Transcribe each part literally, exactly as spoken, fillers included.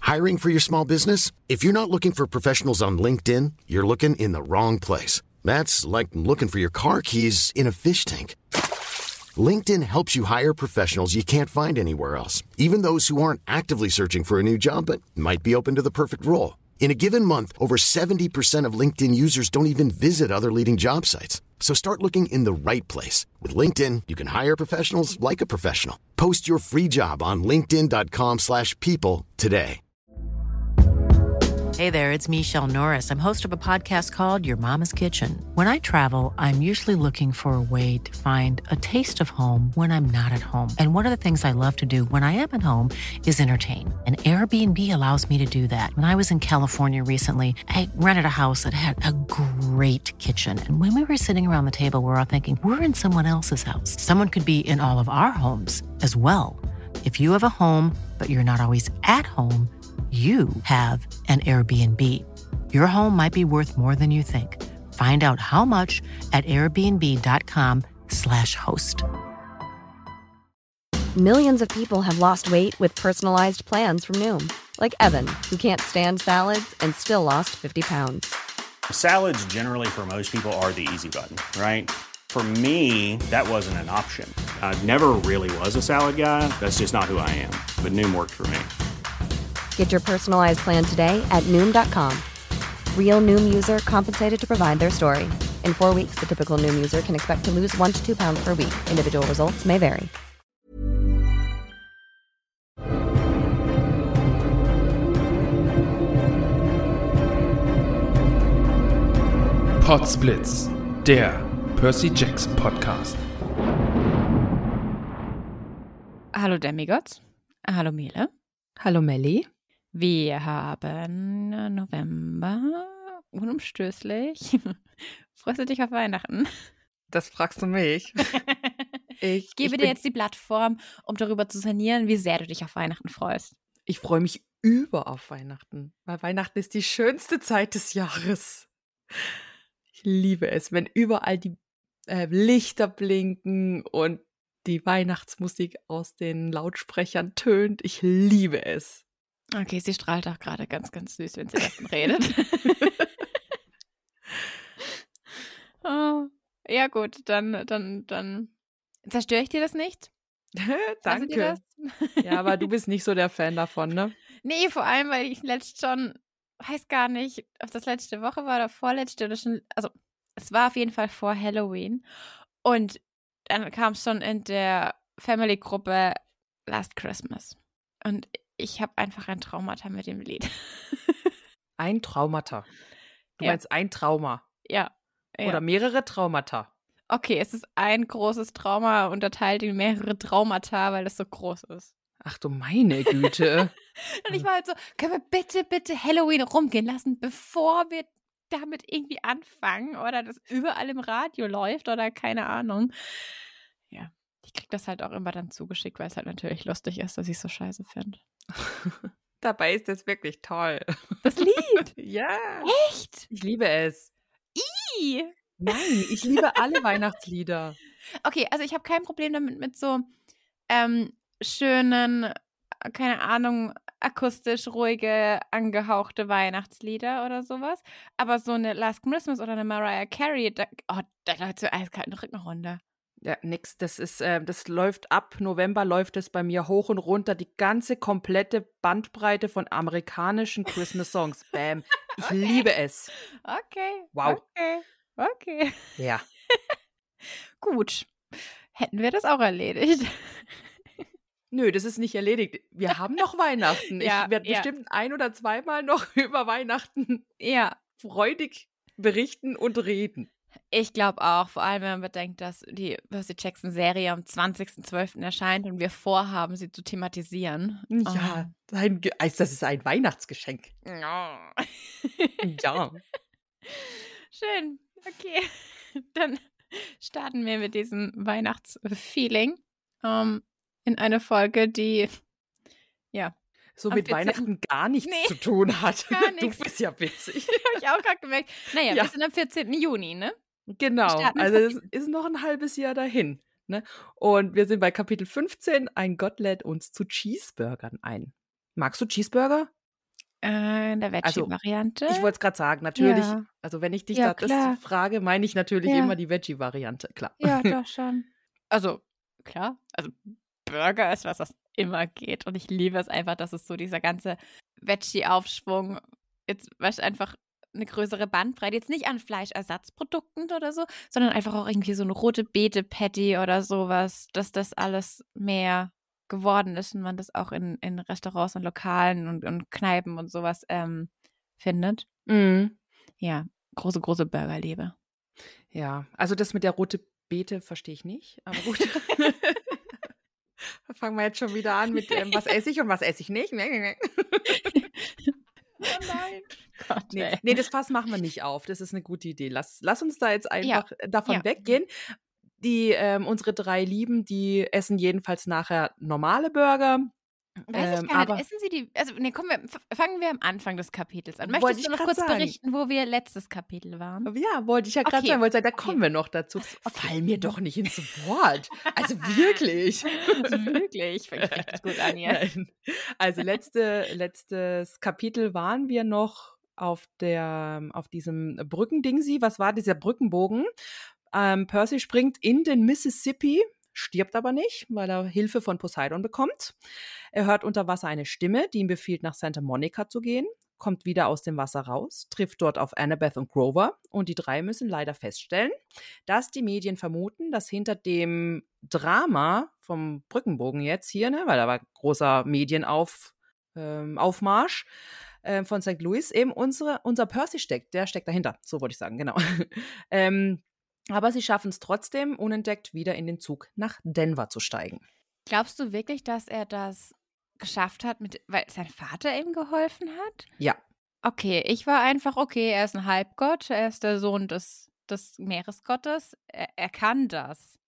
Hiring for your small business? If you're not looking for professionals on LinkedIn, you're looking in the wrong place. That's like looking for your car keys in a fish tank. LinkedIn helps you hire professionals you can't find anywhere else, even those who aren't actively searching for a new job but might be open to the perfect role. In a given month, over seventy percent of LinkedIn users don't even visit other leading job sites. So start looking in the right place. With LinkedIn, you can hire professionals like a professional. Post your free job on linkedin.com slash people today. Hey there, it's Michelle Norris. I'm host of a podcast called Your Mama's Kitchen. When I travel, I'm usually looking for a way to find a taste of home when I'm not at home. And one of the things I love to do when I am at home is entertain. And Airbnb allows me to do that. When I was in California recently, I rented a house that had a great kitchen. And when we were sitting around the table, we were all thinking, we're in someone else's house. Someone could be in all of our homes as well. If you have a home, but you're not always at home, you have an Airbnb. Your home might be worth more than you think. Find out how much at airbnb.com slash host. Millions of people have lost weight with personalized plans from Noom. Like Evan, who can't stand salads and still lost fifty pounds. Salads generally for most people are the easy button, right? For me, that wasn't an option. I never really was a salad guy. That's just not who I am. But Noom worked for me. Get your personalized plan today at Noom dot com. Real Noom user compensated to provide their story. In four weeks, the typical Noom user can expect to lose one to two pounds per week. Individual results may vary. Podsblitz, der Percy Jackson Podcast. Hallo Demigods. Hallo Mele. Hallo Melli. Wir haben November, unumstößlich. Freust du dich auf Weihnachten? Das fragst du mich. ich, ich gebe ich dir jetzt die Plattform, um darüber zu sinnieren, wie sehr du dich auf Weihnachten freust. Ich freue mich über auf Weihnachten, weil Weihnachten ist die schönste Zeit des Jahres. Ich liebe es, wenn überall die äh, Lichter blinken und die Weihnachtsmusik aus den Lautsprechern tönt. Ich liebe es. Okay, sie strahlt auch gerade ganz, ganz süß, wenn sie davon redet. oh, ja gut, dann, dann, dann zerstöre ich dir das nicht. Danke. Dir das? Ja, aber du bist nicht so der Fan davon, ne? Nee, vor allem, weil ich letzt schon, weiß gar nicht, ob das letzte Woche war oder vorletzte oder schon, also es war auf jeden Fall vor Halloween. Und dann kam es schon in der Family-Gruppe Last Christmas. Und ich habe einfach ein Traumata mit dem Lied. Ein Traumata? Du ja. meinst ein Trauma? Ja. ja. Oder mehrere Traumata? Okay, es ist ein großes Trauma, unterteilt in mehrere Traumata, weil es so groß ist. Ach du meine Güte. Und ich war halt so, können wir bitte, bitte Halloween rumgehen lassen, bevor wir damit irgendwie anfangen oder das überall im Radio läuft oder keine Ahnung. Ja. Ich krieg das halt auch immer dann zugeschickt, weil es halt natürlich lustig ist, dass ich es so scheiße finde. Dabei ist es wirklich toll. Das Lied? Ja. Echt? Ich liebe es. I. Nein, ich liebe alle Weihnachtslieder. Okay, also ich habe kein Problem damit mit so ähm, schönen, keine Ahnung, akustisch ruhige, angehauchte Weihnachtslieder oder sowas. Aber so eine Last Christmas oder eine Mariah Carey, da, oh, da läuft so eiskalt einen Rücken runter. Ja, nix. Das ist, äh, das läuft ab November, läuft es bei mir hoch und runter. Die ganze komplette Bandbreite von amerikanischen Christmas-Songs. Bam. Ich okay. liebe es. Okay. Wow. Okay. Okay. Ja. Gut. Hätten wir das auch erledigt. Nö, das ist nicht erledigt. Wir haben noch Weihnachten. Ja, ich werde ja. bestimmt ein- oder zweimal noch über Weihnachten Ja. freudig berichten und reden. Ich glaube auch, vor allem wenn man bedenkt, dass die Percy Jackson-Serie am zwanzigsten zwölften erscheint und wir vorhaben, sie zu thematisieren. Ja, ein Ge- also das ist ein Weihnachtsgeschenk. Oh. Ja. Ja. Schön. Okay. Dann starten wir mit diesem Weihnachtsfeeling ähm, in eine Folge, die ja So am mit vierzehnten Weihnachten gar nichts Nee, zu tun hat. gar Du nichts. bist ja witzig. Habe ich auch gerade gemerkt. Naja, Ja. wir sind am vierzehnten Juni, ne? Genau, starten mit also es Kapitel- ist noch ein halbes Jahr dahin. Ne? Und wir sind bei Kapitel fünfzehn. Ein Gott lädt uns zu Cheeseburgern ein. Magst du Cheeseburger? Äh, in der Also, Veggie-Variante? ich wollte es gerade sagen, natürlich, Ja. also wenn ich dich Ja, da das klar. frage, meine ich natürlich Ja. immer die Veggie-Variante, klar. Ja, doch schon. Also, klar. Also, Burger ist was, was immer geht. Und ich liebe es einfach, dass es so dieser ganze Veggie-Aufschwung jetzt weißt du, einfach eine größere Bandbreite, jetzt nicht an Fleischersatzprodukten oder so, sondern einfach auch irgendwie so eine rote Beete-Patty oder sowas, dass das alles mehr geworden ist und man das auch in, in Restaurants und Lokalen und, und Kneipen und sowas ähm, findet. Mhm. Ja, große, große Burgerliebe. Ja, also das mit der rote Beete verstehe ich nicht, aber gut. Da fangen wir jetzt schon wieder an mit, ähm, was esse ich und was esse ich nicht. Oh nein. Gott, Nee, ey. nee, das Fass machen wir nicht auf. Das ist eine gute Idee. Lass, lass uns da jetzt einfach davon ja. weggehen. Die, ähm, unsere drei Lieben, die essen jedenfalls nachher normale Burger. Weiß Ähm, ich gar nicht. aber Essen Sie die, also nee, kommen wir, f- fangen wir am Anfang des Kapitels an. Wollte Möchtest ich du noch grad kurz sagen. berichten, wo wir letztes Kapitel waren? ja, wollte ich ja gerade Okay, sagen, wollte sagen, da okay. kommen wir noch dazu. okay. Fall mir doch nicht ins Wort. Also wirklich. Wirklich, fängt richtig gut an hier. Nein. Also letzte, letztes Kapitel waren wir noch auf der, auf diesem Brückendingsi. Was war dieser Brückenbogen? Ähm, Percy springt in den Mississippi, stirbt aber nicht, weil er Hilfe von Poseidon bekommt. Er hört unter Wasser eine Stimme, die ihm befiehlt, nach Santa Monica zu gehen, kommt wieder aus dem Wasser raus, trifft dort auf Annabeth und Grover und die drei müssen leider feststellen, dass die Medien vermuten, dass hinter dem Drama vom Brückenbogen jetzt hier, ne, weil da war großer Medienauf, ähm, Aufmarsch äh, von Sankt Louis, eben unsere, unser Percy steckt. Der steckt dahinter, so wollte ich sagen, genau. ähm, aber sie schaffen es trotzdem, unentdeckt wieder in den Zug nach Denver zu steigen. Glaubst du wirklich, dass er das geschafft hat, mit, weil sein Vater ihm geholfen hat? Ja. Okay, ich war einfach, okay, er ist ein Halbgott, er ist der Sohn des, des Meeresgottes, er, er kann das.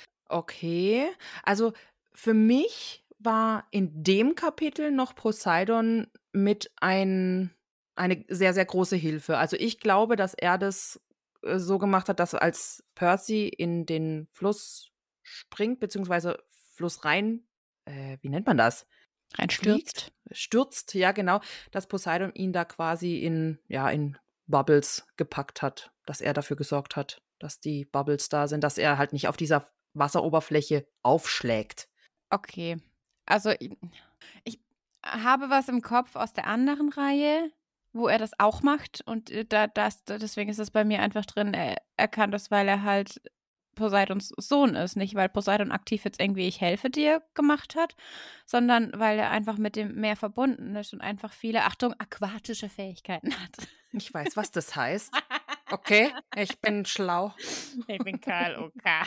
Okay, also für mich war in dem Kapitel noch Poseidon mit ein, eine sehr, sehr große Hilfe. Also ich glaube, dass er das äh, so gemacht hat, dass als Percy in den Fluss springt, beziehungsweise Fluss rein, äh, wie nennt man das? Reinstürzt. Stürzt, ja genau, dass Poseidon ihn da quasi in, ja, in Bubbles gepackt hat, dass er dafür gesorgt hat, dass die Bubbles da sind, dass er halt nicht auf dieser Wasseroberfläche aufschlägt. Okay, also ich, ich habe was im Kopf aus der anderen Reihe, wo er das auch macht und äh, da, das, deswegen ist es bei mir einfach drin, er, er kann das, weil er halt Poseidons Sohn ist, nicht weil Poseidon aktiv jetzt irgendwie ich helfe dir gemacht hat, sondern weil er einfach mit dem Meer verbunden ist und einfach viele, Achtung, aquatische Fähigkeiten hat. Ich weiß, was das heißt. Okay, ich bin schlau. Ich bin Karl O K.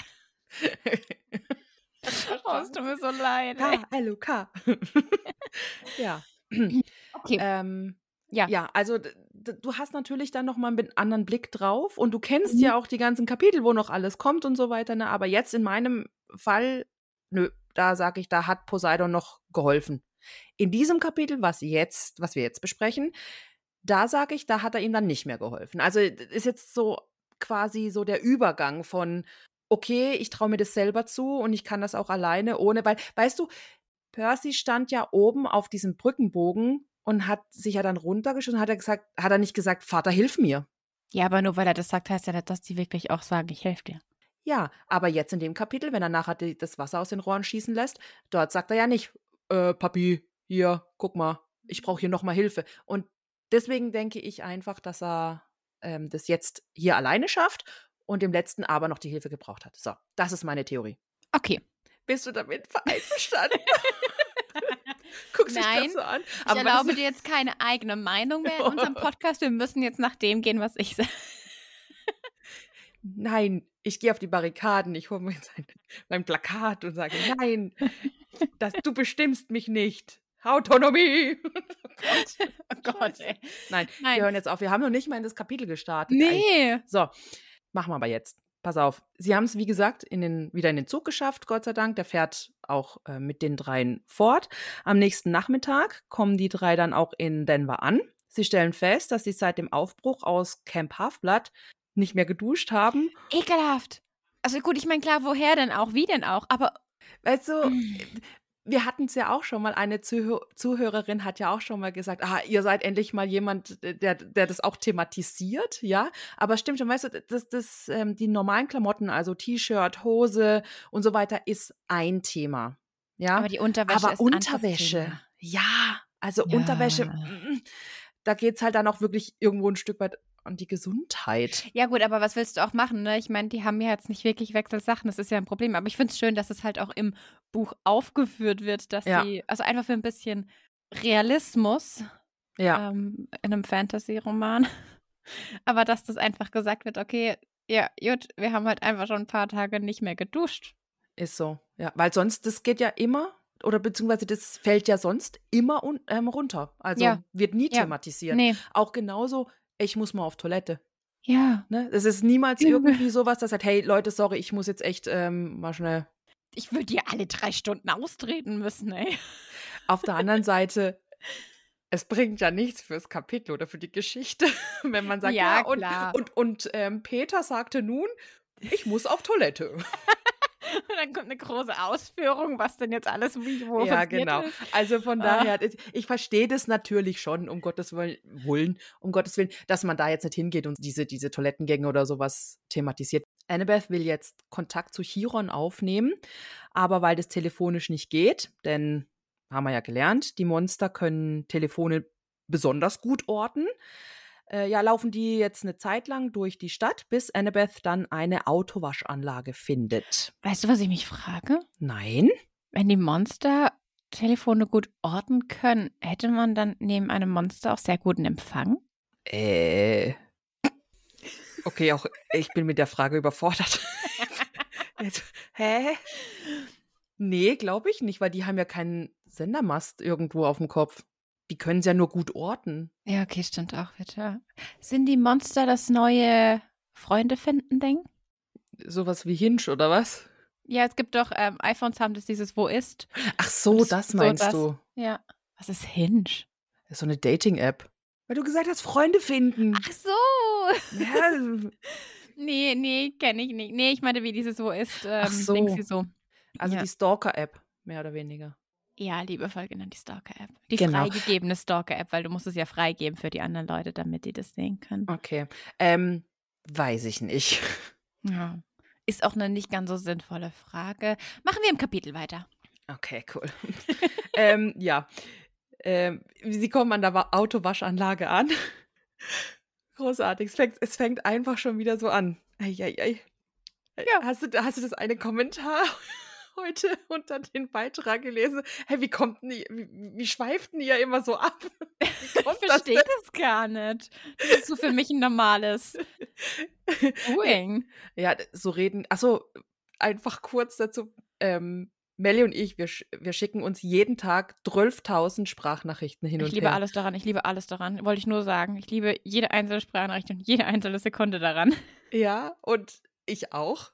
Oh, es tut mir so leid. K, L U K. Ja. Okay. Ähm, Ja. Ja, also d- d- du hast natürlich dann nochmal einen anderen Blick drauf und du kennst Mhm. ja auch die ganzen Kapitel, wo noch alles kommt und so weiter, ne? Aber jetzt in meinem Fall, nö, da sage ich, da hat Poseidon noch geholfen. In diesem Kapitel, was jetzt, was wir jetzt besprechen, da sage ich, da hat er ihm dann nicht mehr geholfen. Also d- ist jetzt so quasi so der Übergang von, okay, ich traue mir das selber zu und ich kann das auch alleine, ohne, weil, weißt du, Percy stand ja oben auf diesem Brückenbogen und hat sich ja dann runtergeschossen, hat er gesagt, hat er nicht gesagt, Vater, hilf mir. Ja, aber nur weil er das sagt, heißt ja nicht, dass die wirklich auch sagen, ich helfe dir. Ja, aber jetzt in dem Kapitel, wenn er nachher die, das Wasser aus den Rohren schießen lässt, dort sagt er ja nicht, äh, Papi, hier, guck mal, ich brauche hier nochmal Hilfe. Und deswegen denke ich einfach, dass er ähm, das jetzt hier alleine schafft und im letzten aber noch die Hilfe gebraucht hat. So, das ist meine Theorie. Okay. Bist du damit einverstanden? Guckst dich Nein, das so an. Ich Aber erlaube weißt du- dir jetzt keine eigene Meinung mehr in unserem Podcast. Wir müssen jetzt nach dem gehen, was ich sage. Nein, ich gehe auf die Barrikaden, ich hole mir jetzt ein, mein Plakat und sage, nein, das, du bestimmst mich nicht. Autonomie. Oh Gott, ey. Nein, Nein. wir hören jetzt auf. Wir haben noch nicht mal in das Kapitel gestartet. Nee. So, machen wir aber jetzt. Pass auf. Sie haben es, wie gesagt, in den, wieder in den Zug geschafft, Gott sei Dank. Der fährt auch äh, mit den dreien fort. Am nächsten Nachmittag kommen die drei dann auch in Denver an. Sie stellen fest, dass sie seit dem Aufbruch aus Camp Half-Blood nicht mehr geduscht haben. Ekelhaft. Also gut, ich meine, klar, woher denn auch, wie denn auch, aber Weißt du, wir hatten es ja auch schon mal, eine Zuhö- Zuhörerin hat ja auch schon mal gesagt, ah, ihr seid endlich mal jemand, der, der das auch thematisiert, ja. Aber stimmt schon, weißt du, das, das, ähm, die normalen Klamotten, also T-Shirt, Hose und so weiter, ist ein Thema, ja. Aber die Unterwäsche Aber ist ein anderes Unterwäsche, Thema. ja, also Ja. Unterwäsche, mm, da geht es halt dann auch wirklich irgendwo ein Stück weit an die Gesundheit. Ja gut, aber was willst du auch machen, ne? Ich meine, die haben ja jetzt nicht wirklich Wechselsachen, das ist ja ein Problem. Aber ich finde es schön, dass es halt auch im Buch aufgeführt wird, dass Ja. sie, also einfach für ein bisschen Realismus Ja, ähm, in einem Fantasy-Roman, aber dass das einfach gesagt wird, okay, ja, gut, wir haben halt einfach schon ein paar Tage nicht mehr geduscht. ist so. Ja, weil sonst, das geht ja immer, oder beziehungsweise das fällt ja sonst immer un, ähm, runter. Also Ja. wird nie Ja. thematisiert. Nee. Auch genauso, ich muss mal auf Toilette. Ja. Ne? Es ist niemals Ja. irgendwie sowas, das sagt, hey Leute, sorry, ich muss jetzt echt ähm, mal schnell. Ich würde dir alle drei Stunden austreten müssen, ey. Auf der anderen Seite, es bringt ja nichts fürs Kapitel oder für die Geschichte, wenn man sagt, Ja, ja, und, klar. und, und ähm, Peter sagte nun, ich muss auf Toilette. Und dann kommt eine große Ausführung, was denn jetzt alles wie wo Ja, passiert genau. ist. Also von Ah. daher, ich- ich verstehe das natürlich schon, um Gottes Willen, Willen, um Gottes Willen, dass man da jetzt nicht hingeht und diese, diese Toilettengänge oder sowas thematisiert. Annabeth will jetzt Kontakt zu Chiron aufnehmen, aber weil das telefonisch nicht geht, denn haben wir ja gelernt, die Monster können Telefone besonders gut orten, äh, ja, laufen die jetzt eine Zeit lang durch die Stadt, bis Annabeth dann eine Autowaschanlage findet. Weißt du, was ich mich frage? Nein? Wenn die Monster Telefone gut orten können, hätte man dann neben einem Monster auch sehr guten Empfang? Äh. Okay, auch ich bin mit der Frage überfordert. Jetzt, hä? Nee, glaube ich nicht, weil die haben ja keinen Sendermast irgendwo auf dem Kopf. Die können es ja nur gut orten. Ja, okay, stimmt auch wieder. Sind die Monster das neue Freunde finden Ding? Sowas wie Hinge oder was? Ja, es gibt doch, ähm, iPhones haben das dieses Wo ist. Ach so, Und das so meinst das- du. Ja. Was ist Hinge? Das ist so eine Dating-App. Weil du gesagt hast, Freunde finden. Ach so. Ja, Nee, nee, kenne ich nicht. Nee, ich meinte, wie dieses Wo ist, ähm, Ach so. Ding sie so. also Ja. die Stalker-App, mehr oder weniger. Ja, liebevoll genannt die Stalker-App. Die Genau. freigegebene Stalker-App, weil du musst es ja freigeben für die anderen Leute, damit die das sehen können. Okay. Ähm, weiß ich nicht. Ja. Ist auch eine nicht ganz so sinnvolle Frage. Machen wir im Kapitel weiter. Okay, cool. ähm, ja. Ähm, sie kommen an der Wa- Autowaschanlage an. Großartig. Es fängt, es fängt einfach schon wieder so an. Eieiei. Ja. Hast du, hast du das eine Kommentar heute unter den Beitrag gelesen? Hey, wie kommt denn die, wie, wie schweift denn ihr immer so ab? Wie Ich kommt das verstehe denn? das gar nicht. Das ist so für mich ein normales Doing. Ja, so reden. Achso, einfach kurz dazu. Ähm, Melli und ich, wir, sch- wir schicken uns jeden Tag zwölftausend Sprachnachrichten hin Ich und liebe her. alles daran. Ich liebe alles daran. Wollte ich nur sagen. Ich liebe jede einzelne Sprachnachricht und jede einzelne Sekunde daran. Ja, und ich auch.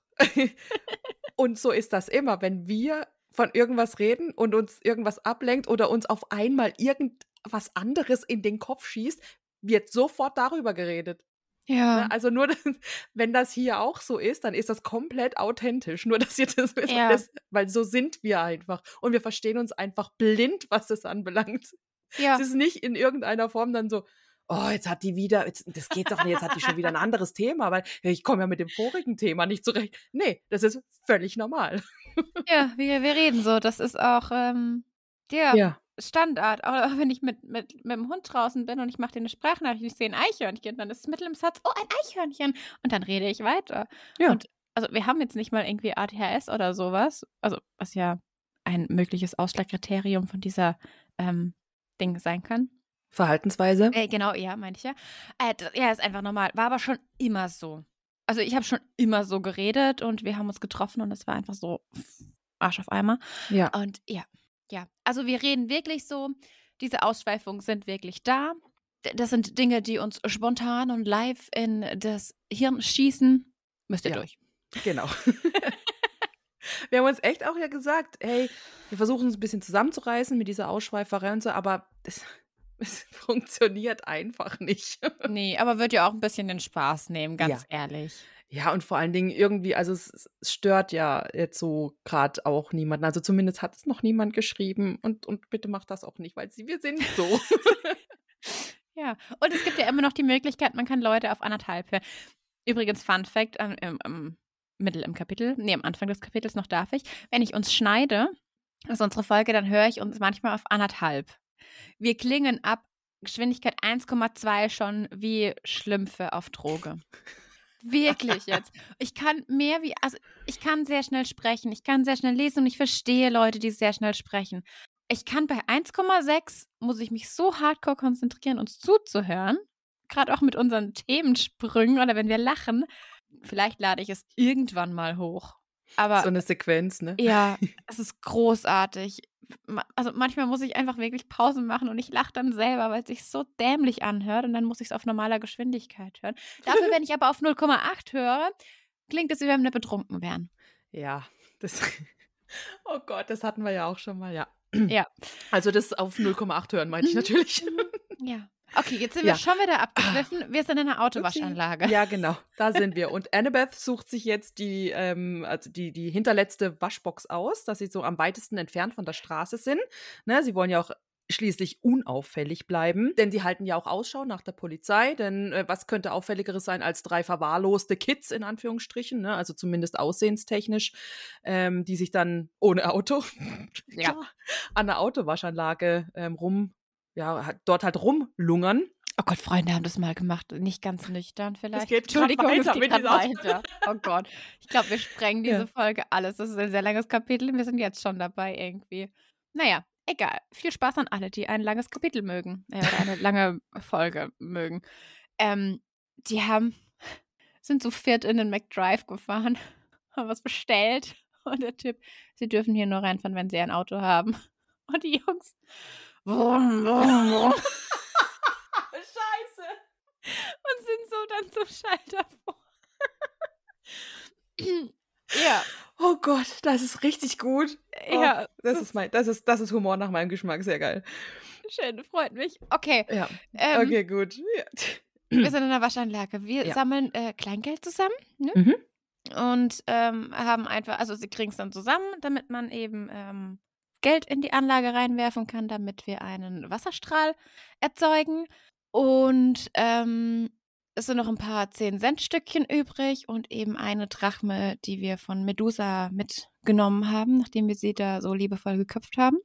Und so ist das immer, wenn wir von irgendwas reden und uns irgendwas ablenkt oder uns auf einmal irgendwas anderes in den Kopf schießt, wird sofort darüber geredet. Ja. Ne? Also nur, wenn das hier auch so ist, dann ist das komplett authentisch. Nur, dass ihr das wisst, Ja. das, weil so sind wir einfach. Und wir verstehen uns einfach blind, was das anbelangt. Ja. Es ist nicht in irgendeiner Form dann so, oh, jetzt hat die wieder, jetzt, das geht doch nicht, jetzt hat die schon wieder ein anderes Thema, weil ich komme ja mit dem vorigen Thema nicht zurecht. Nee, das ist völlig normal. Ja, wir, wir reden so. Das ist auch ähm, der Standard. Auch wenn ich mit, mit, mit dem Hund draußen bin und ich mache dir eine Sprachnachricht, ich sehe ein Eichhörnchen, dann ist es mittel im Satz, oh, ein Eichhörnchen. Und dann rede ich weiter. Ja. Und also wir haben jetzt nicht mal irgendwie A D H S oder sowas, also was ja ein mögliches Ausschlagkriterium von dieser ähm, Ding sein kann. Verhaltensweise. Äh, genau, ja, meinte ich ja. Äh, d- ja, ist einfach normal. War aber schon immer so. Also ich habe schon immer so geredet und wir haben uns getroffen und es war einfach so Arsch auf Eimer. Ja. Und ja, ja. Also wir reden wirklich so, diese Ausschweifungen sind wirklich da. D- Das sind Dinge, die uns spontan und live in das Hirn schießen. Müsst ihr Ja. durch. Genau. Wir haben uns echt auch ja gesagt, hey, wir versuchen uns ein bisschen zusammenzureißen mit dieser Ausschweiferei und so, aber es, es funktioniert einfach nicht. Nee, aber wird ja auch ein bisschen den Spaß nehmen, ganz Ja. ehrlich. Ja, und vor allen Dingen irgendwie, also es, es stört ja jetzt so gerade auch niemanden. Also zumindest hat es noch niemand geschrieben. Und, und bitte macht das auch nicht, weil sie, wir sind so. Ja, und es gibt ja immer noch die Möglichkeit, man kann Leute auf anderthalb hören. Übrigens, Fun Fact, ähm, im, im Mittel im Kapitel, nee, am Anfang des Kapitels noch darf ich, wenn ich uns schneide, also unsere Folge, dann höre ich uns manchmal auf anderthalb. Wir klingen ab Geschwindigkeit eins Komma zwei schon wie Schlümpfe auf Droge. Wirklich jetzt. Ich kann mehr wie, also ich kann sehr schnell sprechen, ich kann sehr schnell lesen und ich verstehe Leute, die sehr schnell sprechen. Ich kann bei eins Komma sechs, muss ich mich so hardcore konzentrieren, uns zuzuhören, gerade auch mit unseren Themensprüngen oder wenn wir lachen. Vielleicht lade ich es irgendwann mal hoch. Aber so eine Sequenz, ne? ja, es ist großartig. Also manchmal muss ich einfach wirklich Pausen machen und ich lache dann selber, weil es sich so dämlich anhört und dann muss ich es auf normaler Geschwindigkeit hören. Dafür, wenn ich aber auf null Komma acht höre, klingt es, wie wenn wir betrunken wären. Ja, das, oh Gott, das hatten wir ja auch schon mal, ja. Ja. Also das auf null Komma acht hören, meinte ich natürlich. Ja. Okay, jetzt sind Ja. wir schon wieder abgegriffen. Wir sind in einer Autowaschanlage. Ja, genau, da sind wir. Und Annabeth sucht sich jetzt die, ähm, also die, die hinterletzte Waschbox aus, dass sie so am weitesten entfernt von der Straße sind. Ne, sie wollen ja auch schließlich unauffällig bleiben, denn sie halten ja auch Ausschau nach der Polizei, denn äh, was könnte auffälligeres sein als drei verwahrloste Kids, in Anführungsstrichen, ne? Also zumindest aussehenstechnisch, ähm, die sich dann ohne Auto Ja. klar, an der Autowaschanlage ähm, rum, ja, dort halt rumlungern. Oh Gott, Freunde haben das mal gemacht. Nicht ganz nüchtern vielleicht. Es geht grad Entschuldigung, es weiter geht mit grad dieser- weiter. Oh Gott. Ich glaube, wir sprengen diese Ja. Folge alles. Das ist ein sehr langes Kapitel. Wir sind jetzt schon dabei irgendwie. Naja, egal. Viel Spaß an alle, die ein langes Kapitel mögen. Äh, oder eine lange Folge mögen. Ähm, die haben, sind zu viert in den McDrive gefahren, haben was bestellt. Und der Typ, sie dürfen hier nur reinfahren, wenn sie ein Auto haben. Und die Jungs. Vroom, vroom, vroom. Scheiße. Und sind so dann zum Schalter vor. Ja, Oh Gott, das ist richtig gut. Oh, ja. das ist mein, das ist, das ist Humor nach meinem Geschmack, sehr geil. Schön, freut mich. Okay, Ja. ähm, Okay, gut. Ja. wir sind in der Waschanlage. Wir Ja. sammeln äh, Kleingeld zusammen, ne? Mhm. Und ähm, haben einfach, also sie kriegen es dann zusammen, damit man eben ähm, Geld in die Anlage reinwerfen kann, damit wir einen Wasserstrahl erzeugen. Und ähm, es sind noch ein paar zehn-Cent-Stückchen übrig und eben eine Drachme, die wir von Medusa mitgenommen haben, nachdem wir sie da so liebevoll geköpft haben.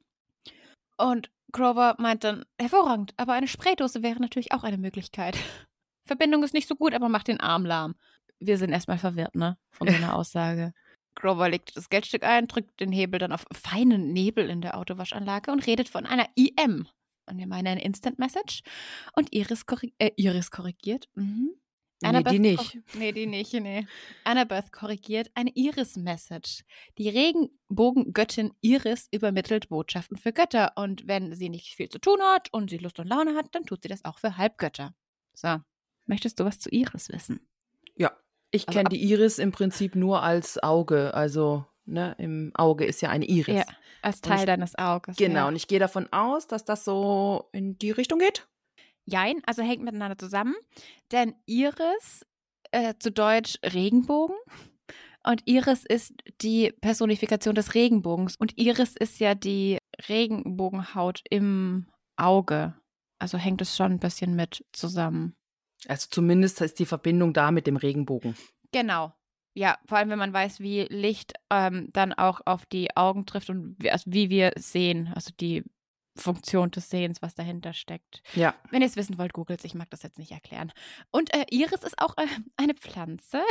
Und Grover meint dann, hervorragend, aber eine Spraydose wäre natürlich auch eine Möglichkeit. Verbindung ist nicht so gut, aber macht den Arm lahm. Wir sind erstmal verwirrt, ne, von so einer Aussage. Grover legt das Geldstück ein, drückt den Hebel dann auf feinen Nebel in der Autowaschanlage und redet von einer I M. Und wir meinen eine Instant Message. Und Iris, korrig äh, Iris korrigiert. Mhm. Nee, Annabeth die nicht. kor- Nee, die nicht, nee. Annabeth korrigiert eine Iris-Message. Die Regenbogengöttin Iris übermittelt Botschaften für Götter. Und wenn sie nicht viel zu tun hat und sie Lust und Laune hat, dann tut sie das auch für Halbgötter. So, möchtest du was zu Iris wissen? Ja, ich Also kenne ab- die Iris im Prinzip nur als Auge. Also, ne, im Auge ist ja eine Iris. Ja, als Und Teil ich- deines Auges. Genau, Ja. und ich gehe davon aus, dass das so in die Richtung geht. Jein, also hängt miteinander zusammen. Denn Iris, äh, zu Deutsch Regenbogen, und Iris ist die Personifikation des Regenbogens. Und Iris ist ja die Regenbogenhaut im Auge. Also hängt es schon ein bisschen mit zusammen. Also zumindest ist die Verbindung da mit dem Regenbogen. Genau. Ja, vor allem, wenn man weiß, wie Licht ähm, dann auch auf die Augen trifft und wie, also wie wir sehen, also die Funktion des Sehens, was dahinter steckt. Ja. Wenn ihr es wissen wollt, googelt ich mag das jetzt nicht erklären. Und äh, Iris ist auch äh, eine Pflanze.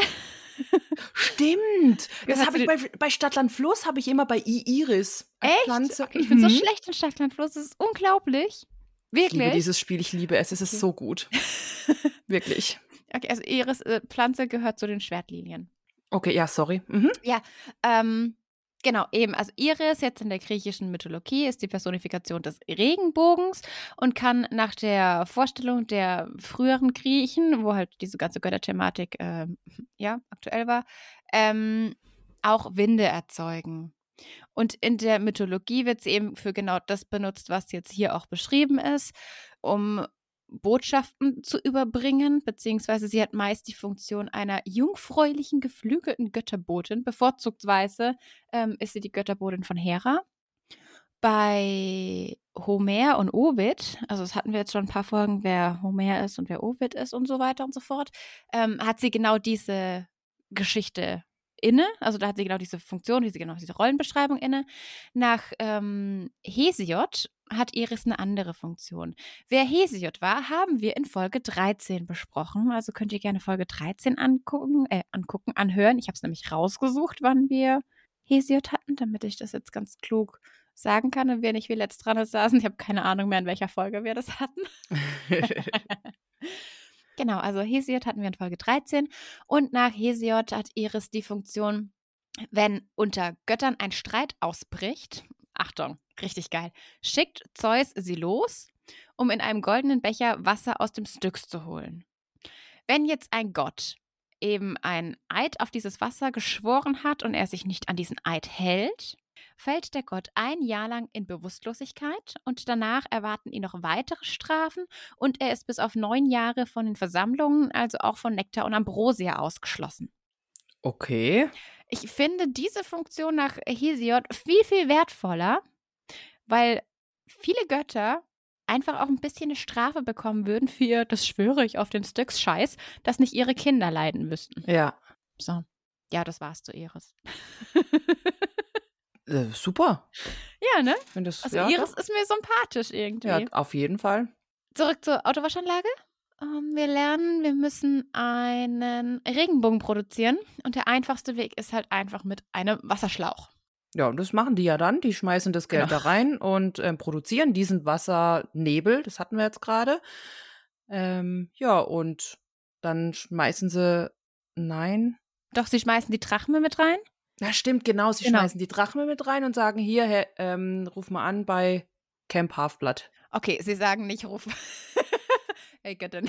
Stimmt. Das Gehört habe zu ich bei, bei Stadtland Fluss habe ich immer bei I Iris. als Echt? Pflanze. Okay, ich bin so Mhm. schlecht in Stadtland Fluss, das ist unglaublich. Ich liebe Wirklich? dieses Spiel, ich liebe es. Es ist Okay. so gut. Wirklich. Okay, also Iris, äh, Pflanze gehört zu den Schwertlilien. Okay, ja, sorry. Mhm. Ähm, genau, eben. Also Iris jetzt in der griechischen Mythologie ist die Personifikation des Regenbogens und kann nach der Vorstellung der früheren Griechen, wo halt diese ganze Götterthematik ähm, ja, aktuell war, ähm, auch Winde erzeugen. Und in der Mythologie wird sie eben für genau das benutzt, was jetzt hier auch beschrieben ist, um Botschaften zu überbringen, beziehungsweise sie hat meist die Funktion einer jungfräulichen, geflügelten Götterbotin. Bevorzugsweise ähm, ist sie die Götterbotin von Hera. Bei Homer und Ovid, also das hatten wir jetzt schon ein paar Folgen, wer Homer ist und wer Ovid ist und so weiter und so fort, ähm, hat sie genau diese Geschichte inne, also da hat sie genau diese Funktion, diese, genau diese Rollenbeschreibung inne. Nach ähm, Hesiod hat Eris eine andere Funktion. Wer Hesiod war, haben wir in Folge dreizehn besprochen, also könnt ihr gerne Folge dreizehn angucken, äh, angucken, anhören. Ich habe es nämlich rausgesucht, wann wir Hesiod hatten, damit ich das jetzt ganz klug sagen kann und wir nicht wie letzt dran saßen. Ich habe keine Ahnung mehr, in welcher Folge wir das hatten. Genau, also Hesiod hatten wir in Folge dreizehn und nach Hesiod hat Eris die Funktion, wenn unter Göttern ein Streit ausbricht, Achtung, richtig geil, schickt Zeus sie los, um in einem goldenen Becher Wasser aus dem Styx zu holen. Wenn jetzt ein Gott eben einen Eid auf dieses Wasser geschworen hat und er sich nicht an diesen Eid hält, fällt der Gott ein Jahr lang in Bewusstlosigkeit und danach erwarten ihn noch weitere Strafen und er ist bis auf neun Jahre von den Versammlungen, also auch von Nektar und Ambrosia, ausgeschlossen. Okay. Ich finde diese Funktion nach Hesiod viel, viel wertvoller, weil viele Götter einfach auch ein bisschen eine Strafe bekommen würden für ihr, das schwöre ich auf den Styx-Scheiß, dass nicht ihre Kinder leiden müssten. Ja. So, ja, das war's zu Eris. Äh, super. Ja, ne? Wenn das, Also ja, Iris doch. ist mir sympathisch irgendwie. Ja, auf jeden Fall. Zurück zur Autowaschanlage. Ähm, wir lernen, wir müssen einen Regenbogen produzieren und der einfachste Weg ist halt einfach mit einem Wasserschlauch. Ja, und das machen die ja dann. Die schmeißen das Geld Genau. da rein und ähm, produzieren diesen Wassernebel. Das hatten wir jetzt gerade. Ähm, ja, und dann schmeißen sie, nein. Doch, sie schmeißen die Drachme mit rein. Na, stimmt, genau. Sie Genau. schmeißen die Drachme mit rein und sagen, hier, Herr, ähm, ruf mal an bei Camp Halfblood. Okay, sie sagen nicht, ruf. Hey Göttin.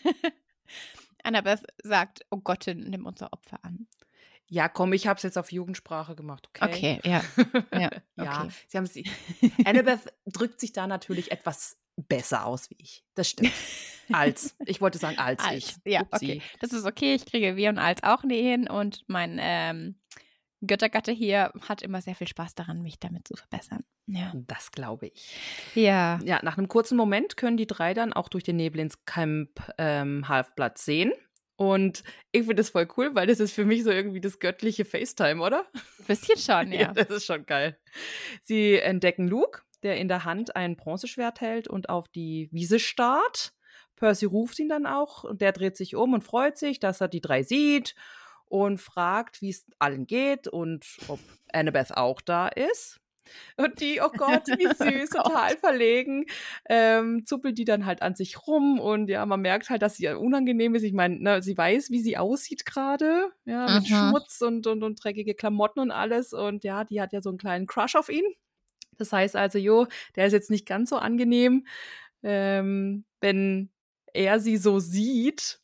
Annabeth sagt, oh Gottin, nimm unser Opfer an. Ja, komm, ich hab's jetzt auf Jugendsprache gemacht, okay? Okay, ja. Ja, Ja, okay. sie haben sie. Annabeth drückt sich da natürlich etwas besser aus wie ich. Das stimmt. Als. Ich wollte sagen, als, Als, ich. ja, Upsi. okay. Das ist okay, ich kriege wir und als auch nie hin und mein ähm, Göttergatte hier hat immer sehr viel Spaß daran, mich damit zu verbessern. Ja. Das glaube ich. Ja. Ja, nach einem kurzen Moment können die drei dann auch durch den Nebel ins Camp ähm, Halfblood sehen. Und ich finde das voll cool, weil das ist für mich so irgendwie das göttliche FaceTime, oder? Ein bisschen schon, ja. Ja, das ist schon geil. Sie entdecken Luke, der in der Hand ein Bronzeschwert hält und auf die Wiese starrt. Percy ruft ihn dann auch und der dreht sich um und freut sich, dass er die drei sieht und fragt, wie es allen geht und ob Annabeth auch da ist. Und die, oh Gott, wie süß, Oh Gott. total verlegen, ähm, zuppelt die dann halt an sich rum und ja, man merkt halt, dass sie unangenehm ist. Ich meine, ne, sie weiß, wie sie aussieht gerade, ja, mit Mhm. Schmutz und, und, und dreckige Klamotten und alles und ja, die hat ja so einen kleinen Crush auf ihn. Das heißt also, jo, der ist jetzt nicht ganz so angenehm, ähm, wenn er sie so sieht,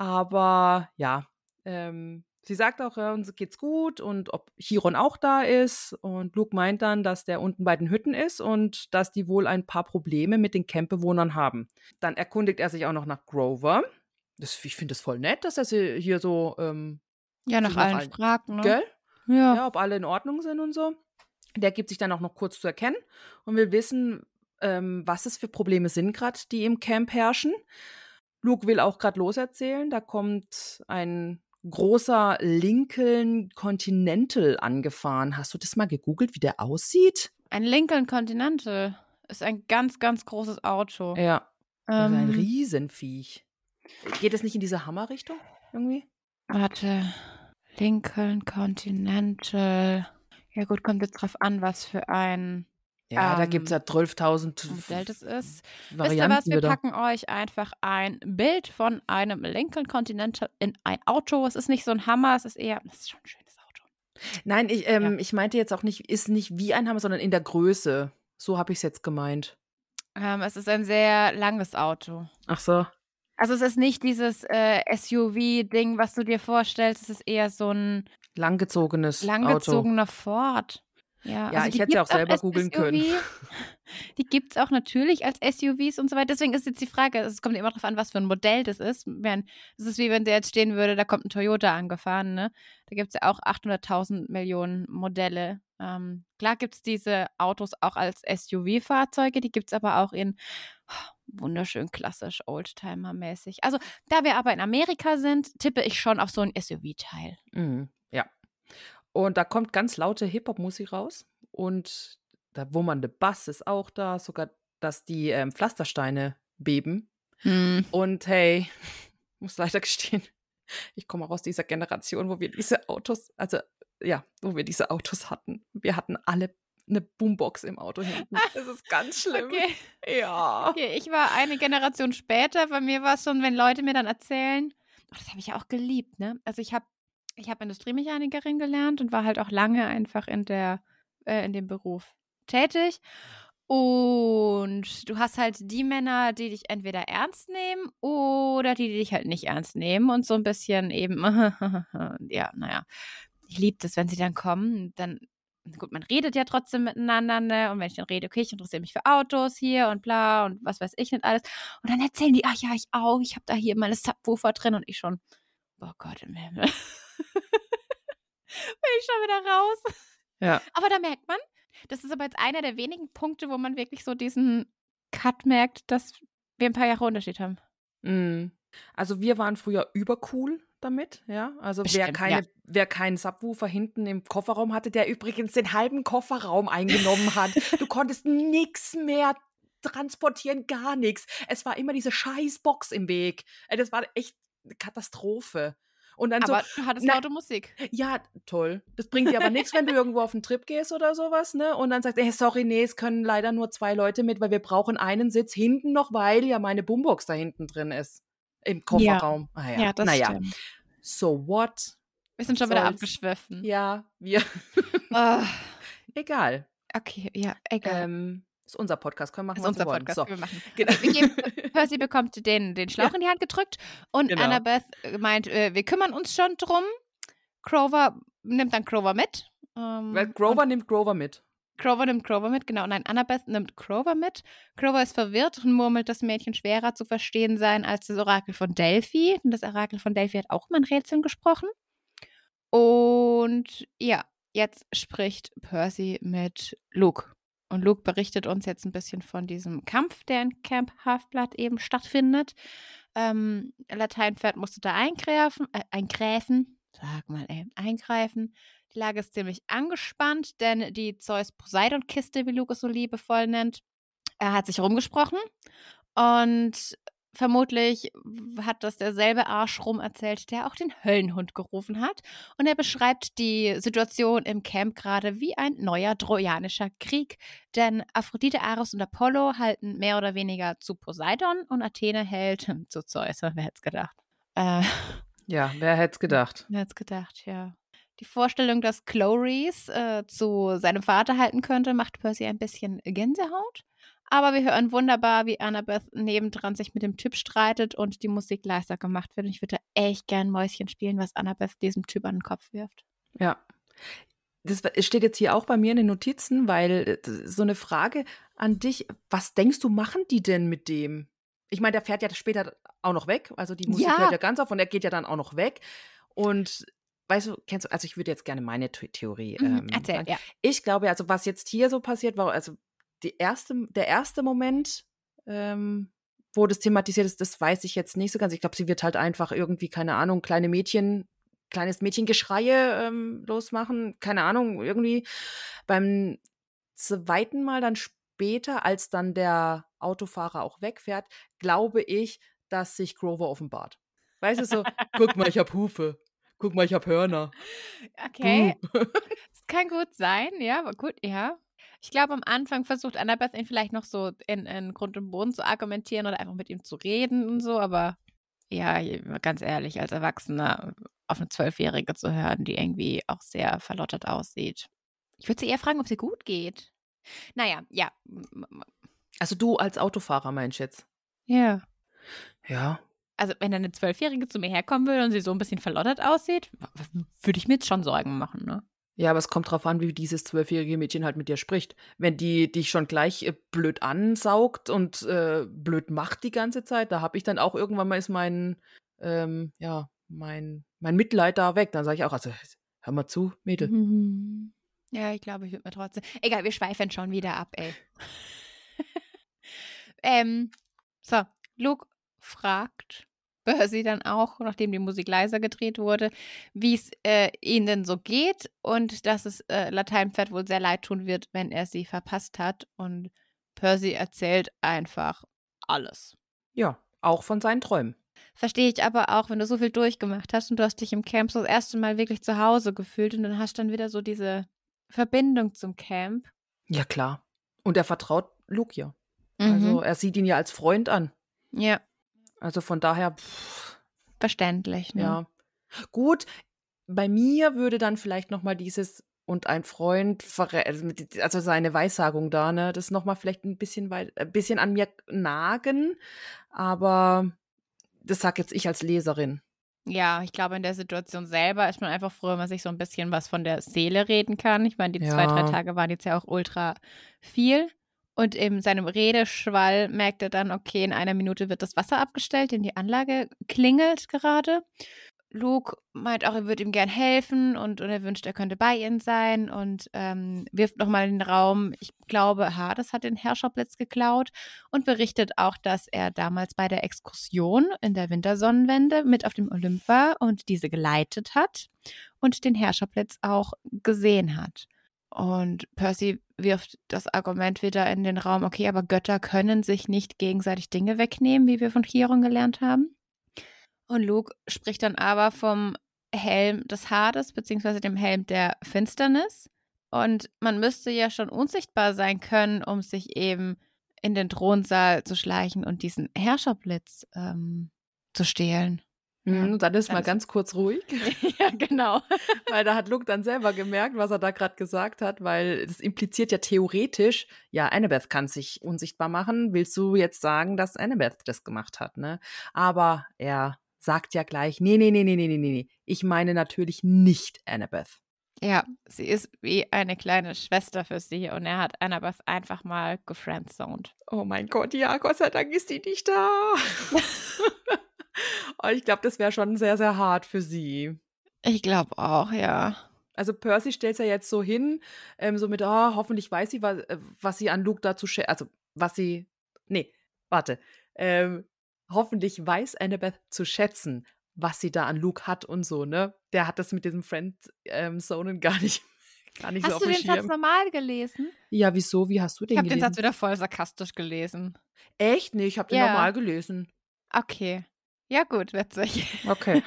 aber ja, ähm, sie sagt auch, ja, uns geht's gut und ob Chiron auch da ist. Und Luke meint dann, dass der unten bei den Hütten ist und dass die wohl ein paar Probleme mit den Campbewohnern haben. Dann erkundigt er sich auch noch nach Grover. Das, ich finde es voll nett, dass er sie hier so, ähm, Ja, nach sich nach allen allen- Fragen, ne? gell? Ja. Ja, ob alle in Ordnung sind und so. Der gibt sich dann auch noch kurz zu erkennen und will wissen, ähm, was es für Probleme sind gerade, die im Camp herrschen. Luke will auch gerade loserzählen. Da kommt ein großer Lincoln Continental angefahren. Hast du das mal gegoogelt, wie der aussieht? Ein Lincoln Continental ist ein ganz, ganz großes Auto. Ja, das ist ein Ähm, Riesenviech. Geht es nicht in diese Hammer-Richtung irgendwie? Warte. Lincoln Continental. Ja gut, kommt jetzt drauf an, was für ein Ja, da Ähm, gibt es ja zwölftausend Modell das ist. Wisst ihr Varianten was, wir wieder. packen euch einfach ein Bild von einem Lincoln Continental in ein Auto. Es ist nicht so ein Hammer, es ist eher, das ist schon ein schönes Auto. Nein, ich, ähm, Ja. ich meinte jetzt auch nicht, ist nicht wie ein Hammer, sondern in der Größe. So habe ich es jetzt gemeint. Ähm, es ist ein sehr langes Auto. Ach so. Also es ist nicht dieses äh, S U V-Ding, was du dir vorstellst. Es ist eher so ein Langgezogenes Auto. langgezogener Ford. Ja, Ja, also ich die hätte sie auch gibt's selber als googeln S U V. können. Die gibt es auch natürlich als S U Vs und so weiter. Deswegen ist jetzt die Frage, es kommt immer darauf an, was für ein Modell das ist. Das ist wie wenn der jetzt stehen würde, da kommt ein Toyota angefahren, ne? Da gibt es ja auch achthunderttausend Millionen Modelle. Ähm, klar gibt es diese Autos auch als S U V-Fahrzeuge, die gibt es aber auch in oh, wunderschön klassisch, Oldtimer-mäßig. Also da wir aber in Amerika sind, tippe ich schon auf so ein S U V-Teil. Mhm, ja. Und da kommt ganz laute Hip-Hop-Musik raus. Und der wummernde Bass ist auch da, sogar, dass die ähm, Pflastersteine beben. Hm. Und hey, muss leider gestehen, ich komme auch aus dieser Generation, wo wir diese Autos, also ja, wo wir diese Autos hatten. Wir hatten alle eine Boombox im Auto hinten. Das ist ganz schlimm. Okay. Ja. Okay, ich war eine Generation später. Bei mir war es schon, wenn Leute mir dann erzählen, oh, das habe ich ja auch geliebt, ne? Also ich habe ich habe Industriemechanikerin gelernt und war halt auch lange einfach in der äh, in dem Beruf tätig. Und du hast halt die Männer, die dich entweder ernst nehmen oder die, die dich halt nicht ernst nehmen und so ein bisschen eben, ja, naja, ich liebe das, wenn sie dann kommen, dann, gut, man redet ja trotzdem miteinander, ne? Und wenn ich dann rede, okay, ich interessiere mich für Autos hier und bla und was weiß ich nicht alles. Und dann erzählen die, ach ja, ich auch, ich habe da hier meine Subwoofer drin und ich schon, oh Gott im Himmel. Bin ich schon wieder raus. Ja. Aber da merkt man, das ist aber jetzt einer der wenigen Punkte, wo man wirklich so diesen Cut merkt, dass wir ein paar Jahre Unterschied haben. Mhm. Also wir waren früher übercool damit, ja. Also wer, Bestimmt, keine, ja. wer keinen Subwoofer hinten im Kofferraum hatte, der übrigens den halben Kofferraum eingenommen hat. Du konntest nichts mehr transportieren, gar nichts. Es war immer diese scheiß Box im Weg. Äh, Das war echt eine Katastrophe. Und dann Aber so, du hattest na, laute Musik. ja, toll. Das bringt dir aber nichts, wenn du irgendwo auf einen Trip gehst oder sowas, ne? Und dann sagst du, hey, sorry, nee, es können leider nur zwei Leute mit, weil wir brauchen einen Sitz hinten noch, weil ja meine Boombox da hinten drin ist. Im Kofferraum. Ah, ja. Ja, das naja. stimmt. So what? Wir sind schon wieder Soll's. abgeschwiffen. Ja, wir. Oh, Egal. okay, ja, egal. Ähm, ist unser Podcast, können wir machen, Das ist was unser wir wollen. Podcast. So. Wir machen. Genau. Okay, wir geben, Percy bekommt den, den Schlauch Ja. in die Hand gedrückt und Genau. Annabeth meint, äh, wir kümmern uns schon drum. Grover nimmt dann Grover mit. Ähm, Weil Grover nimmt Grover mit. Grover nimmt Grover mit, genau. Nein, Annabeth nimmt Grover mit. Grover ist verwirrt und murmelt, das Mädchen schwerer zu verstehen sein als das Orakel von Delphi. Und das Orakel von Delphi hat auch mal in Rätseln gesprochen. Und ja, jetzt spricht Percy mit Luke. Und Luke berichtet uns jetzt ein bisschen von diesem Kampf, der in Camp Half-Blood eben stattfindet. Ähm, Lateinpferd musste da eingreifen, äh, eingreifen, sag mal, ey, eingreifen. Die Lage ist ziemlich angespannt, denn die Zeus-Poseidon-Kiste, wie Luke es so liebevoll nennt, er hat sich rumgesprochen und vermutlich hat das derselbe Arsch rum erzählt, der auch den Höllenhund gerufen hat. Und er beschreibt die Situation im Camp gerade wie ein neuer trojanischer Krieg. Denn Aphrodite, Ares und Apollo halten mehr oder weniger zu Poseidon und Athene hält zu Zeus. Wer hätte es gedacht? Äh, Ja, wer hätte es gedacht? wer hätte es gedacht, ja. Die Vorstellung, dass Chloris äh, zu seinem Vater halten könnte, macht Percy ein bisschen Gänsehaut. Aber wir hören wunderbar, wie Annabeth nebendran sich mit dem Typ streitet und die Musik leiser gemacht wird. Und ich würde da echt gern Mäuschen spielen, was Annabeth diesem Typ an den Kopf wirft. Ja. Das steht jetzt hier auch bei mir in den Notizen, weil so eine Frage an dich, was denkst du, machen die denn mit dem? Ich meine, der fährt ja später auch noch weg, also die Musik Ja. hört ja ganz auf und er geht ja dann auch noch weg. Und weißt du, kennst du, also ich würde jetzt gerne meine The- Theorie Mhm, ähm, erzähl, sagen. ja. Ich glaube, also was jetzt hier so passiert war, also die erste, der erste Moment, ähm, wo das thematisiert ist, das weiß ich jetzt nicht so ganz. Ich glaube, sie wird halt einfach irgendwie, keine Ahnung, kleine Mädchen, kleines Mädchengeschreie ähm, losmachen, keine Ahnung, irgendwie. Beim zweiten Mal dann später, als dann der Autofahrer auch wegfährt, glaube ich, dass sich Grover offenbart. Weißt du, so, guck mal, ich hab Hufe. Guck mal, ich hab Hörner. Okay, Buh. das kann gut sein, ja, aber gut, ja. Ich glaube, am Anfang versucht Annabeth ihn vielleicht noch so in, in Grund und Boden zu argumentieren oder einfach mit ihm zu reden und so, aber ja, ganz ehrlich, als Erwachsener auf eine Zwölfjährige zu hören, die irgendwie auch sehr verlottert aussieht. Ich würde sie eher fragen, ob sie gut geht. Naja, ja. Also du als Autofahrer, meinst du jetzt? Ja. Ja. Also wenn dann eine Zwölfjährige zu mir herkommen würde und sie so ein bisschen verlottert aussieht, w- würde ich mir jetzt schon Sorgen machen, ne? Ja, aber es kommt drauf an, wie dieses zwölfjährige Mädchen halt mit dir spricht. Wenn die dich schon gleich äh, blöd ansaugt und äh, blöd macht die ganze Zeit, da habe ich dann auch irgendwann mal ist mein, ähm, ja, mein, mein Mitleid da weg. Dann sage ich auch, also hör mal zu, Mädel. Mhm. Ja, ich glaube, ich würde mir trotzdem. Egal, wir schweifen schon wieder ab, ey. ähm, so, Luke fragt Percy dann auch, nachdem die Musik leiser gedreht wurde, wie es äh, ihnen denn so geht und dass es äh, Lateinpferd wohl sehr leid tun wird, wenn er sie verpasst hat. Und Percy erzählt einfach alles. Ja, auch von seinen Träumen. Verstehe ich aber auch, wenn du so viel durchgemacht hast und du hast dich im Camp so das erste Mal wirklich zu Hause gefühlt und dann hast du dann wieder so diese Verbindung zum Camp. Ja, klar. Und er vertraut Luke ja. Mhm. Also er sieht ihn ja als Freund an. Ja, Also von daher, pff, verständlich. Ne? ja. Gut, bei mir würde dann vielleicht nochmal dieses und ein Freund, verrä- also mit- also seine Weissagung da, ne, das nochmal vielleicht ein bisschen, weit, ein bisschen an mir nagen, aber das sag jetzt ich als Leserin. Ja, ich glaube, in der Situation selber ist man einfach froh, wenn man sich so ein bisschen was von der Seele reden kann. Ich meine, die Ja. zwei, drei Tage waren jetzt ja auch ultra viel. Und in seinem Redeschwall merkt er dann, okay, in einer Minute wird das Wasser abgestellt, denn die Anlage klingelt gerade. Luke meint auch, er würde ihm gern helfen und, und er wünscht, er könnte bei ihnen sein und ähm, wirft nochmal in den Raum, ich glaube, Hades hat den Herrscherblitz geklaut und berichtet auch, dass er damals bei der Exkursion in der Wintersonnenwende mit auf dem Olymp war und diese geleitet hat und den Herrscherblitz auch gesehen hat. Und Percy wirft das Argument wieder in den Raum, okay, aber Götter können sich nicht gegenseitig Dinge wegnehmen, wie wir von Chiron gelernt haben. Und Luke spricht dann aber vom Helm des Hades, beziehungsweise dem Helm der Finsternis. Und man müsste ja schon unsichtbar sein können, um sich eben in den Thronsaal zu schleichen und diesen Herrscherblitz ähm, zu stehlen. Mhm, und dann ist dann mal ist- ganz kurz ruhig, Ja, genau. weil da hat Luke dann selber gemerkt, was er da gerade gesagt hat, weil das impliziert ja theoretisch, ja, Annabeth kann sich unsichtbar machen. Willst du jetzt sagen, dass Annabeth das gemacht hat, ne? Aber er sagt ja gleich, nee, nee, nee, nee, nee, nee, nee, ich meine natürlich nicht Annabeth. Ja, sie ist wie eine kleine Schwester für sie und er hat Annabeth einfach mal gefriendzoned. Oh mein Gott, ja, Gott sei Dank ist die nicht da. Oh, ich glaube, das wäre schon sehr, sehr hart für sie. Ich glaube auch, ja. Also Percy stellt es ja jetzt so hin, ähm, so mit, ah, hoffentlich weiß sie, was, äh, was sie an Luke dazu schätzt, also was sie, nee, warte, ähm, hoffentlich weiß Annabeth zu schätzen, was sie da an Luke hat und so, ne? Der hat das mit diesem Friend-Zonen gar nicht, gar nicht so Hast auf du dem den Satz Schirm. normal gelesen? Ja, wieso? Wie hast du den Ich habe den gelesen? Satz wieder voll sarkastisch gelesen. Echt? Nee, ich habe den Ja. normal gelesen. Okay. Ja, gut, witzig. Okay.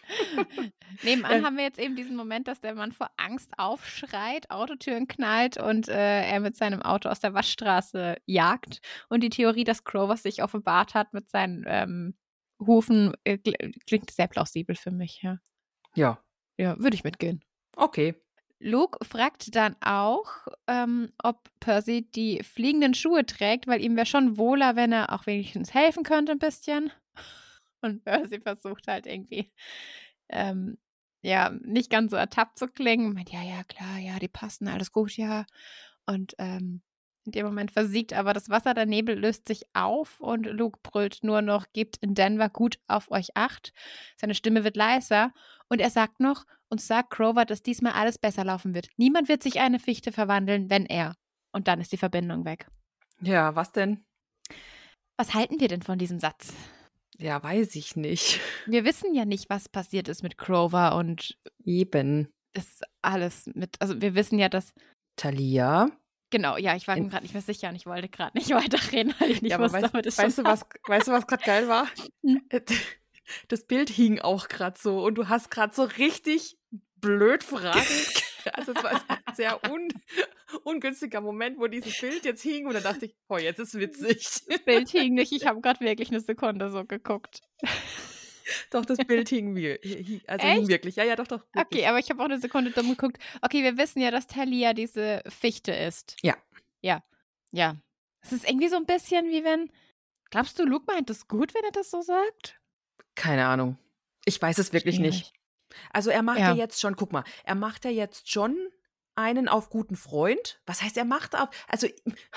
Nebenan Äh. haben wir jetzt eben diesen Moment, dass der Mann vor Angst aufschreit, Autotüren knallt und äh, er mit seinem Auto aus der Waschstraße jagt. Und die Theorie, dass Grover sich offenbart hat mit seinen ähm, Hufen, äh, kl- klingt sehr plausibel für mich. Ja, Ja, ja, würde ich mitgehen. okay. Luke fragt dann auch, ähm, ob Percy die fliegenden Schuhe trägt, weil ihm wäre schon wohler, wenn er auch wenigstens helfen könnte ein bisschen. Und Percy versucht halt irgendwie, ähm, ja, nicht ganz so ertappt zu klingen. Meint, ja, ja, klar, ja, die passen, alles gut, ja. Und ähm, in dem Moment versiegt aber das Wasser, der Nebel löst sich auf und Luke brüllt nur noch, gebt in Denver gut auf euch acht. Seine Stimme wird leiser und er sagt noch und sagt Grover, dass diesmal alles besser laufen wird. Niemand wird sich in eine Fichte verwandeln, wenn er. Und dann ist die Verbindung weg. Ja, was denn? Was halten wir denn von diesem Satz? Ja, weiß ich nicht. Wir wissen ja nicht, was passiert ist mit Grover und Eben. ist alles mit, also wir wissen ja, dass, Thalia. genau, ja, ich war mir In- gerade nicht mehr sicher und ich wollte gerade nicht weiterreden, weil ich nicht Ja, aber wusste, weißt, ob wir das weißt, schon du, was, weißt du, was gerade geil war? Hm. Das Bild hing auch gerade so und du hast gerade so richtig blöd Fragen. Also es war ein sehr un, ungünstiger Moment, wo dieses Bild jetzt hing und dann dachte ich, oh, jetzt ist witzig. Das Bild hing nicht, ich habe gerade wirklich eine Sekunde so geguckt. Doch, das Bild hing, wir- hi- also hing Echt? wirklich. Ja, ja, doch, doch. Wirklich. Okay, aber ich habe auch eine Sekunde dumm geguckt. Okay, wir wissen ja, dass Thalia diese Fichte ist. Ja. Ja, ja. Es ist irgendwie so ein bisschen wie wenn, glaubst du, Luke meint das gut, wenn er das so sagt? Keine Ahnung. Ich weiß es wirklich Schwierig. nicht. Also er macht Ja. ja jetzt schon, guck mal, er macht ja jetzt schon einen auf guten Freund. Was heißt, er macht auf, also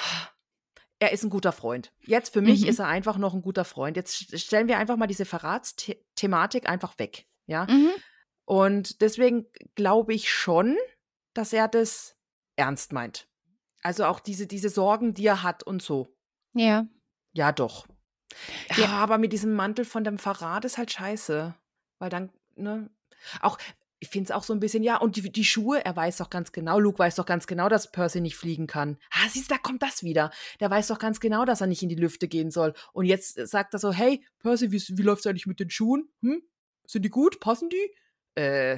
er ist ein guter Freund. Jetzt für mich Mhm. ist er einfach noch ein guter Freund. Jetzt stellen wir einfach mal diese Verratsthematik einfach weg, ja. Mhm. Und deswegen glaube ich schon, dass er das ernst meint. Also auch diese, diese Sorgen, die er hat und so. Ja. Ja, doch. Ja. Ja, aber mit diesem Mantel von dem Verrat ist halt scheiße. Weil dann, ne, auch, ich finde es auch so ein bisschen, ja, und die, die Schuhe, er weiß doch ganz genau, Luke weiß doch ganz genau, dass Percy nicht fliegen kann. Ah, siehst du, da kommt das wieder. Der weiß doch ganz genau, dass er nicht in die Lüfte gehen soll. Und jetzt sagt er so, hey, Percy, wie, wie läuft's eigentlich mit den Schuhen? Hm? Sind die gut? Passen die? Äh,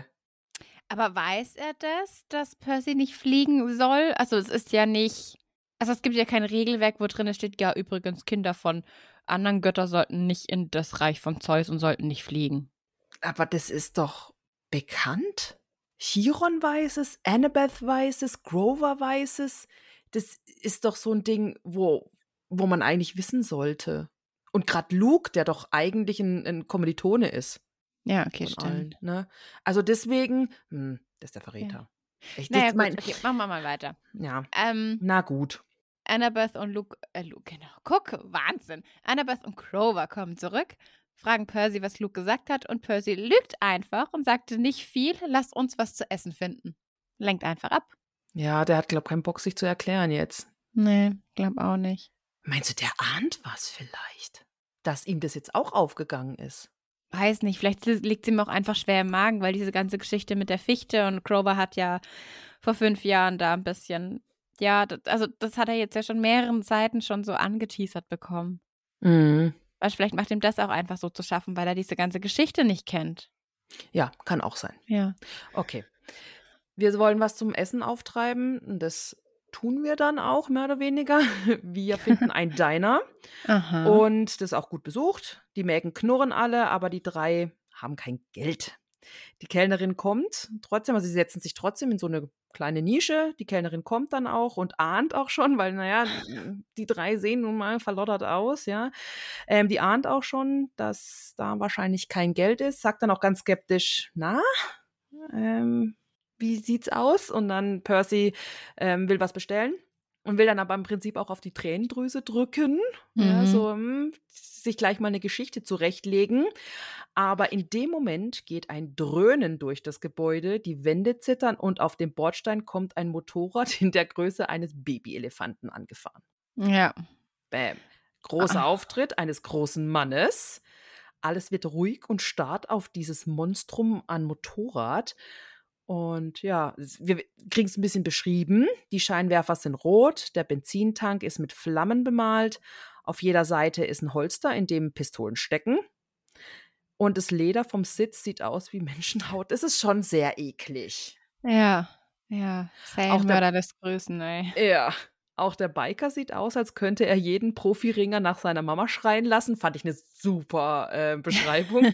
Aber weiß er das, dass Percy nicht fliegen soll? Also es ist ja nicht, also es gibt ja kein Regelwerk, wo drin steht, ja übrigens, Kinder von anderen Göttern sollten nicht in das Reich von Zeus und sollten nicht fliegen. aber das ist doch bekannt. Chiron weiß es, Annabeth weiß es, Grover weiß es. Das ist doch so ein Ding, wo, wo man eigentlich wissen sollte. Und gerade Luke, der doch eigentlich ein, ein Kommilitone ist. Ja, okay, Von stimmt. allen, ne? Also deswegen, hm, das ist der Verräter. Ich, Naja, das, gut, mein, okay, machen wir mal weiter. ja, Ähm, na gut. Annabeth und Luke, äh, Luke, genau, guck, Wahnsinn. Annabeth und Grover kommen zurück, fragen Percy, was Luke gesagt hat, und Percy lügt einfach und sagte nicht viel, lasst uns was zu essen finden. Lenkt einfach ab. Ja, der hat, glaub, keinen Bock, sich zu erklären jetzt. Nee, glaub auch nicht. Meinst du, der ahnt was vielleicht? Dass ihm das jetzt auch aufgegangen ist? Weiß nicht, vielleicht liegt es ihm auch einfach schwer im Magen, weil diese ganze Geschichte mit der Fichte und Grover hat ja vor fünf Jahren da ein bisschen, ja, das, also das hat er jetzt ja schon mehreren Seiten schon so angeteasert bekommen. Mhm. Also vielleicht macht ihm das auch einfach so zu schaffen, weil er diese ganze Geschichte nicht kennt. Ja, kann auch sein. Ja. Okay. Wir wollen was zum Essen auftreiben. Und das tun wir dann auch, mehr oder weniger. Wir finden ein Diner. Aha. Und das ist auch gut besucht. Die Mägen knurren alle, aber die drei haben kein Geld. Die Kellnerin kommt trotzdem, also sie setzen sich trotzdem in so eine kleine Nische. Die Kellnerin kommt dann auch und ahnt auch schon, weil, naja, die drei sehen nun mal verloddert aus, ja. Ähm, die ahnt auch schon, dass da wahrscheinlich kein Geld ist, sagt dann auch ganz skeptisch, na, ähm, wie sieht's aus? Und dann Percy ähm, will was bestellen und will dann aber im Prinzip auch auf die Tränendrüse drücken, ja, Mhm. so hm, sich gleich mal eine Geschichte zurechtlegen. Aber in dem Moment geht ein Dröhnen durch das Gebäude, die Wände zittern und auf dem Bordstein kommt ein Motorrad in der Größe eines Babyelefanten angefahren. Ja. Bäm. Großer Ah. Auftritt eines großen Mannes. Alles wird ruhig und starrt auf dieses Monstrum an Motorrad. Und ja, s- wir kriegen es ein bisschen beschrieben. Die Scheinwerfer sind rot, der Benzintank ist mit Flammen bemalt. Auf jeder Seite ist ein Holster, in dem Pistolen stecken. Und das Leder vom Sitz sieht aus wie Menschenhaut. Das ist schon sehr eklig. Ja. Ja. Auch der- Serienmörder lässt grüßen, ey. Ja, auch der Biker sieht aus, als könnte er jeden Profiringer nach seiner Mama schreien lassen. Fand ich eine super äh, Beschreibung.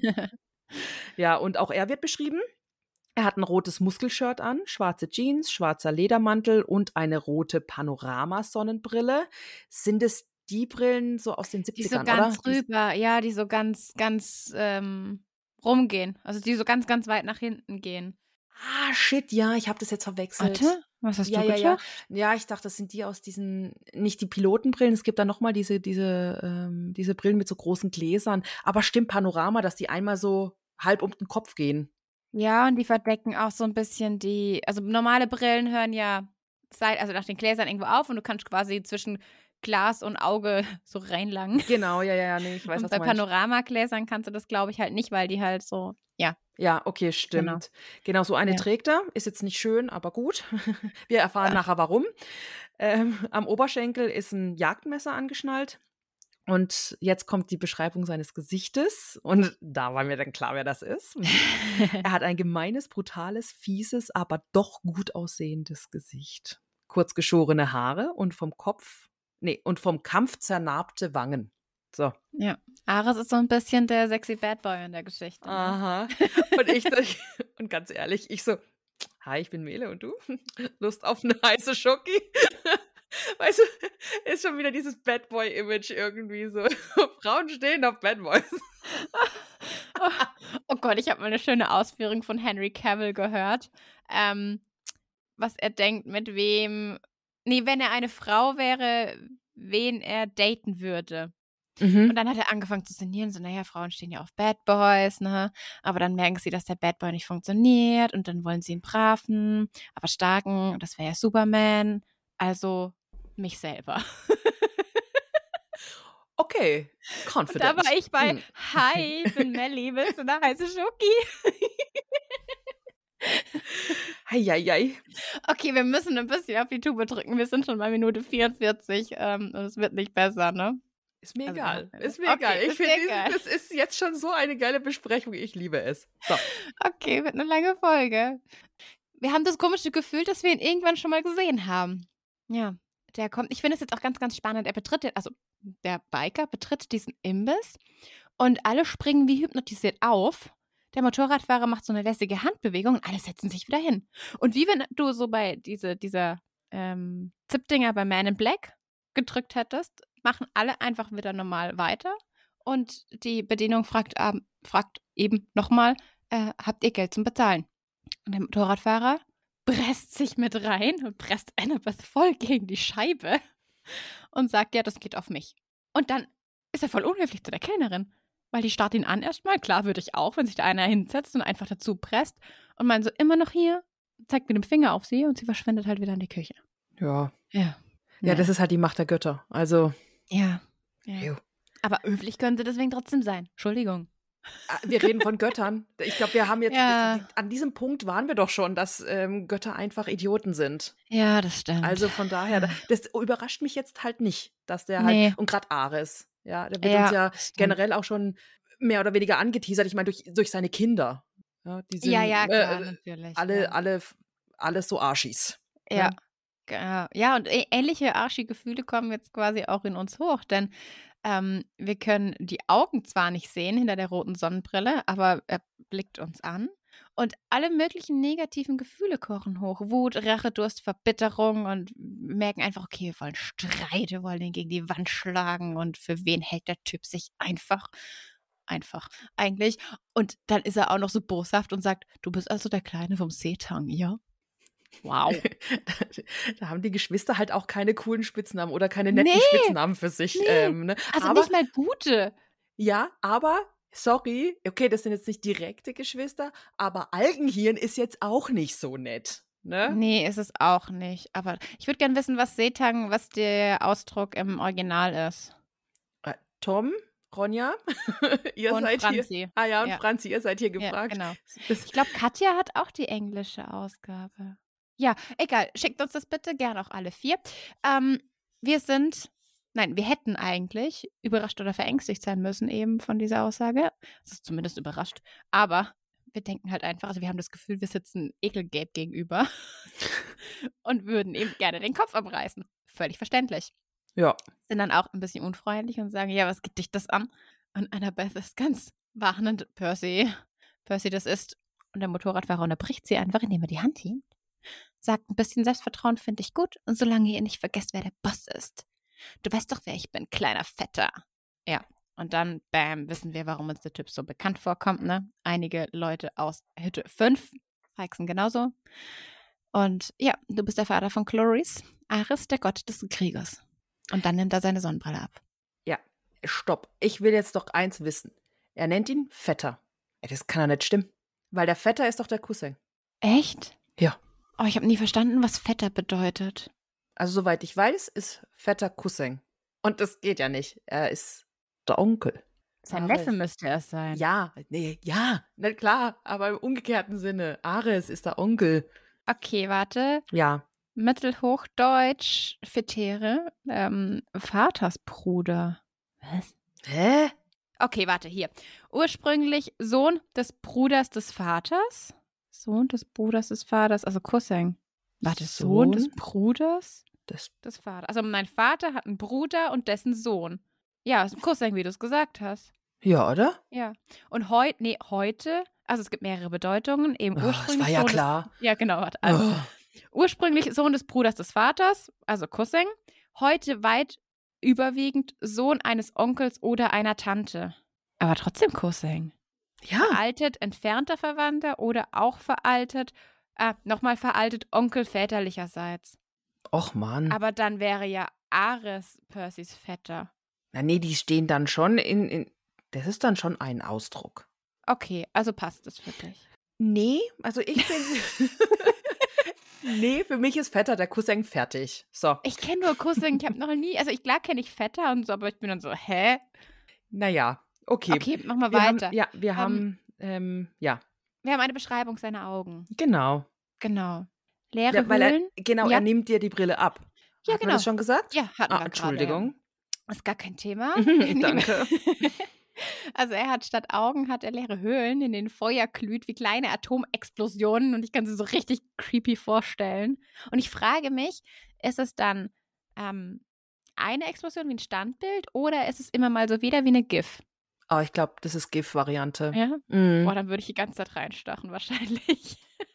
Ja, und auch er wird beschrieben. Er hat ein rotes Muskelshirt an, schwarze Jeans, schwarzer Ledermantel und eine rote Panorama-Sonnenbrille. Sind es die Brillen so aus den Die siebzigern, so ganz oder? Die- rüber, ja, die so ganz, ganz ähm, rumgehen. Also die so ganz, ganz weit nach hinten gehen. Ah, shit, ja, ich habe das jetzt verwechselt. Warte, was hast Ja, du ja, ja. gedacht? Ja, ich dachte, das sind die aus diesen, nicht die Pilotenbrillen, es gibt da nochmal diese, diese, ähm, diese Brillen mit so großen Gläsern. Aber stimmt, Panorama, dass die einmal so halb um den Kopf gehen. Ja, und die verdecken auch so ein bisschen die, also normale Brillen hören ja seit, also nach den Gläsern irgendwo auf und du kannst quasi zwischen Glas und Auge so reinlangen. Genau, ja, ja, ja, nee, ich weiß, Und was bei du meinst. Panoramagläsern kannst du das, glaube ich, halt nicht, weil die halt so, ja. Ja, okay, stimmt. Genau, so eine Ja. trägt er. Ist jetzt nicht schön, aber gut. Wir erfahren nachher warum. Ähm, am Oberschenkel ist ein Jagdmesser angeschnallt. Und jetzt kommt die Beschreibung seines Gesichtes. Und da war mir dann klar, wer das ist. Er hat ein gemeines, brutales, fieses, aber doch gut aussehendes Gesicht. Kurz geschorene Haare und vom Kopf, nee, und vom Kampf zernarbte Wangen. So. Ja. Ares ist so ein bisschen der sexy Bad Boy in der Geschichte. Ne? Aha. Und ich, und ganz ehrlich, ich so, hi, ich bin Mele und du? Lust auf eine heiße Schoki? Weißt du, ist schon wieder dieses Bad Boy-Image irgendwie so. Frauen stehen auf Bad Boys. Oh Gott, ich habe mal eine schöne Ausführung von Henry Cavill gehört. Ähm, was er denkt, mit wem, nee, wenn er eine Frau wäre, wen er daten würde. Mhm. Und dann hat er angefangen zu sinnieren, so, naja, Frauen stehen ja auf Bad Boys, ne? Aber dann merken sie, dass der Bad Boy nicht funktioniert und dann wollen sie einen braven, aber starken, und das wäre ja Superman. Also mich selber. Okay, Und confident. da war ich bei, Hm. hi, ich bin Melli, willst du eine heiße Schoki? Heieiei. Okay, wir müssen ein bisschen auf die Tube drücken. Wir sind schon bei Minute vierundvierzig ähm, und es wird nicht besser, ne? Ist mir Also, egal. ja. Ist mir Okay, egal. Ich ist mir finde, egal. das ist jetzt schon so eine geile Besprechung. Ich liebe es. So. Okay, wird eine lange Folge. Wir haben das komische Gefühl, dass wir ihn irgendwann schon mal gesehen haben. Ja, der kommt. Ich finde es jetzt auch ganz, ganz spannend. Er betritt, den- also der Biker betritt diesen Imbiss und alle springen wie hypnotisiert auf. Der Motorradfahrer macht so eine lässige Handbewegung und alle setzen sich wieder hin. Und wie wenn du so bei diese, dieser ähm, Zip-Dinger bei Man in Black gedrückt hättest, machen alle einfach wieder normal weiter. Und die Bedienung fragt, ähm, fragt eben nochmal, äh, habt ihr Geld zum Bezahlen? Und der Motorradfahrer presst sich mit rein und presst Annabeth voll gegen die Scheibe und sagt, ja, das geht auf mich. Und dann ist er voll unhöflich zu der Kellnerin, weil die starrt ihn an erstmal. Klar, würde ich auch, wenn sich da einer hinsetzt und einfach dazu presst und meint so, immer noch hier, zeigt mit dem Finger auf sie und sie verschwindet halt wieder in die Küche. Ja. Ja. Ja, das ist halt die Macht der Götter. Also, Ja. ja. ew. Aber höflich können sie deswegen trotzdem sein. Entschuldigung. Ah, wir reden von Göttern. Ich glaube, wir haben jetzt, Ja. an diesem Punkt waren wir doch schon, dass ähm, Götter einfach Idioten sind. Ja, das stimmt. Also von daher, da- das überrascht mich jetzt halt nicht, dass der halt, Nee. und gerade Ares, ja, der wird Ja, uns ja stimmt. generell auch schon mehr oder weniger angeteasert. Ich meine, durch, durch seine Kinder. Ja, die sind Ja, ja, klar, äh, natürlich. alle, ja. alle, alles so Arschis. Ja. Ja, ja, und ä- ähnliche Arschi-Gefühle kommen jetzt quasi auch in uns hoch, denn ähm, wir können die Augen zwar nicht sehen hinter der roten Sonnenbrille, aber er blickt uns an und alle möglichen negativen Gefühle kochen hoch. Wut, Rache, Durst, Verbitterung und wir merken einfach, okay, wir wollen Streit, wir wollen ihn gegen die Wand schlagen und für wen hält der Typ sich einfach, einfach eigentlich. Und dann ist er auch noch so boshaft und sagt, du bist also der Kleine vom Seetang, ja? Wow. da, da haben die Geschwister halt auch keine coolen Spitznamen oder keine netten Nee, Spitznamen für sich. nee. Ähm, ne? Also aber, nicht mal gute. Ja, aber, sorry, okay, das sind jetzt nicht direkte Geschwister, aber Algenhirn ist jetzt auch nicht so nett. Ne? Nee, ist es auch nicht. Aber ich würde gerne wissen, was Seetang, was der Ausdruck im Original ist. Äh, Tom, Ronja, ihr Und seid Franzi. hier. Ah ja, und Ja. Franzi, ihr seid hier Ja, gefragt. genau. Das- Ich glaube, Katja hat auch die englische Ausgabe. Ja, egal. Schickt uns das bitte, gerne auch alle vier. Ähm, wir sind, nein, wir hätten eigentlich überrascht oder verängstigt sein müssen eben von dieser Aussage. Das ist zumindest überrascht. Aber wir denken halt einfach, also wir haben das Gefühl, wir sitzen Ekelgabe gegenüber und würden eben gerne den Kopf abreißen. Völlig verständlich. Ja. Sind dann auch ein bisschen unfreundlich und sagen, ja, was geht dich das an? Und Annabeth ist ganz warnend, Percy, Percy, das ist. Und der Motorradfahrer unterbricht sie einfach, indem er die Hand hebt. Sagt, ein bisschen Selbstvertrauen finde ich gut und solange ihr nicht vergesst, wer der Boss ist. Du weißt doch, wer ich bin, kleiner Vetter. Ja, und dann, bam, wissen wir, warum uns der Typ so bekannt vorkommt, ne? Einige Leute aus Hütte fünf, Feixen genauso. Und ja, du bist der Vater von Chloris, Ares, der Gott des Krieges. Und dann nimmt er seine Sonnenbrille ab. Ja, stopp. Ich will jetzt doch eins wissen. Er nennt ihn Vetter. Ja, das kann ja nicht stimmen. Weil der Vetter ist doch der Cousin. Echt? Ja. Oh, ich habe nie verstanden, was Vetter bedeutet. Also soweit ich weiß, ist Vetter Cousin. Und das geht ja nicht. Er ist der Onkel. Sein Ares. Neffe müsste es sein. Ja, nee, ja, na klar, aber im umgekehrten Sinne. Ares ist der Onkel. Okay, warte. Ja. Mittelhochdeutsch, Fetere, ähm, Vatersbruder. Was? Hä? Okay, warte, hier. Ursprünglich Sohn des Bruders des Vaters. Sohn des Bruders des Vaters, also Cousin. Warte, Sohn, Sohn des Bruders des des Vaters. Also mein Vater hat einen Bruder und dessen Sohn. Ja, ist ein Cousin, wie du es gesagt hast. Ja, oder? Ja. Und heute, nee, heute, also es gibt mehrere Bedeutungen. Eben Oh, das ursprünglich war ja Sohn des- klar. Ja, genau. Warte, also, Oh. Ursprünglich Sohn des Bruders des Vaters, also Cousin. Heute weit überwiegend Sohn eines Onkels oder einer Tante. Aber trotzdem Cousin. Ja. Veraltet, entfernter Verwandter oder auch veraltet, Ah, nochmal veraltet, Onkel väterlicherseits. Och Mann. Aber dann wäre ja Ares Percys Vetter. Na nee, die stehen dann schon in, in. Das ist dann schon ein Ausdruck. Okay, also passt es für dich. Nee, also ich bin. Nee, für mich ist Vetter der Cousin fertig. So. Ich kenne nur Cousin, ich habe noch nie, also ich klar kenne ich Vetter und so, aber ich bin dann so, hä? Naja, okay. Okay, mach mal wir weiter. Haben, ja, wir Ähm, haben, ähm, ja, Wir haben eine Beschreibung seiner Augen. genau. Genau. Leere Ja, weil er, Höhlen. genau, Ja. er nimmt dir die Brille ab. Ja, Hat man genau. das schon gesagt? Ja, hatten Ah, wir Entschuldigung. gerade. Ist gar kein Thema. Danke. Also er hat statt Augen hat er leere Höhlen, in denen Feuer glüht wie kleine Atomexplosionen und ich kann sie so richtig creepy vorstellen. Und ich frage mich, ist es dann ähm, eine Explosion wie ein Standbild oder ist es immer mal so wieder wie eine GIF? Oh, ich glaube, das ist GIF-Variante. Ja? Mhm. Boah, dann würde ich die ganze Zeit reinstachen wahrscheinlich.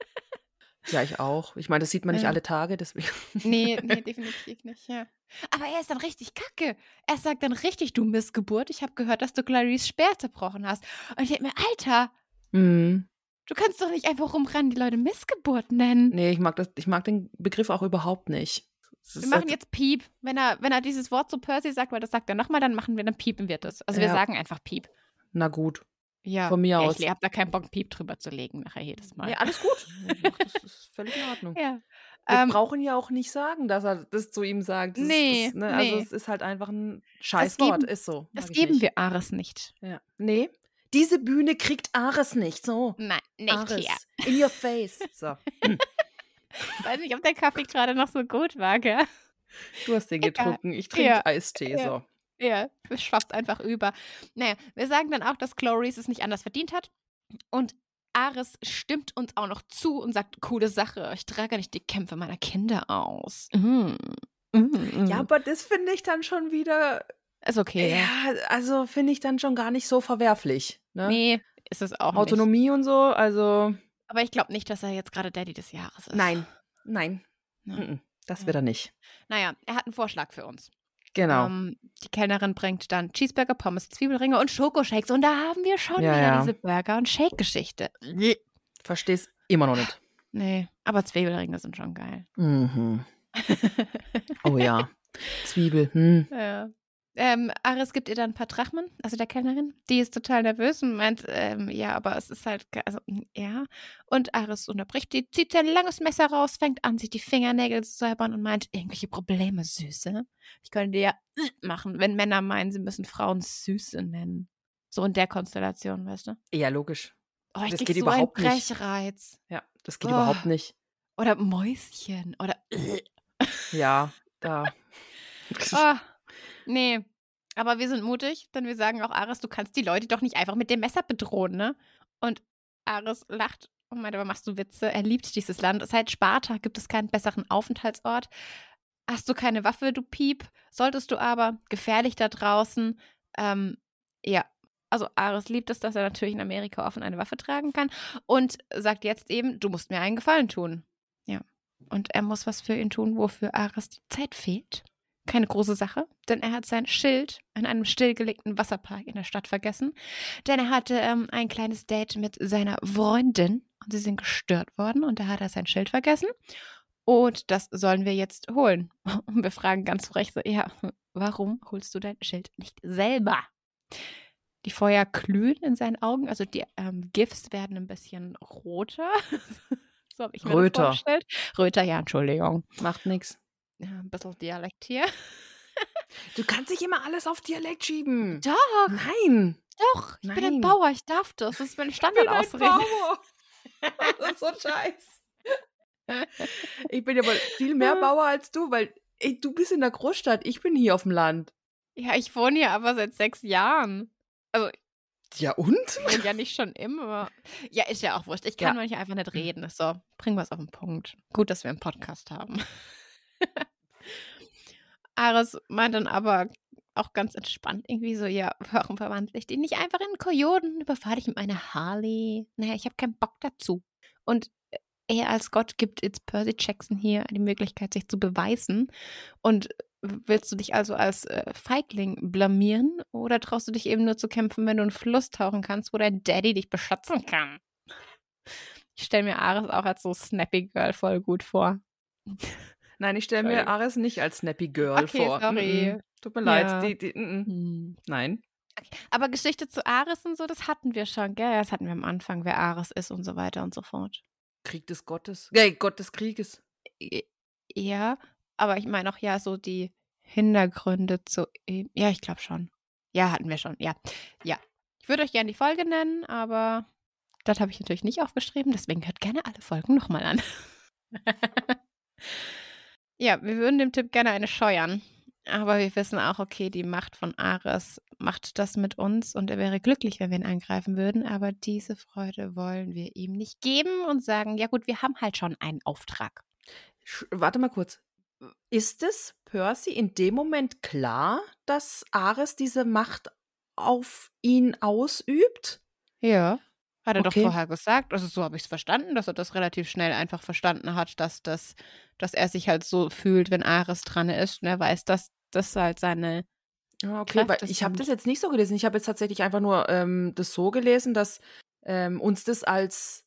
Ja, ich auch. Ich meine, das sieht man nicht Ja. alle Tage, deswegen. Nee, nee, definitiv nicht, ja. Aber er ist dann richtig kacke. Er sagt dann richtig, du Missgeburt, ich habe gehört, dass du Clarice Speer zerbrochen hast. Und ich denke mir, Alter, Mhm. du kannst doch nicht einfach rumrennen, die Leute Missgeburt nennen. Nee, ich mag, das, ich mag den Begriff auch überhaupt nicht. Das Wir ist machen halt- jetzt Piep. Wenn er, wenn er dieses Wort zu Percy sagt, weil das sagt er nochmal, dann machen wir, dann piepen wir das. Also wir Ja. sagen einfach Piep. Na gut. Ja. Von mir ja, aus. Ich habe da keinen Bock, Piep drüber zu legen, nachher jedes Mal. Nee, alles gut. Das ist völlig in Ordnung. Ja. Wir Ähm, brauchen ja auch nicht sagen, dass er das zu ihm sagt. Das Nee, ist, das, ne? Also nee. es ist halt einfach ein Scheißwort, geben- ist so. das Mag ich geben nicht. wir Ares nicht. Ja. Nee, diese Bühne kriegt Ares nicht. So. Nein, nicht Ares. hier. In your face. So. Ich weiß nicht, ob der Kaffee gerade noch so gut war, gell? Du hast den Egal. getrunken. Ich trinke Ja. Eistee. Ja. So. Ja, es schwappt einfach über. Naja, wir sagen dann auch, dass Clarice es nicht anders verdient hat. Und Ares stimmt uns auch noch zu und sagt, coole Sache, ich trage nicht die Kämpfe meiner Kinder aus. Mm. Mm. Ja, aber das finde ich dann schon wieder. Ist okay. Ja, also finde ich dann schon gar nicht so verwerflich. Ne? Nee, ist es auch nicht. Autonomie und so, also. Aber ich glaube nicht, dass er jetzt gerade Daddy des Jahres ist. Nein, nein. Ja. Mhm. Das Ja. wird er nicht. Naja, er hat einen Vorschlag für uns. Genau. Ähm, die Kellnerin bringt dann Cheeseburger, Pommes, Zwiebelringe und Schokoshakes. Und da haben wir schon Ja, wieder ja. diese Burger- und Shake-Geschichte. Versteh's immer noch nicht. Nee, aber Zwiebelringe sind schon geil. Mhm. Oh ja. Zwiebel. Hm. Ja. Ähm, Ares gibt ihr dann ein paar Drachmen, also der Kellnerin. Die ist total nervös und meint, ähm, ja, aber es ist halt, ge- also, ja. Und Ares unterbricht die, zieht sein langes Messer raus, fängt an, sich die Fingernägel zu säubern und meint, irgendwelche Probleme, Süße. Ich könnte ja machen, wenn Männer meinen, sie müssen Frauen Süße nennen. So in der Konstellation, weißt du? Ja, logisch. Oh, ich Das krieg geht so überhaupt einen nicht. Brechreiz. Ja, das geht Oh. überhaupt nicht. Oder Mäuschen. Oder Ja, da. Oh, nee. Aber wir sind mutig, denn wir sagen auch, Ares, du kannst die Leute doch nicht einfach mit dem Messer bedrohen, ne? Und Ares lacht und meint, aber machst du Witze? Er liebt dieses Land. Seit Sparta gibt es keinen besseren Aufenthaltsort. Hast du keine Waffe, du Piep? Solltest du aber. Gefährlich da draußen. Ähm, ja. Also Ares liebt es, dass er natürlich in Amerika offen eine Waffe tragen kann und sagt jetzt eben, du musst mir einen Gefallen tun. Ja. Und er muss was für ihn tun, wofür Ares die Zeit fehlt. Keine große Sache, denn er hat sein Schild in einem stillgelegten Wasserpark in der Stadt vergessen. Denn er hatte ähm, ein kleines Date mit seiner Freundin und sie sind gestört worden und da hat er sein Schild vergessen. Und das sollen wir jetzt holen. Und wir fragen ganz frech so, ja, warum holst du dein Schild nicht selber? Die Feuer glühen in seinen Augen, also die ähm, GIFs werden ein bisschen roter. So habe ich mir das Röter. vorgestellt. Röter, ja, Entschuldigung. Macht nix. Ja, ein bisschen Dialekt hier. Du kannst nicht immer alles auf Dialekt schieben. Doch, Nein. doch. Ich bin ein Nein. Bauer, ich darf das. Das ist meine Standardausrede. Das ist so scheiß. Ich bin aber viel mehr Bauer als du, weil ey, du bist in der Großstadt, ich bin hier auf dem Land. Ja, ich wohne hier aber seit sechs Jahren. Also, Ja und? ich wohne ja nicht schon immer. Ja, ist ja auch wurscht. Ich kann Ja. manchmal einfach nicht reden. So, bringen wir es auf den Punkt. Gut, dass wir einen Podcast haben. Ares meint dann aber auch ganz entspannt irgendwie so, ja, warum verwandle ich dich nicht einfach in einen Kojoten? Überfahre dich mit meiner Harley? Naja, ich habe keinen Bock dazu. Und er als Gott gibt jetzt Percy Jackson hier die Möglichkeit, sich zu beweisen. Und willst du dich also als äh, Feigling blamieren? Oder traust du dich eben nur zu kämpfen, wenn du in einen Fluss tauchen kannst, wo dein Daddy dich beschützen kann? Ich stelle mir Ares auch als so Snappy Girl voll gut vor. Nein, ich stelle mir Entschuldigung. Ares nicht als Snappy Girl Okay, vor. sorry. Mm-mm. Tut mir Ja. leid. Die, die, mm-mm. Hm. Nein. Aber Geschichte zu Ares und so, das hatten wir schon, gell? Das hatten wir am Anfang, wer Ares ist und so weiter und so fort. Krieg des Gottes. Hey, Gott des Krieges. I- Ja, aber ich meine auch ja so die Hintergründe zu ihm. Ja, ich glaube schon. Ja, hatten wir schon. Ja, ja. Ich würde euch gerne die Folge nennen, aber das habe ich natürlich nicht aufgeschrieben. Deswegen hört gerne alle Folgen nochmal an. Ja, wir würden dem Tipp gerne eine scheuern. Aber wir wissen auch, okay, die Macht von Ares macht das mit uns und er wäre glücklich, wenn wir ihn angreifen würden. Aber diese Freude wollen wir ihm nicht geben und sagen, ja gut, wir haben halt schon einen Auftrag. Sch- Warte mal kurz. Ist es Percy in dem Moment klar, dass Ares diese Macht auf ihn ausübt? Ja. Hat er Okay. doch vorher gesagt. Also so habe ich es verstanden, dass er das relativ schnell einfach verstanden hat, dass, das, dass er sich halt so fühlt, wenn Ares dran ist. Und er weiß, dass das halt seine Ja, okay, weil Kräfte ich habe sind. das jetzt nicht so gelesen. Ich habe jetzt tatsächlich einfach nur ähm, das so gelesen, dass ähm, uns das als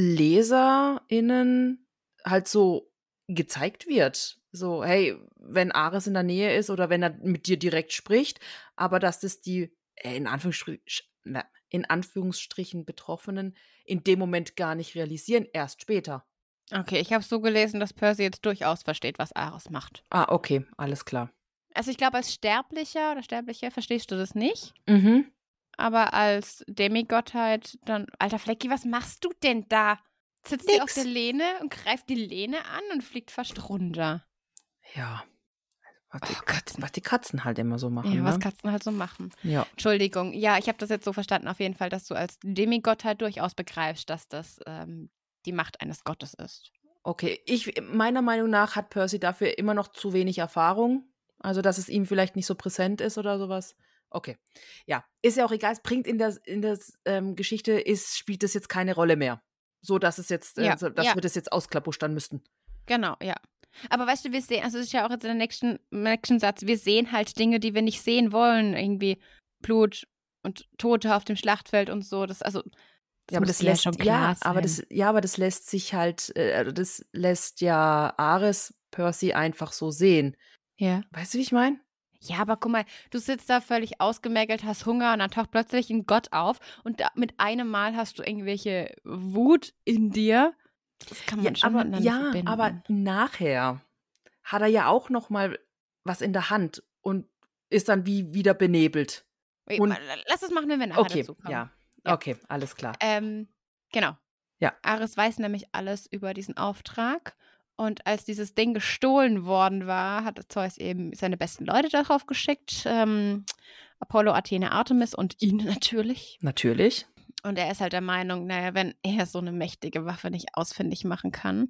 LeserInnen halt so gezeigt wird. So, hey, wenn Ares in der Nähe ist oder wenn er mit dir direkt spricht, aber dass das die äh, in, Anführungsstrich, na, in Anführungsstrichen Betroffenen in dem Moment gar nicht realisieren, erst später. Okay, ich habe es so gelesen, dass Percy jetzt durchaus versteht, was Ares macht. Ah, okay, alles klar. Also ich glaube, als Sterblicher oder Sterblicher verstehst du das nicht. Mhm. Aber als Demigottheit dann, alter Flecki, was machst du denn da? Sitzt sie auf Nix. der Lehne und greift die Lehne an und fliegt fast runter. Ja. Was die, Oh, Katzen, was die Katzen halt immer so machen. Ja, was ne? Katzen halt so machen. Ja. Entschuldigung, ja, ich habe das jetzt so verstanden, auf jeden Fall, dass du als Demigottheit durchaus begreifst, dass das ähm, die Macht eines Gottes ist. Okay, ich, meiner Meinung nach hat Percy dafür immer noch zu wenig Erfahrung. Also, dass es ihm vielleicht nicht so präsent ist oder sowas. Okay. Ja, ist ja auch egal. Es bringt in der, in der ähm, Geschichte, ist, spielt das jetzt keine Rolle mehr. So, dass es jetzt, äh, Ja, so, dass ja. wir das jetzt ausklappustern müssten. Genau, ja. Aber weißt du, wir sehen, also es ist ja auch jetzt in der nächsten, im nächsten Satz, wir sehen halt Dinge, die wir nicht sehen wollen. Irgendwie Blut und Tote auf dem Schlachtfeld und so. Das, also, das Ja, aber muss das dir ja lässt, schon klar ja, aber sein. das, ja, aber das lässt sich halt, äh, also das lässt ja Ares Percy einfach so sehen. Ja. Weißt du, wie ich meine? Ja, aber guck mal, du sitzt da völlig ausgemergelt, hast Hunger und dann taucht plötzlich ein Gott auf und da, mit einem Mal hast du irgendwelche Wut in dir. Das kann man Ja, schon aber, miteinander ja, verbinden. aber nachher hat er ja auch noch mal was in der Hand und ist dann wie wieder benebelt. Wait, und- mal, Lass es machen, wenn wir nachher Okay, dazu kommen. ja. Ja. Okay, alles klar. Ähm, genau. Ja. Ares weiß nämlich alles über diesen Auftrag. Und als dieses Ding gestohlen worden war, hat Zeus eben seine besten Leute darauf geschickt. Ähm, Apollo, Athene, Artemis und ihn natürlich. Natürlich. Und er ist halt der Meinung, naja, wenn er so eine mächtige Waffe nicht ausfindig machen kann.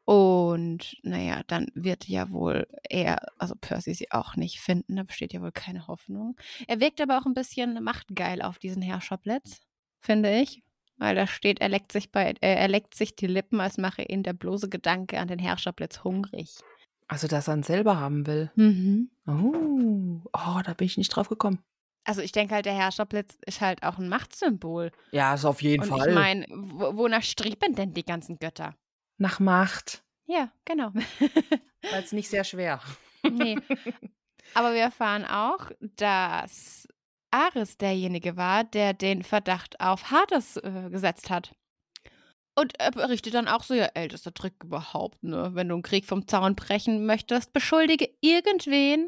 Und naja, dann wird ja wohl er, also Percy, sie auch nicht finden. Da besteht ja wohl keine Hoffnung. Er wirkt aber auch ein bisschen machtgeil auf diesen Herrscherblitz, finde ich. Weil da steht, er leckt sich bei, äh, er leckt sich die Lippen, als mache ihn der bloße Gedanke an den Herrscherblitz hungrig. Also, dass er ihn selber haben will. Mhm. Oh, oh, da bin ich nicht drauf gekommen. Also ich denke halt, der Herrscherblitz ist halt auch ein Machtsymbol. Ja, ist auf jeden Und Fall. ich meine, wo- wonach streben denn die ganzen Götter? Nach Macht. Ja, genau. Weil es nicht sehr schwer. Nee. Aber wir erfahren auch, dass Ares derjenige war, der den Verdacht auf Hades äh, gesetzt hat. Und er berichtet dann auch so, ja, ältester Trick überhaupt, ne? Wenn du einen Krieg vom Zaun brechen möchtest, beschuldige irgendwen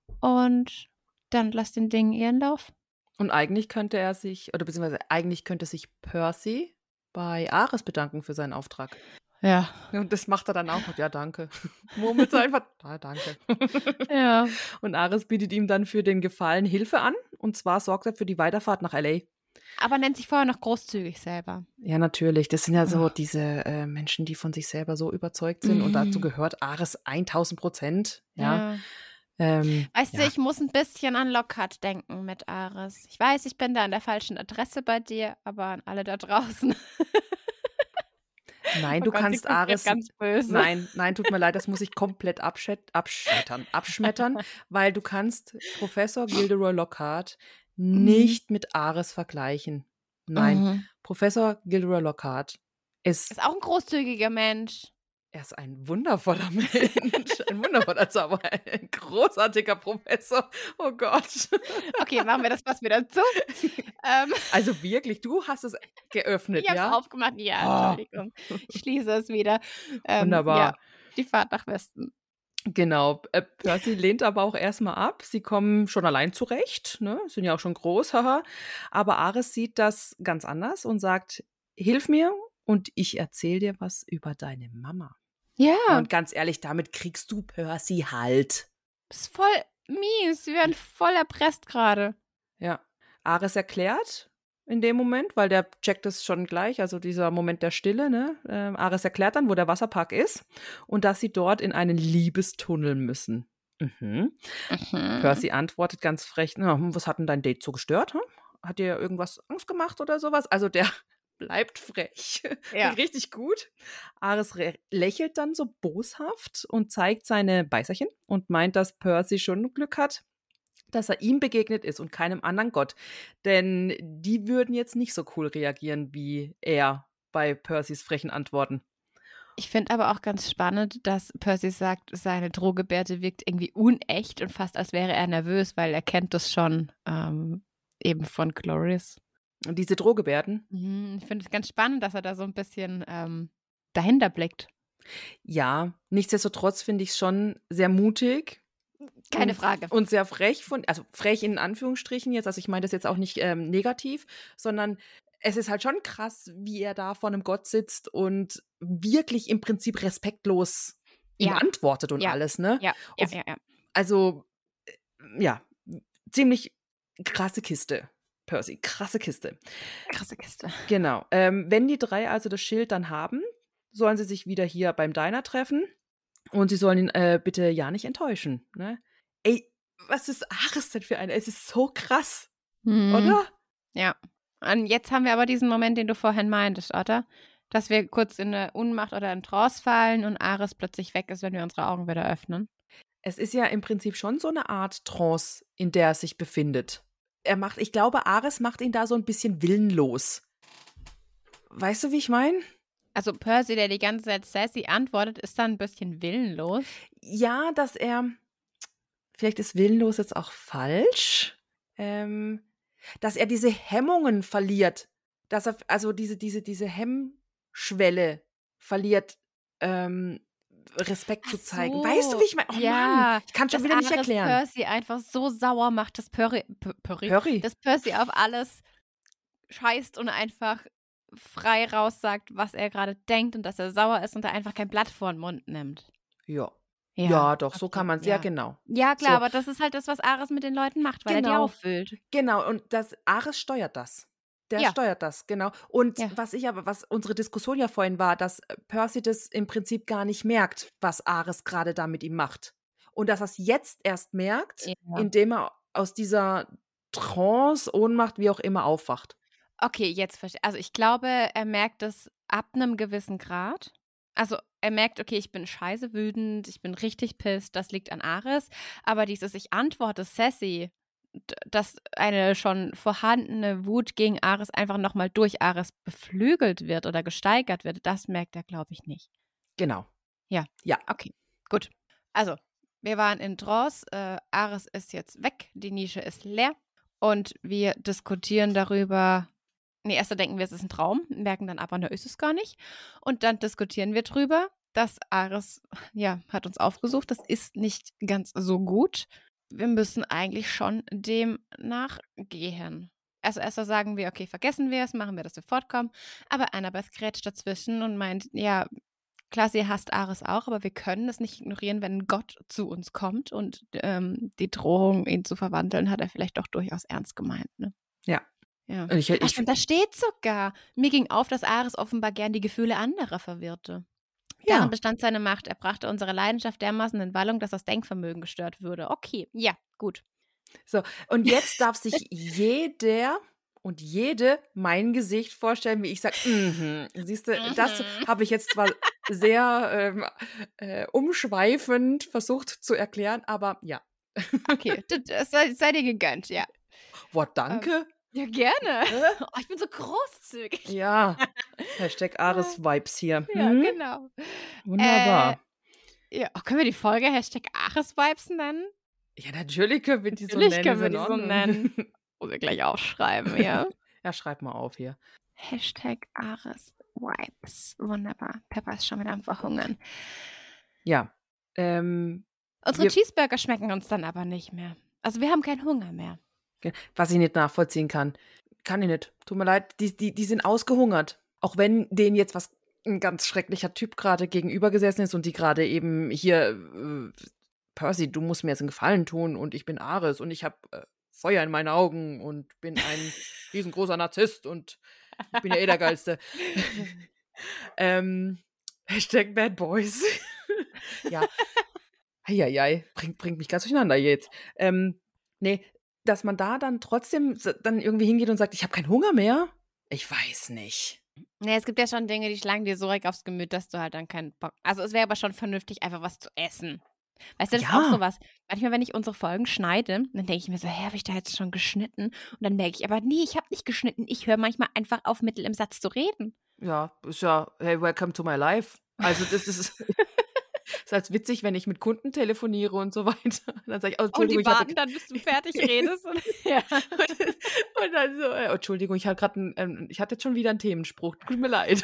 und dann lass den Dingen ihren Lauf. Und eigentlich könnte er sich, oder beziehungsweise eigentlich könnte sich Percy bei Ares bedanken für seinen Auftrag. Ja. Und das macht er dann auch. Ja, danke. Womit so einfach, ah, danke. Ja. Und Ares bietet ihm dann für den Gefallen Hilfe an. Und zwar sorgt er für die Weiterfahrt nach L A. Aber nennt sich vorher noch großzügig selber. Ja, natürlich. Das sind ja so Oh. diese äh, Menschen, die von sich selber so überzeugt sind. Und dazu Mhm. gehört Ares tausend Prozent. Ja. Ja. Ähm, Weißt ja. du, ich muss ein bisschen an Lockhart denken mit Ares. Ich weiß, ich bin da an der falschen Adresse bei dir, aber an alle da draußen. Nein, Oh du Gott, sie kannst guckt grad Ares. ganz böse. Nein, nein, tut mir leid, das muss ich komplett abschät, abschmettern, abschmettern, weil du kannst Professor Gilderoy Lockhart nicht mit Ares vergleichen. Nein, Mhm. Professor Gilderoy Lockhart ist, Ist auch ein großzügiger Mensch. er ist ein wundervoller Mensch, ein wundervoller Zauberer, ein großartiger Professor. Oh Gott. Okay, machen wir das was wieder zu. Ähm, Also wirklich, du hast es geöffnet, ich habe es ja? aufgemacht. Ja, Oh, Entschuldigung. Ich schließe es wieder. Ähm, ja, wunderbar. die Fahrt nach Westen. Genau. Äh, Percy lehnt aber auch erstmal ab. Sie kommen schon allein zurecht, ne? Sind ja auch schon groß, haha. Aber Ares sieht das ganz anders und sagt: Hilf mir und ich erzähle dir was über deine Mama. Ja, Und ganz ehrlich, damit kriegst du Percy halt. ist voll mies. Wir werden voll erpresst gerade. Ja. Ares erklärt in dem Moment, weil der checkt es schon gleich, also dieser Moment der Stille, ne? Ähm, Ares erklärt dann, wo der Wasserpark ist und dass sie dort in einen Liebestunnel müssen. Mhm. Mhm. Percy antwortet ganz frech: „Na, hm, was hat denn dein Date so gestört? Hm? Hat dir irgendwas Angst gemacht oder sowas?“ Also der bleibt frech. Ja. Richtig gut. Ares re- lächelt dann so boshaft und zeigt seine Beißerchen und meint, dass Percy schon Glück hat, dass er ihm begegnet ist und keinem anderen Gott. Denn die würden jetzt nicht so cool reagieren wie er bei Percys frechen Antworten. Ich finde aber auch ganz spannend, dass Percy sagt, seine Drohgebärde wirkt irgendwie unecht und fast als wäre er nervös, weil er kennt das schon ähm, eben von Cloris. Und diese Drohgebärden, Mhm, ich finde es ganz spannend, dass er da so ein bisschen ähm, dahinter blickt. ja, nichtsdestotrotz finde ich es schon sehr mutig. Keine und, Frage. Und sehr frech von, also frech in Anführungsstrichen jetzt, also ich meine das jetzt auch nicht ähm, negativ, sondern es ist halt schon krass, wie er da vor einem Gott sitzt und wirklich im Prinzip respektlos ihm Ja. antwortet und Ja. alles, ne? Ja, ja, Auf- ja, ja. Also, äh, ja, ziemlich krasse Kiste, Percy, krasse Kiste. Krasse Kiste. Genau. Ähm, wenn die drei also das Schild dann haben, sollen sie sich wieder hier beim Diner treffen und sie sollen ihn äh, bitte ja nicht enttäuschen. Ne? Ey, was ist Ares denn für eine? Es ist so krass, Mhm. oder? Ja. Und jetzt haben wir aber diesen Moment, den du vorhin meintest, oder? Dass wir kurz in eine Unmacht oder in Trance fallen und Ares plötzlich weg ist, wenn wir unsere Augen wieder öffnen. Es ist ja im Prinzip schon so eine Art Trance, in der er sich befindet. Er macht, ich glaube, Ares macht ihn da so ein bisschen willenlos. Weißt du, wie ich meine? Also Percy, der die ganze Zeit sassy antwortet, ist dann ein bisschen willenlos. Ja, dass er, vielleicht ist willenlos jetzt auch falsch, ähm, dass er diese Hemmungen verliert, dass er, also diese, diese, diese Hemmschwelle verliert, ähm, Respekt zu Ach zeigen. so. Weißt du, wie ich meine? Oh Ja, Mann, ich kann schon dass wieder nicht Ares erklären. Percy einfach so sauer macht, dass Perry, P- Perry, Perry. dass Percy auf alles scheißt und einfach frei raussagt, was er gerade denkt und dass er sauer ist und er einfach kein Blatt vor den Mund nimmt. Ja. Ja, doch, so okay, kann man es, ja. ja, genau. Ja, klar, So. aber das ist halt das, was Ares mit den Leuten macht, weil er die Genau. auffüllt. Genau, und das Ares steuert das. Der Ja. steuert das, genau. Und Ja. was ich aber, was unsere Diskussion ja vorhin war, dass Percy das im Prinzip gar nicht merkt, was Ares gerade da mit ihm macht. Und dass er es jetzt erst merkt, Ja. indem er aus dieser Trance, Ohnmacht, wie auch immer, aufwacht. Okay, jetzt verstehe. Also ich glaube, er merkt es ab einem gewissen Grad. Also er merkt, okay, ich bin scheiße wütend, ich bin richtig pisst, das liegt an Ares. Aber dieses Ich antworte sassy, d- dass eine schon vorhandene Wut gegen Ares einfach nochmal durch Ares beflügelt wird oder gesteigert wird, das merkt er, glaube ich, nicht. Genau. Ja. Ja. Okay, gut. Also, wir waren in Trance, äh, Ares ist jetzt weg, die Nische ist leer und wir diskutieren darüber. Nee, erst denken wir, es ist ein Traum, merken dann aber, ne, ist es gar nicht. Und dann diskutieren wir drüber, dass Ares, ja, hat uns aufgesucht, das ist nicht ganz so gut. Wir müssen eigentlich schon dem nachgehen. Also erst sagen wir, okay, vergessen wir es, machen wir, dass wir fortkommen. Aber Annabeth grätscht dazwischen und meint, ja, klar, sie hasst Ares auch, aber wir können es nicht ignorieren, wenn Gott zu uns kommt. Und ähm, die Drohung, ihn zu verwandeln, hat er vielleicht doch durchaus ernst gemeint, ne? Ja. Ja. Ich, ich, Ach, stimmt, da steht sogar. Mir ging auf, dass Ares offenbar gern die Gefühle anderer verwirrte. Ja. Darin bestand seine Macht. Er brachte unsere Leidenschaft dermaßen in Wallung, dass das Denkvermögen gestört würde. Okay, ja, gut. So, und jetzt darf sich jeder und jede mein Gesicht vorstellen, wie ich sage, mhm. Siehst du, das habe ich jetzt zwar sehr ähm, äh, umschweifend versucht zu erklären, aber ja. Okay, das, das sei, sei dir gegönnt, ja. Boah, danke. Ja, gerne. Äh? Oh, ich bin so großzügig. Ja. Hashtag Ares-Vibes hier. Ja, Hm? genau. Wunderbar. Äh, ja, können wir die Folge Hashtag Ares-Vibes nennen? Ja, natürlich können wir die so Natürlich nennen. können wir ist die in so Ordnung. nennen. Muss ich gleich aufschreiben, ja. Ja, schreib mal auf hier. Hashtag Ares-Vibes. Wunderbar. Pepper ist schon wieder am Verhungern. Ja. Ähm, Unsere wir- Cheeseburger schmecken uns dann aber nicht mehr. Also wir haben keinen Hunger mehr. was ich nicht nachvollziehen kann. Kann ich nicht. Tut mir leid, die, die, die sind ausgehungert. Auch wenn denen jetzt was ein ganz schrecklicher Typ gerade gegenüber gesessen ist und die gerade eben hier, äh, Percy, du musst mir jetzt einen Gefallen tun und ich bin Ares und ich habe äh, Feuer in meinen Augen und bin ein riesengroßer Narzisst und ich bin ja eh der Geilste. ähm, Hashtag Bad Boys. Ja. Heieiei, bringt, bringt mich ganz durcheinander jetzt. Ähm, nee, dass man da dann trotzdem s- dann irgendwie hingeht und sagt, ich habe keinen Hunger mehr? Ich weiß nicht. Nee, es gibt ja schon Dinge, die schlagen dir so direkt aufs Gemüt, dass du halt dann keinen Bock. Also es wäre aber schon vernünftig, einfach was zu essen. Weißt du, das ist Ja. auch sowas. Manchmal, wenn ich unsere Folgen schneide, dann denke ich mir so, hä, habe ich da jetzt schon geschnitten? Und dann merke ich, aber nee, ich habe nicht geschnitten. Ich höre manchmal einfach auf, mittel im Satz zu reden. Ja, ist ja, hey, welcome to my life. Also das ist, ist halt witzig, wenn ich mit Kunden telefoniere und so weiter. Dann sage ich, oh, Und Entschuldigung, die ich hatte, warten dann, bis du fertig redest. Und, ja. und dann so, äh, Entschuldigung, ich hatte gerade, ähm, ich hatte jetzt schon wieder einen Themenspruch. Tut mir leid.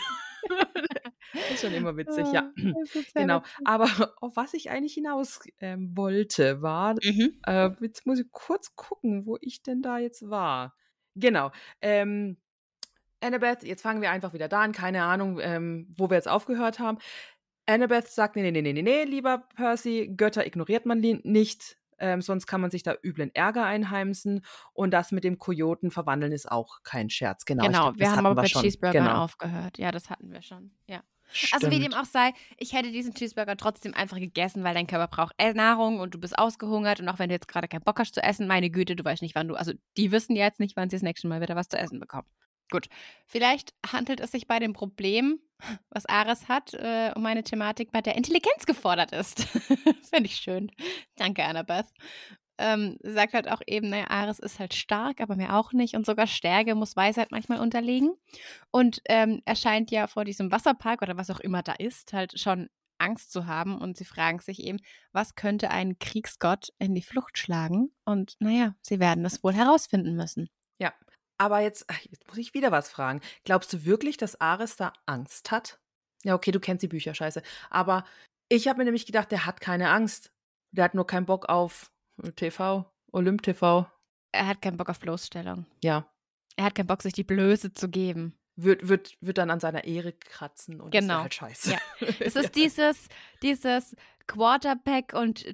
Das ist schon immer witzig, ja. Das ist sehr Genau. witzig. Aber auf was ich eigentlich hinaus ähm, wollte, war, Mhm. äh, jetzt muss ich kurz gucken, wo ich denn da jetzt war. Genau. Ähm, Annabeth, jetzt fangen wir einfach wieder da an. Keine Ahnung, ähm, wo wir jetzt aufgehört haben. Annabeth sagt, nee, nee, nee, nee, nee, nee, lieber Percy, Götter ignoriert man li- nicht, ähm, sonst kann man sich da üblen Ärger einheimsen. Und das mit dem Kojoten verwandeln ist auch kein Scherz. Genau, ich Genau, glaub, wir das haben hatten aber wir bei schon. Cheeseburgern Genau. aufgehört. Ja, das hatten wir schon. Ja. Also wie dem Stimmt. auch sei, ich hätte diesen Cheeseburger trotzdem einfach gegessen, weil dein Körper braucht eh Nahrung und du bist ausgehungert und auch wenn du jetzt gerade keinen Bock hast zu essen, meine Güte, du weißt nicht, wann du, also die wissen jetzt nicht, wann sie das nächste Mal wieder was zu essen bekommen. Gut, vielleicht handelt es sich bei dem Problem, was Ares hat, äh, um eine Thematik, bei der Intelligenz gefordert ist. Finde ich schön. Danke, Annabeth. Ähm, sie sagt halt auch eben, naja, Ares ist halt stark, aber mehr auch nicht und sogar Stärke muss Weisheit manchmal unterlegen. Und ähm, er scheint ja vor diesem Wasserpark oder was auch immer da ist, halt schon Angst zu haben. Und sie fragen sich eben, was könnte einen Kriegsgott in die Flucht schlagen? Und naja, sie werden es wohl herausfinden müssen. Ja, aber jetzt, ach, jetzt muss ich wieder was fragen. Glaubst du wirklich, dass Ares da Angst hat? Ja, okay, du kennst die Bücher, scheiße. Aber ich habe mir nämlich gedacht, der hat keine Angst. Der hat nur keinen Bock auf T V, Olymp T V. Er hat keinen Bock auf Bloßstellung. Ja, Er hat keinen Bock, sich die Blöße zu geben. wird, wird, wird dann an seiner Ehre kratzen und das Genau. wär halt scheiße. Ja. Es ist dieses, dieses Quarterback und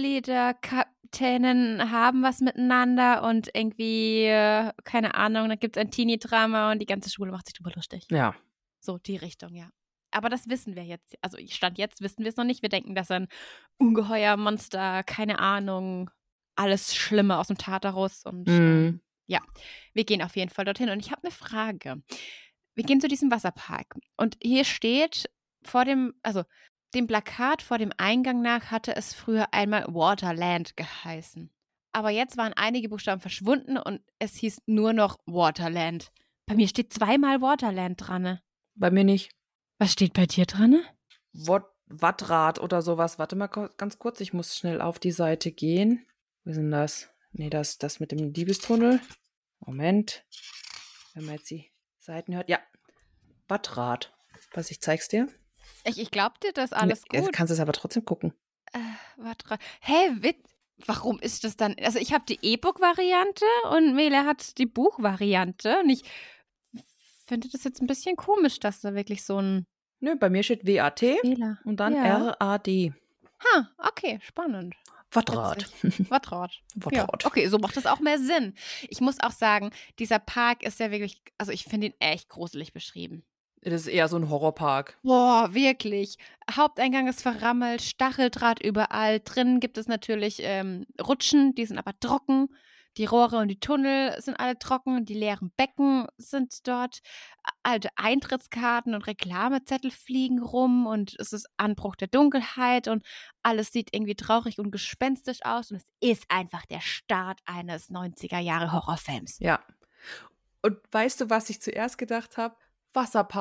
Cheerleader-Kapitänen haben was miteinander und irgendwie, äh, keine Ahnung, dann gibt es ein Teenie-Drama und die ganze Schule macht sich drüber lustig. Ja. So, die Richtung, ja. Aber das wissen wir jetzt. Also, Stand jetzt wissen wir es noch nicht. Wir denken, dass er ein ungeheuer Monster, keine Ahnung, alles Schlimme aus dem Tartarus und Mhm. ähm, ja, wir gehen auf jeden Fall dorthin. Und ich habe eine Frage. Wir gehen zu diesem Wasserpark und hier steht vor dem, also dem Plakat vor dem Eingang nach hatte es früher einmal Waterland geheißen. Aber jetzt waren einige Buchstaben verschwunden und es hieß nur noch Waterland. Bei mir steht zweimal Waterland dran. Bei mir nicht. Was steht bei dir dran? Wat Wattrad oder sowas. Warte mal ko- ganz kurz, ich muss schnell auf die Seite gehen. Wo ist denn das? Nee, das das mit dem Diebestunnel. Moment. Wenn man jetzt die Seiten hört. Ja. Wattrad. Was, ich zeig's dir. Ich, ich glaub dir das alles Nee, gut. kannst es aber trotzdem gucken. Äh, warte. Hä, Wit warum ist das dann? Also ich habe die E-Book-Variante und Mele hat die Buchvariante. Und ich finde das jetzt ein bisschen komisch, dass da wirklich so ein Nö, bei mir steht W A T Fehler. und dann Ja. R A D. Ha, okay, spannend. Wattrad. Wattrad. Ja, Wattrad. okay, so macht das auch mehr Sinn. Ich muss auch sagen, dieser Park ist ja wirklich, also ich finde ihn echt gruselig beschrieben. Das ist eher so ein Horrorpark. Boah, wirklich. Haupteingang ist verrammelt, Stacheldraht überall. Drinnen gibt es natürlich ähm, Rutschen, die sind aber trocken. Die Rohre und die Tunnel sind alle trocken. Die leeren Becken sind dort. Alte Eintrittskarten und Reklamezettel fliegen rum. Und es ist Anbruch der Dunkelheit. Und alles sieht irgendwie traurig und gespenstisch aus. Und es ist einfach der Start eines neunziger-Jahre-Horrorfilms. Ja. Und weißt du, was ich zuerst gedacht habe? Wasserpark.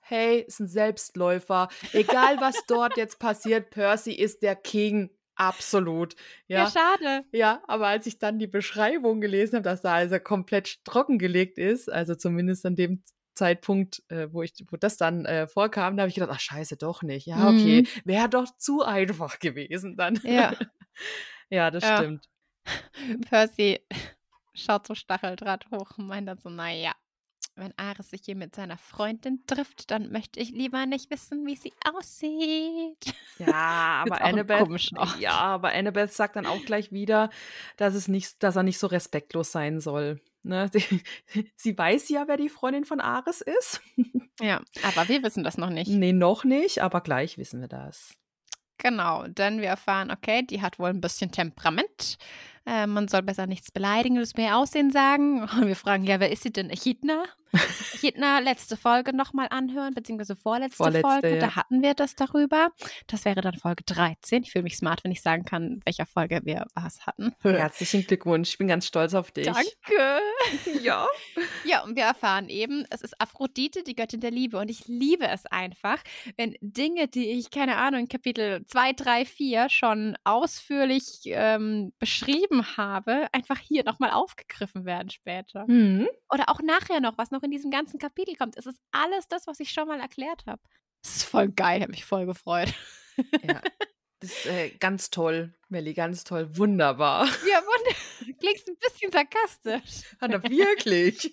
hey, ist ein Selbstläufer. Egal, was dort jetzt passiert, Percy ist der King. Absolut. Ja, Ja, schade. ja, aber als ich dann die Beschreibung gelesen habe, dass da also komplett trockengelegt ist, also zumindest an dem Zeitpunkt, äh, wo ich, wo das dann äh, vorkam, da habe ich gedacht, ach scheiße, doch nicht. Ja, okay, Mhm. wäre doch zu einfach gewesen dann. Ja. Ja, das Ja. stimmt. Percy schaut so Stacheldraht hoch und meint dann so, naja, wenn Ares sich hier mit seiner Freundin trifft, dann möchte ich lieber nicht wissen, wie sie aussieht. Ja, aber Jetzt auch Annabeth, komisch auch. ja, aber Annabeth sagt dann auch gleich wieder, dass es nicht, dass er nicht so respektlos sein soll. Ne? Sie, sie weiß ja, wer die Freundin von Ares ist. Ja, aber wir wissen das noch nicht. Nee, noch nicht, aber gleich wissen wir das. Genau, denn wir erfahren, okay, die hat wohl ein bisschen Temperament. Äh, man soll besser nichts Beleidigendes mehr Aussehen sagen. Und wir fragen, ja, wer ist sie denn? Echidna? Echidna, letzte Folge nochmal anhören, beziehungsweise vorletzte, Vorletzte, Folge. ja. Da hatten wir das darüber. Das wäre dann Folge dreizehn. Ich fühle mich smart, wenn ich sagen kann, welcher Folge wir was hatten. Herzlichen Glückwunsch, ich bin ganz stolz auf dich. Danke. Ja. Ja, und wir erfahren eben, es ist Aphrodite, die Göttin der Liebe. Und ich liebe es einfach, wenn Dinge, die ich, keine Ahnung, in Kapitel zwei, drei, vier schon ausführlich ähm, beschrieben habe, einfach hier nochmal aufgegriffen werden später. Mhm. Oder auch nachher noch, was noch in diesem ganzen Kapitel kommt. Es ist alles das, was ich schon mal erklärt habe. Das ist voll geil, habe mich voll gefreut. Ja. Das ist äh, ganz toll, Melli, ganz toll. Wunderbar. Ja, wunderbar. Klingst ein bisschen sarkastisch. Hat er wirklich?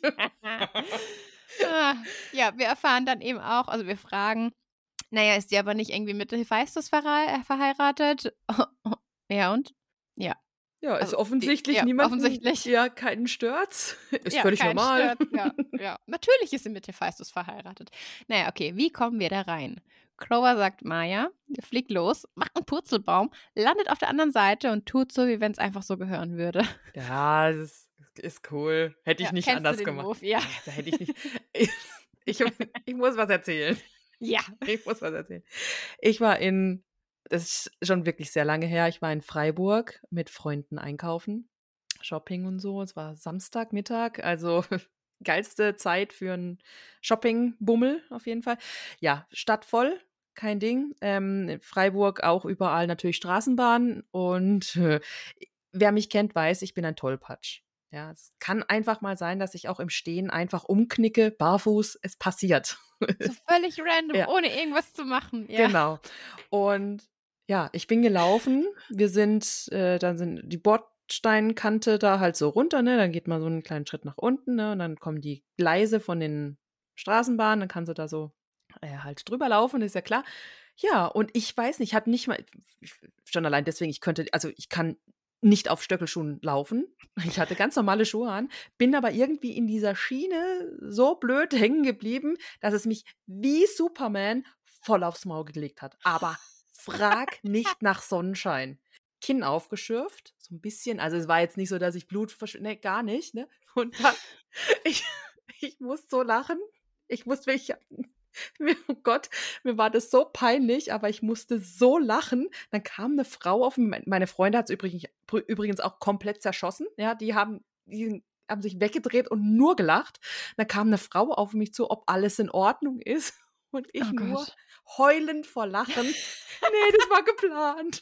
Ah, ja, wir erfahren dann eben auch, also wir fragen, naja, ist die aber nicht irgendwie mit Hephaistos verhei- verheiratet? Ja, und? Ja. Ja, ist Also, offensichtlich die- ja, niemand. offensichtlich. Ja, keinen stört's. Ist Ja, völlig kein normal. Stress, Ja, ja. Natürlich ist sie mit Hephaistos verheiratet. Naja, okay, wie kommen wir da rein? Clover sagt Maya, fliegt los, macht einen Purzelbaum, landet auf der anderen Seite und tut so, wie wenn es einfach so gehören würde. Ja, das ist, ist cool. Hätte ich Ja, nicht kennst du anders den gemacht. Move? Ja. Da hätte ich nicht. Ich, ich, ich muss was erzählen. Ja. Ich muss was erzählen. Ich war in, das ist schon wirklich sehr lange her, ich war in Freiburg mit Freunden einkaufen, Shopping und so. Es war Samstagmittag, also geilste Zeit für einen Shopping-Bummel auf jeden Fall. Ja, Stadt voll, kein Ding. Ähm, Freiburg auch überall natürlich Straßenbahn und äh, wer mich kennt, weiß, ich bin ein Tollpatsch. Ja, es kann einfach mal sein, dass ich auch im Stehen einfach umknicke, barfuß, es passiert. So völlig random, Ja. ohne irgendwas zu machen. Ja. Genau. Und ja, ich bin gelaufen. Wir sind, äh, dann sind die Bordsteinkante da halt so runter, ne? Dann geht man so einen kleinen Schritt nach unten, ne? Und dann kommen die Gleise von den Straßenbahnen, dann kannst du da so äh, halt drüber laufen, ist ja klar. Ja, und ich weiß nicht, ich habe nicht mal, ich, schon allein deswegen, ich könnte, also ich kann nicht auf Stöckelschuhen laufen. Ich hatte ganz normale Schuhe an, bin aber irgendwie in dieser Schiene so blöd hängen geblieben, dass es mich wie Superman voll aufs Maul gelegt hat. Aber frag nicht nach Sonnenschein. Kinn aufgeschürft, so ein bisschen. Also es war jetzt nicht so, dass ich Blut versch... Nee, gar nicht. Ne? Und dann, ich, ich musste so lachen. Ich musste wirklich... Oh Gott, mir war das so peinlich, aber ich musste so lachen. Dann kam eine Frau auf mich. Meine Freunde hat es übrigens, übrigens auch komplett zerschossen. Ja, die haben, die haben sich weggedreht und nur gelacht. Dann kam eine Frau auf mich zu, ob alles in Ordnung ist. Und ich Oh nur Gott. heulend vor Lachen. Nee, das war geplant.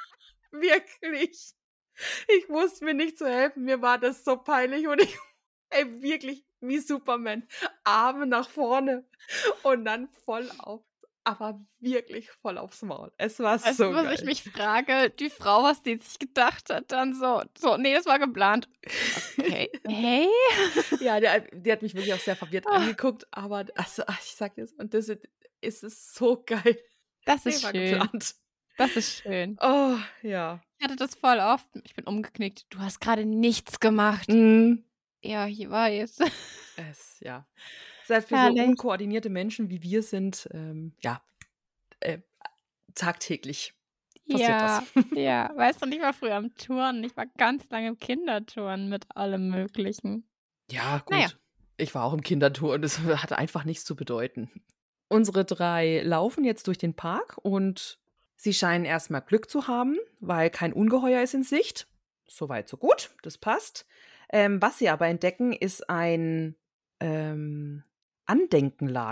Wirklich. Ich wusste mir nicht zu helfen. Mir war das so peinlich und ich, ey, wirklich wie Superman. Arme nach vorne und dann voll auf, aber wirklich voll aufs Maul. Es war Weißt so du, was geil. ich mich frage? Die Frau, was die sich gedacht hat, dann so, so, nee, das war geplant. Okay. Hey? Ja, die, die hat mich wirklich auch sehr verwirrt Ah. angeguckt, aber also, ach, ich sag jetzt, und das ist, ist es so geil. Das Nee, ist war schön. geplant. Das ist schön. Oh, ja. Ich hatte das voll oft. Ich bin umgeknickt. Du hast gerade nichts gemacht. Mm, Ja, ich weiß. es, ja. Selbst für Herrlich. so unkoordinierte Menschen wie wir sind, ähm, ja, äh, tagtäglich passiert Ja, das. ja. Weißt du, ich war früher am Turnen. Ich war ganz lange im Kinderturnen mit allem Möglichen. Ja, gut. Naja. Ich war auch im Kindertour und es hatte einfach nichts zu bedeuten. Unsere drei laufen jetzt durch den Park und sie scheinen erstmal Glück zu haben, weil kein Ungeheuer ist in Sicht. Soweit, so gut. Das passt. Ähm, was sie aber entdecken, ist ein ähm, Andenkenladen.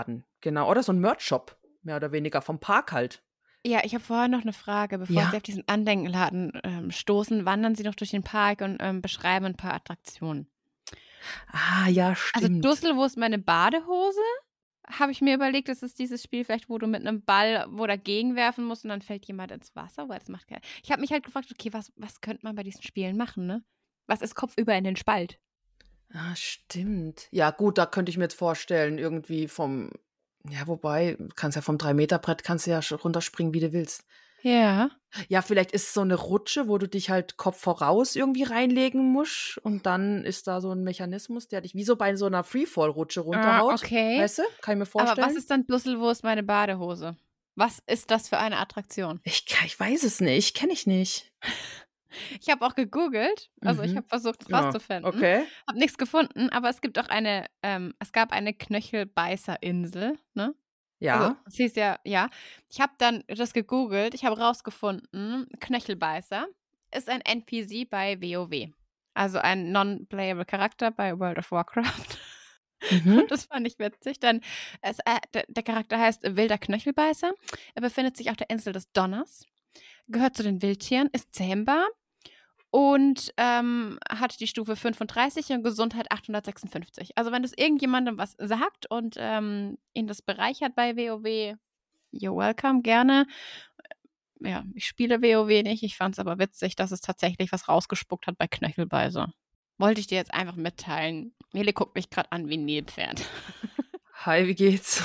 Genau, oder so ein Merch-Shop, mehr oder weniger, vom Park halt. Ja, ich habe vorher noch eine Frage, bevor Ja. Sie auf diesen Andenkenladen ähm, stoßen, wandern Sie noch durch den Park und ähm, beschreiben ein paar Attraktionen. Ah, ja, Also stimmt. Dussel, wo ist meine Badehose? Habe ich mir überlegt, das ist dieses Spiel vielleicht, wo du mit einem Ball wo dagegen werfen musst und dann fällt jemand ins Wasser, weil das macht keiner. Ich habe mich halt gefragt, okay, was, was könnte man bei diesen Spielen machen, ne? Was ist kopfüber in den Spalt? Ah, stimmt. Ja, gut, da könnte ich mir jetzt vorstellen, irgendwie vom, ja, wobei, kannst ja vom drei Meter Brett kannst du ja sch- runterspringen, wie du willst. Ja. Ja, vielleicht ist es so eine Rutsche, wo du dich halt Kopf voraus irgendwie reinlegen musst und dann ist da so ein Mechanismus, der dich wie so bei so einer Freefall-Rutsche runterhaut. Ah, okay. Weißt du? Kann ich mir Aber vorstellen. was ist dann Dussel, wo ist meine Badehose? Was ist das für eine Attraktion? Ich, ka- ich weiß es nicht, kenne ich nicht. Ich habe auch gegoogelt, also ich Mhm. habe versucht, es Ja, rauszufinden. okay. Habe nichts gefunden, aber es gibt auch eine, ähm, es gab eine Knöchelbeißerinsel, ne? Ja. Also, es hieß ja, ja. Ich habe dann das gegoogelt, ich habe rausgefunden, Knöchelbeißer ist ein N P C bei WoW. Also ein non-playable Charakter bei World of Warcraft. Mhm. Und das fand ich witzig, denn es, äh, der, der Charakter heißt Wilder Knöchelbeißer. Er befindet sich auf der Insel des Donners, gehört zu den Wildtieren, ist zähmbar und ähm, hat die Stufe fünfunddreißig und Gesundheit achthundertsechsundfünfzig. Also wenn das irgendjemandem was sagt und ähm, ihn das bereichert bei WoW, you're welcome, gerne. Ja, ich spiele WoW nicht, ich fand es aber witzig, dass es tatsächlich was rausgespuckt hat bei Knöchelbeißer. Wollte ich dir jetzt einfach mitteilen. Mele guckt mich gerade an wie ein Nilpferd. Hi, wie geht's?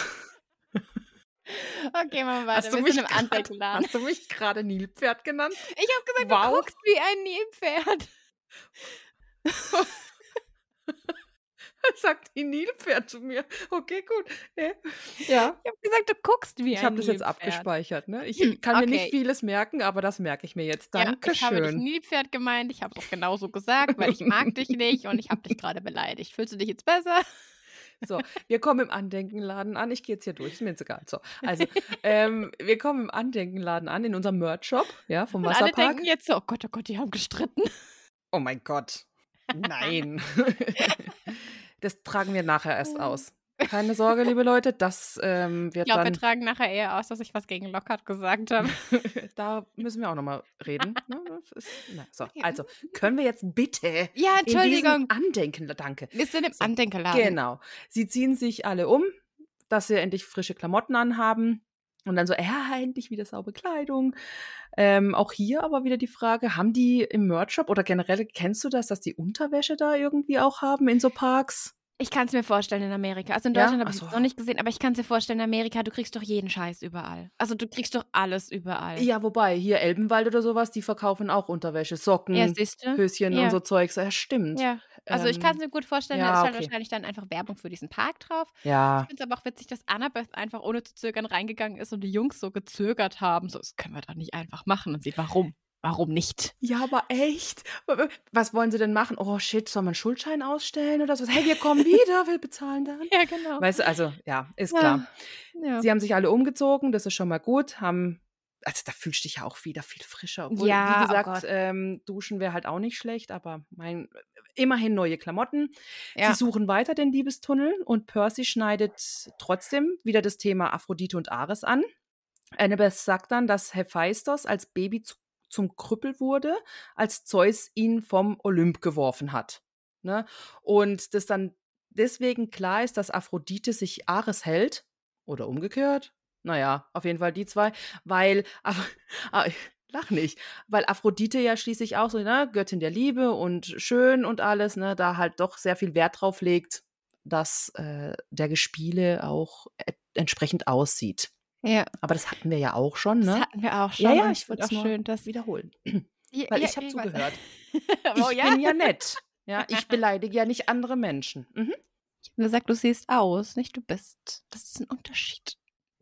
Okay, machen wir weiter. Hast du Wir mich sind im grad- Andenkenladen. Hast du mich gerade Nilpferd genannt? Ich habe gesagt, Wow. du guckst wie ein Nilpferd. Sagt die Nilpferd zu mir. Okay, gut. Ja. ja. Ich habe gesagt, du guckst wie Ich ein habe das jetzt Nilpferd. abgespeichert. Ne? Ich kann mir Okay. nicht vieles merken, aber das merke ich mir jetzt. Ja, ich habe dich Dankeschön. Nilpferd gemeint. Ich habe es auch genauso gesagt, weil ich mag dich nicht und ich habe dich gerade beleidigt. Fühlst du dich jetzt besser? So, wir kommen im Andenkenladen an. Ich gehe jetzt hier durch, ist mir jetzt egal. So, also, ähm, wir kommen im Andenkenladen an, in unserem Merch-Shop, ja, vom Und alle Wasserpark. denken jetzt so, oh Gott, oh Gott, die haben gestritten. Oh mein Gott. Nein. Das tragen wir nachher erst aus. Keine Sorge, liebe Leute, das ähm, Ich wird glaube, wir dann. tragen nachher eher aus, dass ich was gegen Lockhart gesagt habe. Da müssen wir auch nochmal reden. Ne? Das ist, na, so, also, können wir jetzt bitte Ja, in diesem Entschuldigung. Andenken, danke. Wir sind im So, Andenkenladen. Genau. Sie ziehen sich alle um, dass sie endlich frische Klamotten anhaben. Und dann so, ja, endlich wieder saubere Kleidung. Ähm, auch hier aber wieder die Frage, haben die im Merch-Shop oder generell, kennst du das, dass die Unterwäsche da irgendwie auch haben in so Parks? Ich kann es mir vorstellen in Amerika. Also in Ja? Deutschland habe Ach ich es so. noch nicht gesehen, aber ich kann es mir vorstellen, in Amerika, du kriegst doch jeden Scheiß überall. Also du kriegst doch alles überall. Ja, wobei, hier Elbenwald oder sowas, die verkaufen auch Unterwäsche, Socken, Ja, siehst du? Höschen Ja. und so Zeugs. Ja, stimmt. Ja, also ich kann es Ähm, mir gut vorstellen, ja, da ist halt okay. wahrscheinlich dann einfach Werbung für diesen Park drauf. Ja. Ich finde es aber auch witzig, dass Annabeth einfach ohne zu zögern reingegangen ist und die Jungs so gezögert haben. So, das können wir doch nicht einfach machen. Und sie, warum? Warum nicht? Ja, aber echt? Was wollen sie denn machen? Oh shit, soll man einen Schuldschein ausstellen oder so? Hey, wir kommen wieder, wir bezahlen dann. Ja, genau. Weißt du, also, ja, ist Ja. klar. Ja. Sie haben sich alle umgezogen, das ist schon mal gut, haben, also da fühlst du dich ja auch wieder viel frischer. Obwohl, Ja, wie oh gesagt, Gott. ähm, duschen wäre halt auch nicht schlecht, aber mein, immerhin neue Klamotten. Ja. Sie suchen weiter den Liebestunnel und Percy schneidet trotzdem wieder das Thema Aphrodite und Ares an. Annabeth sagt dann, dass Hephaistos als Baby zu, zum Krüppel wurde, als Zeus ihn vom Olymp geworfen hat. Ne? Und das dann deswegen klar ist, dass Aphrodite sich Ares hält. Oder umgekehrt. Naja, auf jeden Fall die zwei. Weil, aber, aber, lach nicht, weil Aphrodite ja schließlich auch so, ne, Göttin der Liebe und schön und alles, ne, da halt doch sehr viel Wert drauf legt, dass äh, der Gespiele auch e- entsprechend aussieht. Ja. Aber das hatten wir ja auch schon, Das ne? hatten wir auch schon. Ja, ja, und ich ich finde wollte auch es nur schön, dass. wiederholen. Ja, Weil ja, ich habe ich weiß. zugehört. Oh Ich ja? bin ja nett. Ja, ich beleidige ja nicht andere Menschen. Mhm. Ich habe gesagt, du siehst aus, nicht du bist. Das ist ein Unterschied.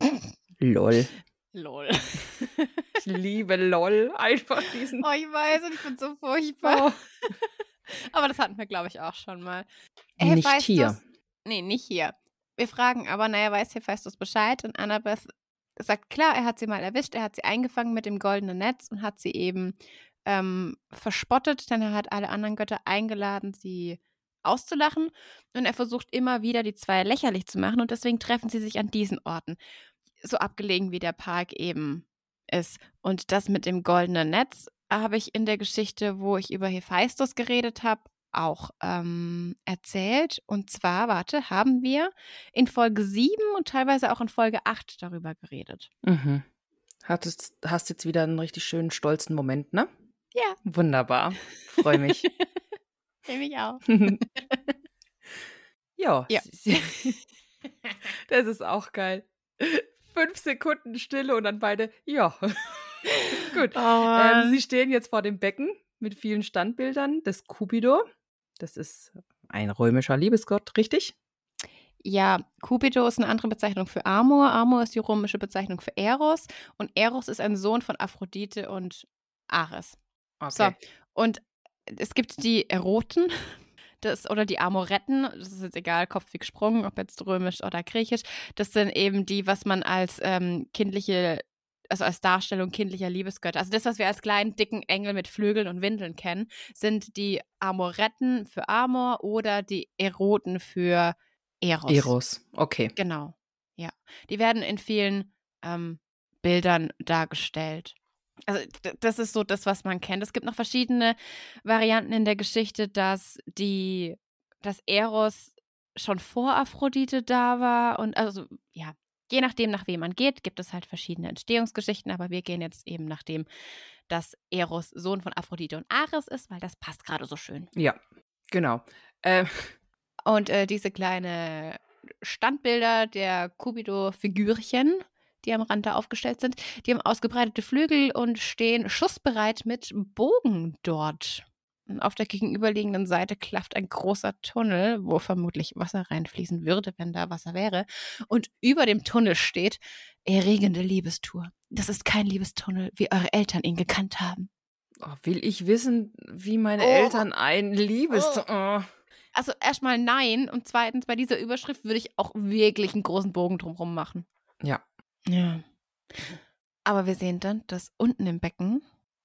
Lol. Lol. Ich liebe LOL. Einfach diesen. Oh, ich weiß und ich bin so furchtbar. Oh. Aber das hatten wir, glaube ich, auch schon mal. Nicht Hephaistos- hier. Nee, nicht hier. Wir fragen aber, naja, weiß Hephaistos Bescheid? Und Annabeth sagt, klar, er hat sie mal erwischt, er hat sie eingefangen mit dem goldenen Netz und hat sie eben ähm, verspottet, denn er hat alle anderen Götter eingeladen, sie auszulachen und er versucht immer wieder, die zwei lächerlich zu machen und deswegen treffen sie sich an diesen Orten, so abgelegen wie der Park eben ist. Und das mit dem goldenen Netz habe ich in der Geschichte, wo ich über Hephaistos geredet habe, auch ähm, erzählt. Und zwar, warte, haben wir in Folge sieben und teilweise auch in Folge acht darüber geredet. Mhm. Hattest, hast jetzt wieder einen richtig schönen, stolzen Moment, ne? Ja. Wunderbar. Freue mich. Freue mich auch. ja. Ja. Das ist auch geil. Fünf Sekunden Stille und dann beide, ja. Gut. Oh, ähm, sie stehen jetzt vor dem Becken mit vielen Standbildern des Cupido. Das ist ein römischer Liebesgott, richtig? Ja, Cupido ist eine andere Bezeichnung für Amor. Amor ist die römische Bezeichnung für Eros. Und Eros ist ein Sohn von Aphrodite und Ares. Okay. So, und es gibt die Eroten das, oder die Amoretten. Das ist jetzt egal, Kopf wie gesprungen, ob jetzt römisch oder griechisch. Das sind eben die, was man als ähm, kindliche, also als Darstellung kindlicher Liebesgötter, also das, was wir als kleinen, dicken Engel mit Flügeln und Windeln kennen, sind die Amoretten für Amor oder die Eroten für Eros. Eros, okay. Genau, ja. Die werden in vielen ähm, Bildern dargestellt. Also d- das ist so das, was man kennt. Es gibt noch verschiedene Varianten in der Geschichte, dass die, dass Eros schon vor Aphrodite da war und also ja, je nachdem, nach wem man geht, gibt es halt verschiedene Entstehungsgeschichten, aber wir gehen jetzt eben nach dem, dass Eros Sohn von Aphrodite und Ares ist, weil das passt gerade so schön. Ja, genau. Äh, Und äh, diese kleine Standbilder der Cupido-Figürchen, die am Rand da aufgestellt sind, die haben ausgebreitete Flügel und stehen schussbereit mit Bogen dort. Und auf der gegenüberliegenden Seite klafft ein großer Tunnel, wo vermutlich Wasser reinfließen würde, wenn da Wasser wäre. Und über dem Tunnel steht erregende Liebestour. Das ist kein Liebestunnel, wie eure Eltern ihn gekannt haben. oh, will ich wissen, wie meine Oh. Eltern ein Liebes... Oh. Oh. Also erstmal nein und zweitens, bei dieser Überschrift würde ich auch wirklich einen großen Bogen drumherum machen. Ja. Ja. Aber wir sehen dann, dass unten im Becken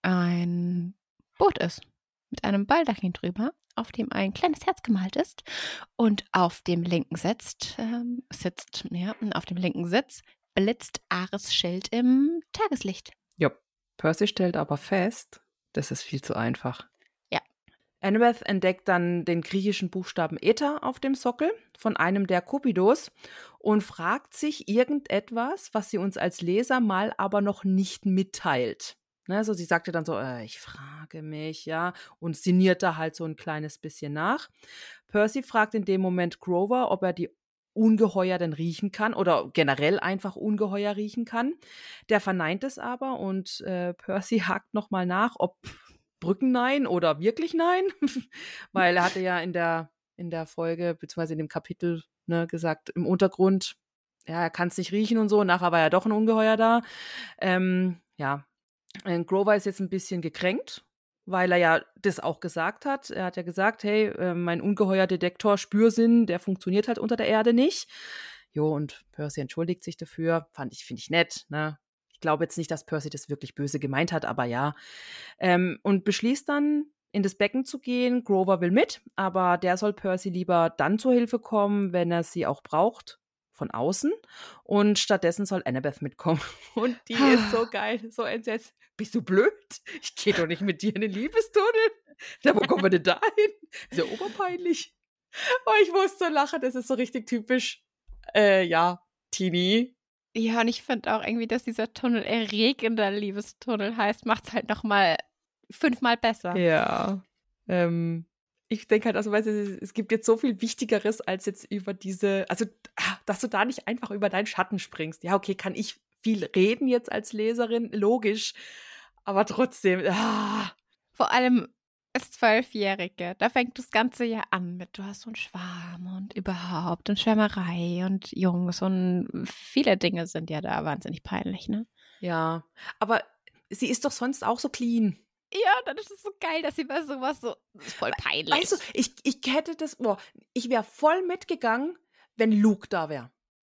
ein Boot ist. Mit einem Baldachin drüber, auf dem ein kleines Herz gemalt ist. Und auf dem linken sitzt, ähm, sitzt, ja, auf dem linken Sitz blitzt Ares Schild im Tageslicht. Ja. Percy stellt aber fest, das ist viel zu einfach. Ja. Annabeth entdeckt dann den griechischen Buchstaben Eta auf dem Sockel von einem der Cupidos und fragt sich irgendetwas, was sie uns als Leser mal aber noch nicht mitteilt. Ne, also sie sagte dann so, äh, ich frage mich, ja, und sinniert da halt so ein kleines bisschen nach. Percy fragt in dem Moment Grover, ob er die Ungeheuer denn riechen kann oder generell einfach Ungeheuer riechen kann. Der verneint es aber und äh, Percy hakt nochmal nach, ob Brücken nein oder wirklich nein, weil er hatte ja in der, in der Folge, beziehungsweise in dem Kapitel ne, gesagt, im Untergrund, ja, er kann es nicht riechen und so, nachher war ja doch ein Ungeheuer da. Ähm, ja, und Grover ist jetzt ein bisschen gekränkt, weil er ja das auch gesagt hat. Er hat ja gesagt, hey, äh, mein Ungeheuerdetektor Spürsinn, der funktioniert halt unter der Erde nicht. Jo, und Percy entschuldigt sich dafür. Fand ich, finde ich nett, ne? Ich glaube jetzt nicht, dass Percy das wirklich böse gemeint hat, aber ja. Ähm, und beschließt dann, in das Becken zu gehen. Grover will mit, aber der soll Percy lieber dann zur Hilfe kommen, wenn er sie auch braucht, von außen. Und stattdessen soll Annabeth mitkommen. Und die ist so geil, so entsetzt. Bist du blöd? Ich gehe doch nicht mit dir in den Liebestunnel. Na, wo kommen wir denn da hin? Ist ja oberpeinlich. Oh, ich muss so lachen, das ist so richtig typisch, äh, ja, Teenie. Ja, und ich finde auch irgendwie, dass dieser Tunnel erregender Liebestunnel heißt, macht es halt nochmal fünfmal besser. Ja. Ähm, ich denke halt, also, weißt du, es gibt jetzt so viel Wichtigeres, als jetzt über diese, also, dass du da nicht einfach über deinen Schatten springst. Ja, okay, kann ich viel reden jetzt als Leserin, logisch, aber trotzdem, ah. Vor allem als Zwölfjährige, da fängt das Ganze ja an mit, du hast so einen Schwarm und überhaupt und Schwärmerei und Jungs und viele Dinge sind ja da wahnsinnig peinlich, ne? Ja, aber sie ist doch sonst auch so clean. Ja, dann ist es so geil, dass sie bei sowas so, das ist voll peinlich. Weißt du, ich, ich hätte das, boah, ich wäre voll mitgegangen, wenn Luke da wäre.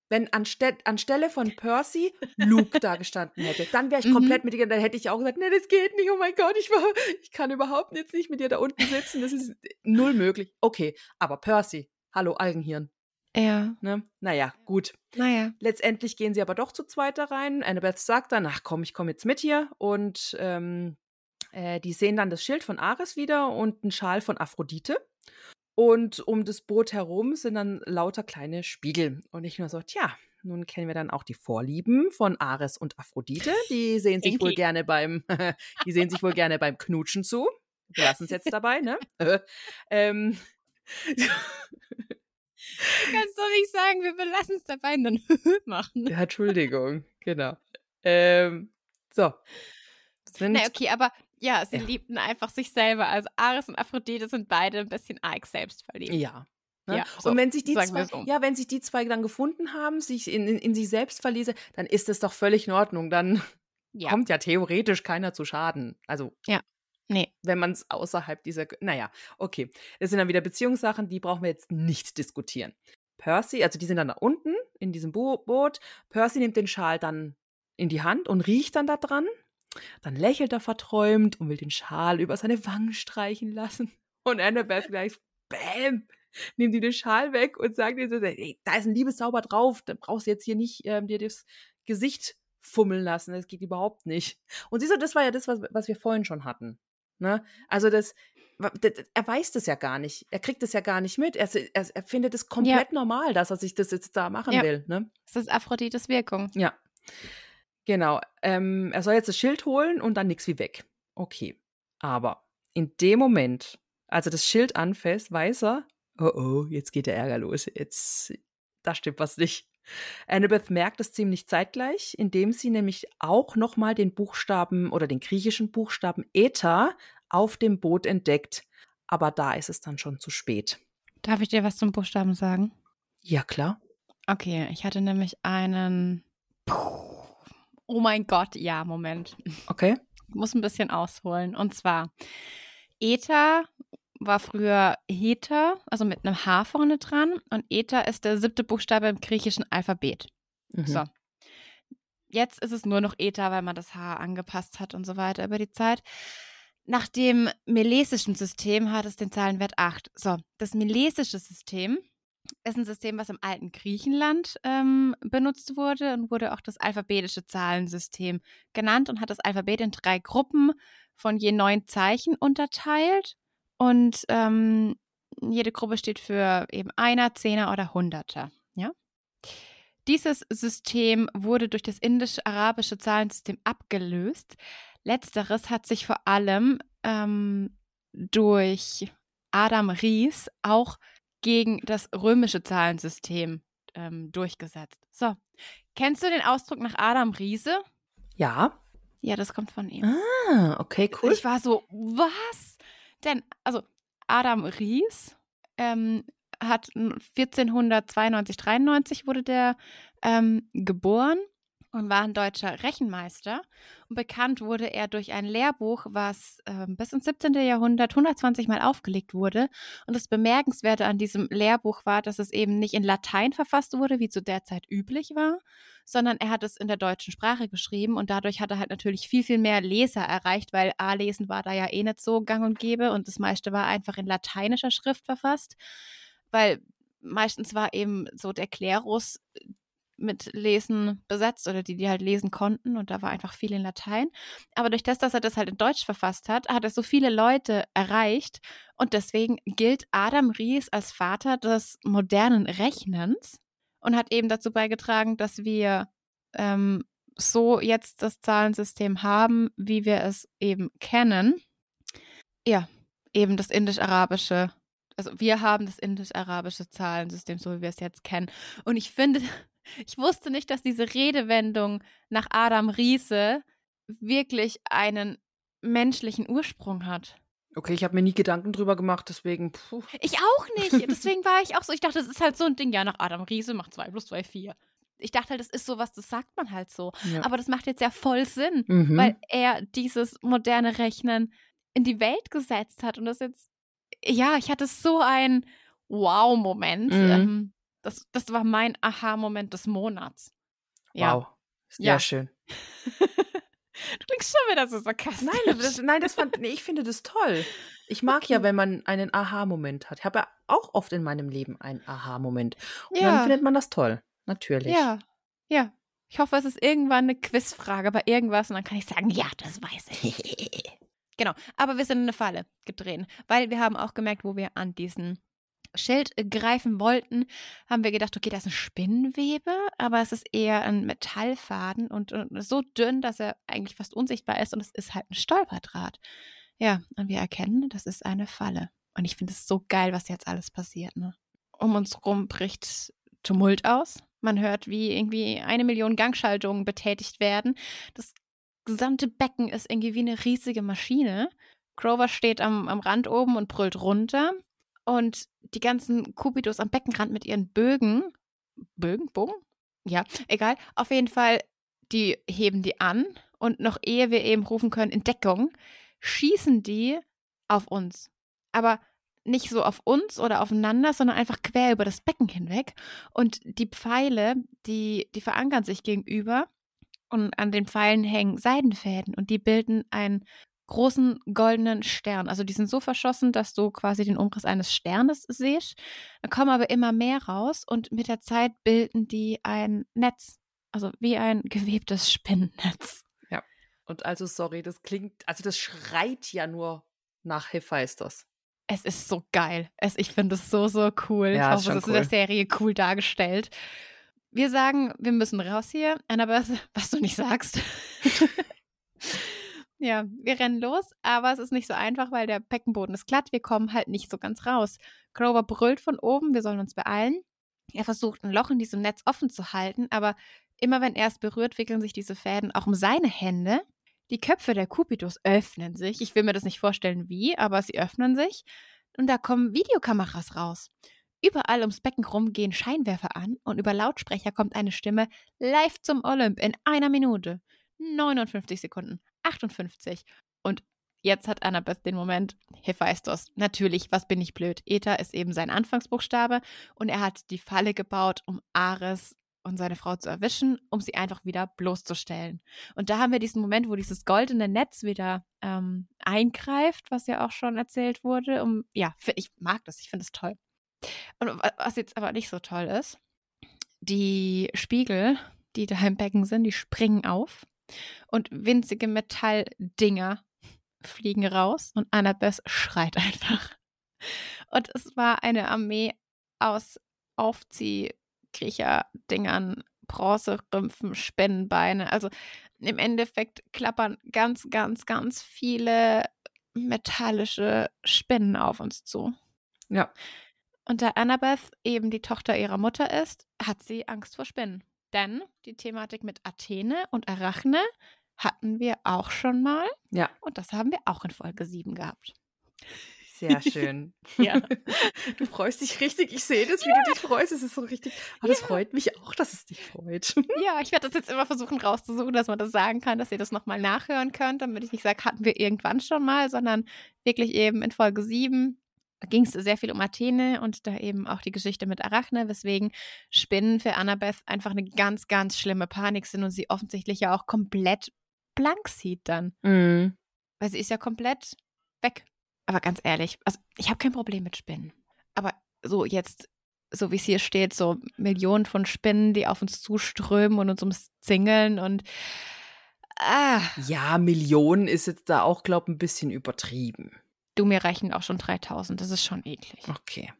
wenn anste anstelle von Percy Luke da gestanden hätte, dann wäre ich Mhm. komplett mit dir, dann hätte ich auch gesagt, nee, das geht nicht, oh mein Gott, ich, war, ich kann überhaupt jetzt nicht mit dir da unten sitzen, das ist null möglich. Okay, aber Percy, hallo Algenhirn. Ja. Ne? Naja, gut. Naja. Letztendlich gehen sie aber doch zu zweit da rein. Annabeth sagt dann, ach komm, ich komme jetzt mit hier. Und ähm, äh, die sehen dann das Schild von Ares wieder und einen Schal von Aphrodite. Und um das Boot herum sind dann lauter kleine Spiegel. Und ich nur so, tja, nun kennen wir dann auch die Vorlieben von Ares und Aphrodite. Die sehen sich wohl Enki. gerne beim, die sehen sich wohl gerne beim Knutschen zu. Wir lassen es jetzt dabei, ne? ähm, Du kannst doch nicht sagen, wir belassen es dabei und dann machen. Ja, Entschuldigung, genau. Ähm, so. Sind, Na, okay, aber ja, sie Ja. liebten einfach sich selber. Also Ares und Aphrodite sind beide ein bisschen arg selbstverliebt. Ja. Ne? Ja, so, und wenn sich die sagen zwei, wir so. ja, wenn sich die zwei dann gefunden haben, sich in, in, in sich selbst verließen, dann ist es doch völlig in Ordnung. Dann Ja. kommt ja theoretisch keiner zu Schaden. Also, Nee. wenn man es außerhalb dieser, naja, okay. Das sind dann wieder Beziehungssachen, die brauchen wir jetzt nicht diskutieren. Percy, also die sind dann da unten in diesem Bo Boot. Percy nimmt den Schal dann in die Hand und riecht dann da dran. Dann lächelt er verträumt und will den Schal über seine Wangen streichen lassen. Und Annabeth gleich, bäm, nimmt ihm den Schal weg und sagt ihr so, hey, da ist ein Liebeszauber drauf, dann brauchst du jetzt hier nicht ähm, dir das Gesicht fummeln lassen, das geht überhaupt nicht. Und siehst du, das war ja das, was, was wir vorhin schon hatten. Ne? Also das, das, er weiß das ja gar nicht, er kriegt das ja gar nicht mit, er, er, er findet es komplett normal, dass er sich das jetzt da machen Ja. will. Ne? Das ist Aphrodites Wirkung. Ja, genau. Ähm, er soll jetzt das Schild holen und dann nix wie weg. Okay. Aber in dem Moment, als er das Schild anfasst, weiß er, oh oh, jetzt geht der Ärger los. Jetzt, da stimmt was nicht. Annabeth merkt es ziemlich zeitgleich, indem sie nämlich auch nochmal den Buchstaben oder den griechischen Buchstaben Eta auf dem Boot entdeckt. Aber da ist es dann schon zu spät. Darf ich dir was zum Buchstaben sagen? Ja, klar. Okay, ich hatte nämlich einen. Oh mein Gott, ja, Moment. Okay. Ich muss ein bisschen ausholen. Und zwar, Eta war früher Heta, also mit einem H vorne dran. Und Eta ist der siebte Buchstabe im griechischen Alphabet. Mhm. So. Jetzt ist es nur noch Eta, weil man das H angepasst hat und so weiter über die Zeit. Nach dem melesischen System hat es den Zahlenwert acht. So, das melesische System ist ein System, was im alten Griechenland ähm, benutzt wurde und wurde auch das alphabetische Zahlensystem genannt und hat das Alphabet in drei Gruppen von je neun Zeichen unterteilt. Und ähm, jede Gruppe steht für eben Einer, Zehner oder Hunderter. Ja? Dieses System wurde durch das indisch-arabische Zahlensystem abgelöst. Letzteres hat sich vor allem ähm, durch Adam Ries auch gegen das römische Zahlensystem ähm, durchgesetzt. So, kennst du den Ausdruck nach Adam Riese? Ja. Ja, das kommt von ihm. Ah, okay, cool. Ich war so, was? Denn, also Adam Ries ähm, hat vierzehnhundertzweiundneunzig, dreiundneunzig wurde der ähm, geboren und war ein deutscher Rechenmeister. Und bekannt wurde er durch ein Lehrbuch, was ähm, bis ins siebzehnten Jahrhundert hundertzwanzig Mal aufgelegt wurde. Und das Bemerkenswerte an diesem Lehrbuch war, dass es eben nicht in Latein verfasst wurde, wie zu der Zeit üblich war, sondern er hat es in der deutschen Sprache geschrieben. Und dadurch hat er halt natürlich viel, viel mehr Leser erreicht, weil A-Lesen war da ja eh nicht so gang und gäbe. Und das meiste war einfach in lateinischer Schrift verfasst, weil meistens war eben so der Klerus mit Lesen besetzt oder die, die halt lesen konnten und da war einfach viel in Latein. Aber durch das, dass er das halt in Deutsch verfasst hat, hat er so viele Leute erreicht und deswegen gilt Adam Ries als Vater des modernen Rechnens und hat eben dazu beigetragen, dass wir ähm, so jetzt das Zahlensystem haben, wie wir es eben kennen. Ja, eben das indisch-arabische, also wir haben das indisch-arabische Zahlensystem, so wie wir es jetzt kennen. Und ich finde, ich wusste nicht, dass diese Redewendung nach Adam Riese wirklich einen menschlichen Ursprung hat. Okay, ich habe mir nie Gedanken drüber gemacht, deswegen, puh. Ich auch nicht. Deswegen war ich auch so, ich dachte, das ist halt so ein Ding, ja, nach Adam Riese macht zwei plus zwei vier. Ich dachte halt, das ist sowas, das sagt man halt so. Ja. Aber das macht jetzt ja voll Sinn, Mhm. weil er dieses moderne Rechnen in die Welt gesetzt hat. Und das jetzt, ja, ich hatte so einen Wow-Moment. Mhm. Ähm, Das, das war mein Aha-Moment des Monats. Ja. Wow, sehr Ja. schön. Du klingst schon wieder so sarkastisch. Nein, aber das, nein, das fand, nee, ich finde das toll. Ich mag ja, Okay. wenn man einen Aha-Moment hat. Ich habe ja auch oft in meinem Leben einen Aha-Moment. Und Ja. dann findet man das toll. Natürlich. Ja, ja. Ich hoffe, es ist irgendwann eine Quizfrage bei irgendwas und dann kann ich sagen, ja, das weiß ich. Genau, aber wir sind in eine Falle gedreht, weil wir haben auch gemerkt, wo wir an diesen Schild greifen wollten, haben wir gedacht, okay, das ist ein Spinnenwebe, aber es ist eher ein Metallfaden und, und so dünn, dass er eigentlich fast unsichtbar ist und es ist halt ein Stolperdraht. Ja, und wir erkennen, das ist eine Falle. Und ich finde es so geil, was jetzt alles passiert, ne? Um uns rum bricht Tumult aus. Man hört, wie irgendwie eine Million Gangschaltungen betätigt werden. Das gesamte Becken ist irgendwie wie eine riesige Maschine. Grover steht am, am Rand oben und brüllt runter. Und die ganzen Cupidos am Beckenrand mit ihren Bögen, Bögen, Bogen? Ja, egal. Auf jeden Fall, die heben die an. Und noch ehe wir eben rufen können, in Deckung, schießen die auf uns. Aber nicht so auf uns oder aufeinander, sondern einfach quer über das Becken hinweg. Und die Pfeile, die, die verankern sich gegenüber und an den Pfeilen hängen Seidenfäden und die bilden einen großen goldenen Stern. Also die sind so verschossen, dass du quasi den Umriss eines Sternes siehst. Da kommen aber immer mehr raus und mit der Zeit bilden die ein Netz. Also wie ein gewebtes Spinnennetz. Ja. Und also, sorry, das klingt, also das schreit ja nur nach Hephaistos. Es ist so geil. Es, ich finde es so, so cool. Ja, ich ist hoffe, schon es ist in der cool. Serie cool dargestellt. Wir sagen, wir müssen raus hier. Annabeth, was du nicht sagst. Ja, wir rennen los, aber es ist nicht so einfach, weil der Beckenboden ist glatt. Wir kommen halt nicht so ganz raus. Grover brüllt von oben, wir sollen uns beeilen. Er versucht, ein Loch in diesem Netz offen zu halten, aber immer wenn er es berührt, wickeln sich diese Fäden auch um seine Hände. Die Köpfe der Cupidos öffnen sich. Ich will mir das nicht vorstellen, wie, aber sie öffnen sich. Und da kommen Videokameras raus. Überall ums Becken rum gehen Scheinwerfer an und über Lautsprecher kommt eine Stimme live zum Olymp in einer Minute. neunundfünfzig Sekunden, achtundfünfzig. Und jetzt hat Annabeth den Moment, Hephaistos. Natürlich, was bin ich blöd. Eta ist eben sein Anfangsbuchstabe und er hat die Falle gebaut, um Ares und seine Frau zu erwischen, um sie einfach wieder bloßzustellen. Und da haben wir diesen Moment, wo dieses goldene Netz wieder ähm, eingreift, was ja auch schon erzählt wurde. Um, ja, ich mag das, ich finde es toll. Und was jetzt aber nicht so toll ist, die Spiegel, die da im Becken sind, die springen auf und winzige Metalldinger fliegen raus und Annabeth schreit einfach. Und es war eine Armee aus Aufziehkriecher-Dingern, Bronzerümpfen, Spinnenbeine. Also im Endeffekt klappern ganz, ganz, ganz viele metallische Spinnen auf uns zu. Ja. Und da Annabeth eben die Tochter ihrer Mutter ist, hat sie Angst vor Spinnen. Denn die Thematik mit Athene und Arachne hatten wir auch schon mal. Ja. Und das haben wir auch in Folge sieben gehabt. Sehr schön. Ja. Du freust dich richtig. Ich sehe das, wie ja. du dich freust. Es ist so richtig. Aber das ja. freut mich auch, dass es dich freut. Ja, ich werde das jetzt immer versuchen rauszusuchen, dass man das sagen kann, dass ihr das nochmal nachhören könnt, damit ich nicht sage, hatten wir irgendwann schon mal, sondern wirklich eben in Folge sieben ging es sehr viel um Athene und da eben auch die Geschichte mit Arachne, weswegen Spinnen für Annabeth einfach eine ganz, ganz schlimme Panik sind und sie offensichtlich ja auch komplett blank sieht dann. Mhm. Weil sie ist ja komplett weg. Aber ganz ehrlich, also ich habe kein Problem mit Spinnen. Aber so jetzt, so wie es hier steht, so Millionen von Spinnen, die auf uns zuströmen und uns umzingeln und ah. Ja, Millionen ist jetzt da auch, glaube ich, ein bisschen übertrieben. Du, mir reichen auch schon dreitausend, das ist schon eklig. Okay.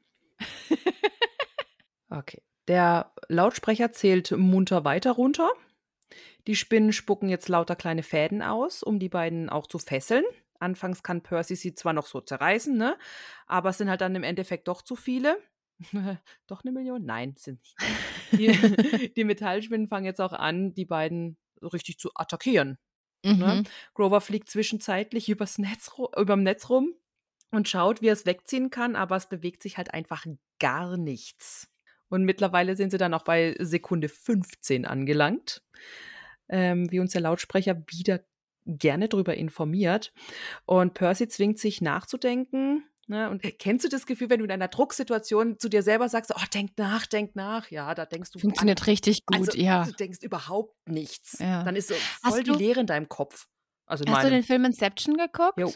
Okay. Der Lautsprecher zählt munter weiter runter. Die Spinnen spucken jetzt lauter kleine Fäden aus, um die beiden auch zu fesseln. Anfangs kann Percy sie zwar noch so zerreißen, ne? Aber es sind halt dann im Endeffekt doch zu viele. Doch eine Million? Nein, sind nicht. Die, die Metallspinnen fangen jetzt auch an, die beiden richtig zu attackieren. Mhm. Ne? Grover fliegt zwischenzeitlich übers Netz, überm Netz rum und schaut, wie er es wegziehen kann, aber es bewegt sich halt einfach gar nichts. Und mittlerweile sind sie dann auch bei Sekunde fünfzehn angelangt, ähm, wie uns der Lautsprecher wieder gerne darüber informiert. Und Percy zwingt sich nachzudenken, Ne? Und kennst du das Gefühl, wenn du in einer Drucksituation zu dir selber sagst, oh, denk nach, denk nach, ja, da denkst du Funktioniert an, richtig gut, also, ja. du denkst überhaupt nichts. ja. Dann ist so Hast voll die du, Leere in deinem Kopf. Also in hast du meinem. den Film Inception geguckt? Jo.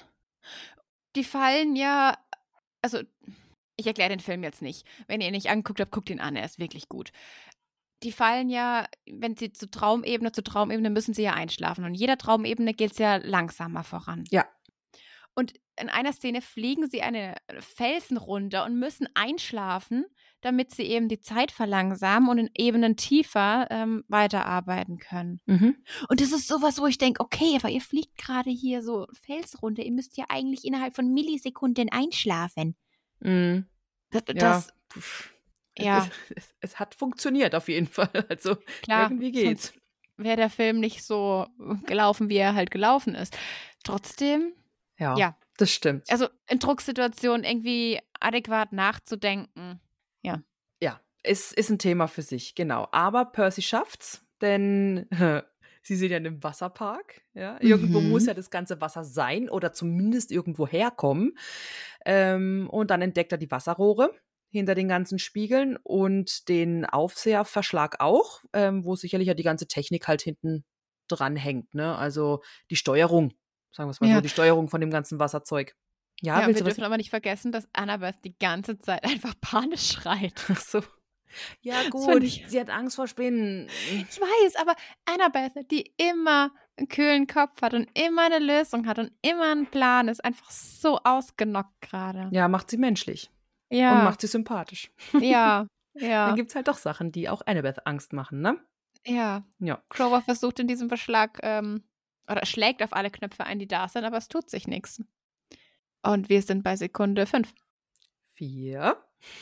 Die fallen ja, also ich erkläre den Film jetzt nicht. Wenn ihr ihn nicht angeguckt habt, guckt ihn an, er ist wirklich gut. Die fallen ja, wenn sie zu Traumebene zu Traumebene müssen sie ja einschlafen. Und in jeder Traumebene geht es ja langsamer voran. Ja. Und in einer Szene fliegen sie eine Felsen runter und müssen einschlafen, damit sie eben die Zeit verlangsamen und in Ebenen tiefer ähm, weiterarbeiten können. Mhm. Und das ist sowas, wo ich denke, okay, aber ihr fliegt gerade hier so Fels runter, ihr müsst ja eigentlich innerhalb von Millisekunden einschlafen. Mhm. Das, Ja. das Pff. ja, Es, es, es hat funktioniert auf jeden Fall. Also klar, irgendwie geht's. sonst wäre der Film nicht so gelaufen, wie er halt gelaufen ist. Trotzdem, Ja, ja, das stimmt. also in Drucksituationen irgendwie adäquat nachzudenken. Ja. Ja, es ist ein Thema für sich, genau. Aber Percy schafft's, denn sie sind ja in einem Wasserpark. Ja? Irgendwo Mhm. muss ja das ganze Wasser sein oder zumindest irgendwo herkommen. Ähm, und dann entdeckt er die Wasserrohre hinter den ganzen Spiegeln und den Aufseherverschlag auch, ähm, wo sicherlich ja die ganze Technik halt hinten dran hängt. Ne? Also die Steuerung, sagen wir es mal Ja. so, die Steuerung von dem ganzen Wasserzeug. Ja, Ja, willst wir du was? dürfen aber nicht vergessen, dass Annabeth die ganze Zeit einfach panisch schreit. Ach so. Ja, Das gut, fand ich- sie hat Angst vor Spinnen. Ich weiß, aber Annabeth, die immer einen kühlen Kopf hat und immer eine Lösung hat und immer einen Plan, ist einfach so ausgenockt gerade. Ja, macht sie menschlich Ja, und macht sie sympathisch. ja, Dann ja, gibt es halt doch Sachen, die auch Annabeth Angst machen, ne? ja. Ja. Grover versucht in diesem Verschlag, ähm, oder schlägt auf alle Knöpfe ein, die da sind, aber es tut sich nichts. Und wir sind bei Sekunde fünf. Vier.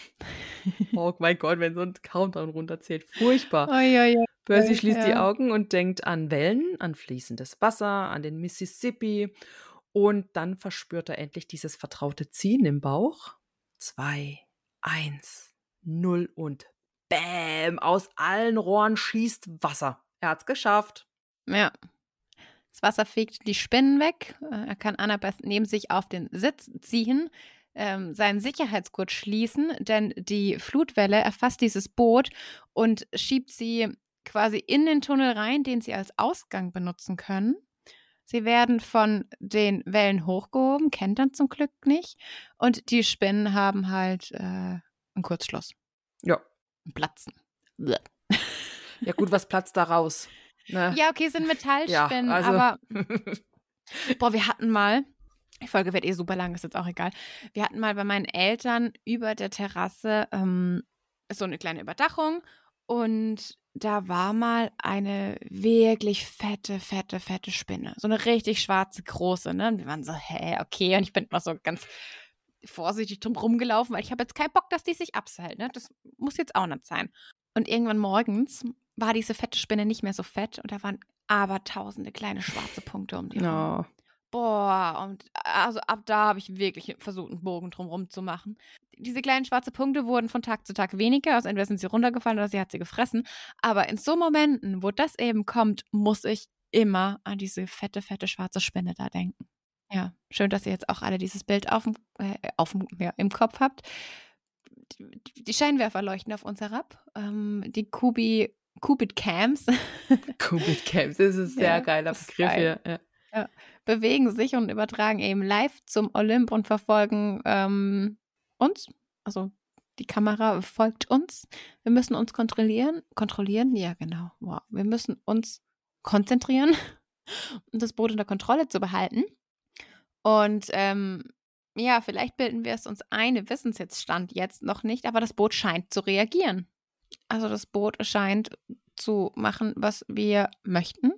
Oh mein Gott, wenn so ein Countdown runterzählt. Furchtbar. Uiuiui. Percy schließt die Ja. Augen und denkt an Wellen, an fließendes Wasser, an den Mississippi. Und dann verspürt er endlich dieses vertraute Ziehen im Bauch. Zwei, eins, null und bäm! Aus allen Rohren schießt Wasser. Er hat's geschafft. Ja. Das Wasser fegt die Spinnen weg. Äh, Er kann Annabeth neben sich auf den Sitz ziehen, ähm, seinen Sicherheitsgurt schließen, denn die Flutwelle erfasst dieses Boot und schiebt sie quasi in den Tunnel rein, den sie als Ausgang benutzen können. Sie werden von den Wellen hochgehoben, kentern zum Glück nicht. Und die Spinnen haben halt äh, einen Kurzschluss. Ja. Ein Platzen. Bleh. Ja gut, was platzt da raus? Ne? Ja, okay, es sind Metallspinnen, Ja, also- aber boah, wir hatten mal, die Folge wird eh super lang, ist jetzt auch egal. Wir hatten mal bei meinen Eltern über der Terrasse ähm, so eine kleine Überdachung und da war mal eine wirklich fette, fette, fette Spinne. So eine richtig schwarze, große, ne? Und wir waren so, hä, okay. Und ich bin immer so ganz vorsichtig drum rumgelaufen, weil ich habe jetzt keinen Bock, dass die sich abseilt, ne? Das muss jetzt auch nicht sein. Und irgendwann morgens war diese fette Spinne nicht mehr so fett und da waren aber tausende kleine schwarze Punkte um die rum. Ja. Boah, und also ab da habe ich wirklich versucht, einen Bogen drumherum zu machen. Diese kleinen schwarzen Punkte wurden von Tag zu Tag weniger, also entweder sind sie runtergefallen oder sie hat sie gefressen. Aber in so Momenten, wo das eben kommt, muss ich immer an diese fette, fette schwarze Spinne da denken. Ja, schön, dass ihr jetzt auch alle dieses Bild auf dem, äh, auf dem, ja, im Kopf habt. Die, die Scheinwerfer leuchten auf uns herab. Ähm, die Kubi, Cupid Cams Cupid Camps, das ist ein sehr Ja, geiler das ist Begriff geil. hier. Ja. bewegen sich und übertragen eben live zum Olymp und verfolgen ähm, uns. Also die Kamera folgt uns. Wir müssen uns kontrollieren. Kontrollieren? Ja, genau. Wow. Wir müssen uns konzentrieren, um das Boot unter Kontrolle zu behalten. Und ähm, ja, vielleicht bilden wir es uns ein. Wir wissen es jetzt Stand jetzt noch nicht, aber das Boot scheint zu reagieren. Also das Boot scheint zu machen, was wir möchten.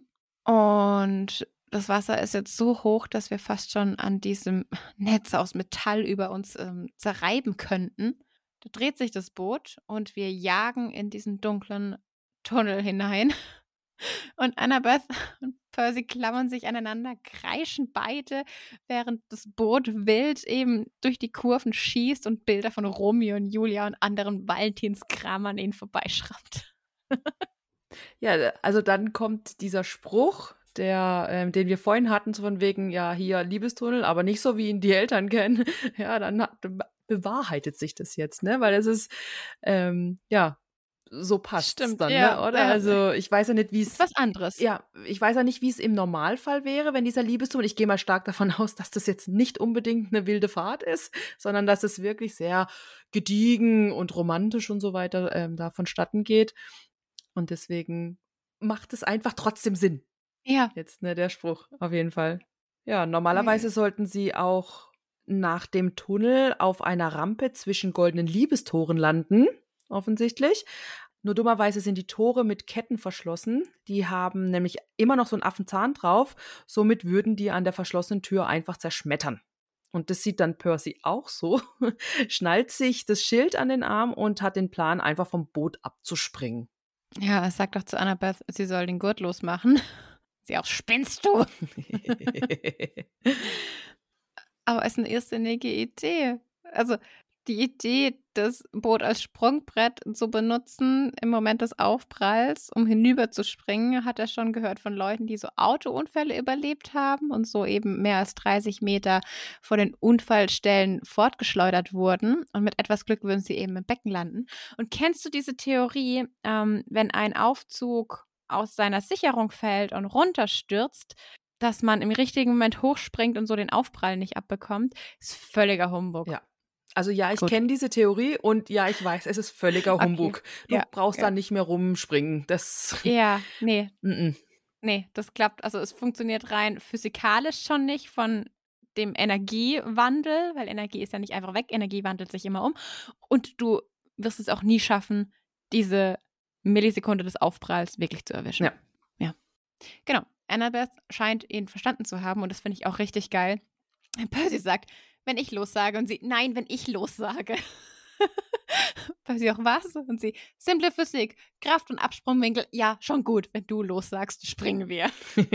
Und das Wasser ist jetzt so hoch, dass wir fast schon an diesem Netz aus Metall über uns ähm, zerreiben könnten. Da dreht sich das Boot und wir jagen in diesen dunklen Tunnel hinein. Und Annabeth und Percy klammern sich aneinander, kreischen beide, während das Boot wild eben durch die Kurven schießt und Bilder von Romeo und Julia und anderen Valentinskram an ihnen vorbeischraubt. Ja, also dann kommt dieser Spruch, der, ähm, den wir vorhin hatten, so von wegen, ja, hier Liebestunnel, aber nicht so, wie ihn die Eltern kennen, ja, dann hat, bewahrheitet sich das jetzt, ne? Weil es ist, ähm, ja, so passt Stimmt, dann, ja, ne? Oder? ja. Also ich weiß ja nicht, wie Ist es, was anderes. ja, ich weiß ja nicht, wie es im Normalfall wäre, wenn dieser Liebestunnel, ich gehe mal stark davon aus, dass das jetzt nicht unbedingt eine wilde Fahrt ist, sondern dass es wirklich sehr gediegen und romantisch und so weiter ähm, da vonstatten geht. Und deswegen macht es einfach trotzdem Sinn. Ja. Jetzt, ne, der Spruch, auf jeden Fall. Ja, normalerweise sollten sie auch nach dem Tunnel auf einer Rampe zwischen goldenen Liebestoren landen, offensichtlich. Nur dummerweise sind die Tore mit Ketten verschlossen. Die haben nämlich immer noch so einen Affenzahn drauf. Somit würden die an der verschlossenen Tür einfach zerschmettern. Und das sieht dann Percy auch so, schnallt sich das Schild an den Arm und hat den Plan, einfach vom Boot abzuspringen. Ja, es sagt doch zu Annabeth, sie soll den Gurt losmachen. Sie auch, spinnst du? Aber es ist eine irrsinnige Idee. Also die Idee, das Boot als Sprungbrett zu benutzen im Moment des Aufpralls, um hinüberzuspringen, hat er schon gehört von Leuten, die so Autounfälle überlebt haben und so eben mehr als dreißig Meter vor den Unfallstellen fortgeschleudert wurden. Und mit etwas Glück würden sie eben im Becken landen. Und kennst du diese Theorie, ähm, wenn ein Aufzug aus seiner Sicherung fällt und runterstürzt, dass man im richtigen Moment hochspringt und so den Aufprall nicht abbekommt? Ist völliger Humbug. Ja. Also ja, ich Gut. kenne diese Theorie und ja, ich weiß, es ist völliger Okay. Humbug. Du Ja, brauchst ja. da nicht mehr rumspringen. Das. Ja, nee, Mm-mm. nee, das klappt. Also es funktioniert rein physikalisch schon nicht von dem Energiewandel, weil Energie ist ja nicht einfach weg, Energie wandelt sich immer um. Und du wirst es auch nie schaffen, diese Millisekunde des Aufpralls wirklich zu erwischen. Ja. Ja. Genau. Annabeth scheint ihn verstanden zu haben und das finde ich auch richtig geil. Percy sagt, wenn ich lossage und sie, nein, wenn ich lossage. Percy auch, was? Und sie, simple Physik, Kraft- und Absprungwinkel, ja, schon gut, wenn du lossagst, springen wir.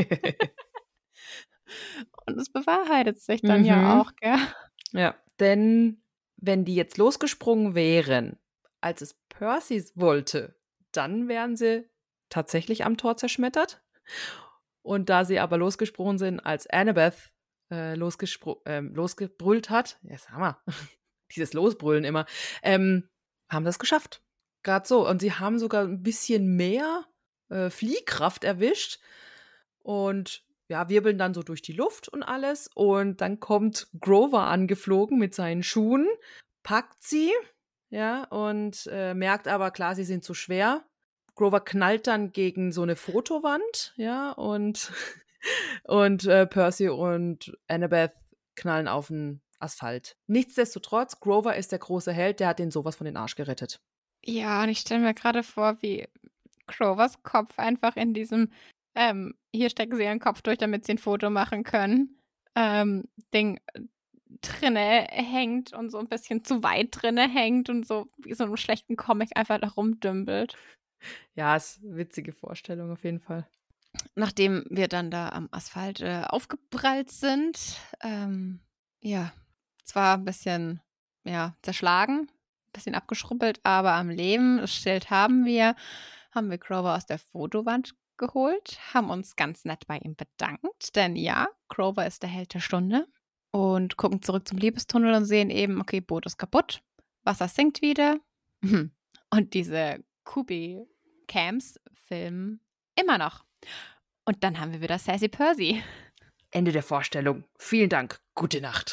Und es bewahrheitet sich dann Mhm. ja auch, gell? Ja, denn wenn die jetzt losgesprungen wären, als es Percy wollte, dann wären sie tatsächlich am Tor zerschmettert. Und da sie aber losgesprungen sind, als Annabeth äh, losgespro- ähm, losgebrüllt hat, ja, sag mal, dieses Losbrüllen immer, ähm, haben das geschafft. Gerade so. Und sie haben sogar ein bisschen mehr äh, Fliehkraft erwischt und ja, wirbeln dann so durch die Luft und alles. Und dann kommt Grover angeflogen mit seinen Schuhen, packt sie, ja, und äh, merkt aber, klar, sie sind zu schwer. Grover knallt dann gegen so eine Fotowand, ja, und, und äh, Percy und Annabeth knallen auf den Asphalt. Nichtsdestotrotz, Grover ist der große Held, der hat den sowas von den Arsch gerettet. Ja, und ich stelle mir gerade vor, wie Grovers Kopf einfach in diesem, ähm, hier stecken sie ihren Kopf durch, damit sie ein Foto machen können, ähm, Ding drinne hängt und so ein bisschen zu weit drinne hängt und so wie so einem schlechten Comic einfach da rumdümpelt. Ja, ist eine witzige Vorstellung auf jeden Fall. Nachdem wir dann da am Asphalt äh, aufgeprallt sind, ähm, ja, zwar ein bisschen, ja, zerschlagen, ein bisschen abgeschrubbelt, aber am Leben, das Schild haben wir, haben wir Grover aus der Fotowand geholt, haben uns ganz nett bei ihm bedankt, denn ja, Grover ist der Held der Stunde und gucken zurück zum Liebestunnel und sehen eben, okay, Boot ist kaputt, Wasser sinkt wieder und diese Kubi-Cams filmen immer noch. Und dann haben wir wieder Sassy Percy. Ende der Vorstellung. Vielen Dank. Gute Nacht.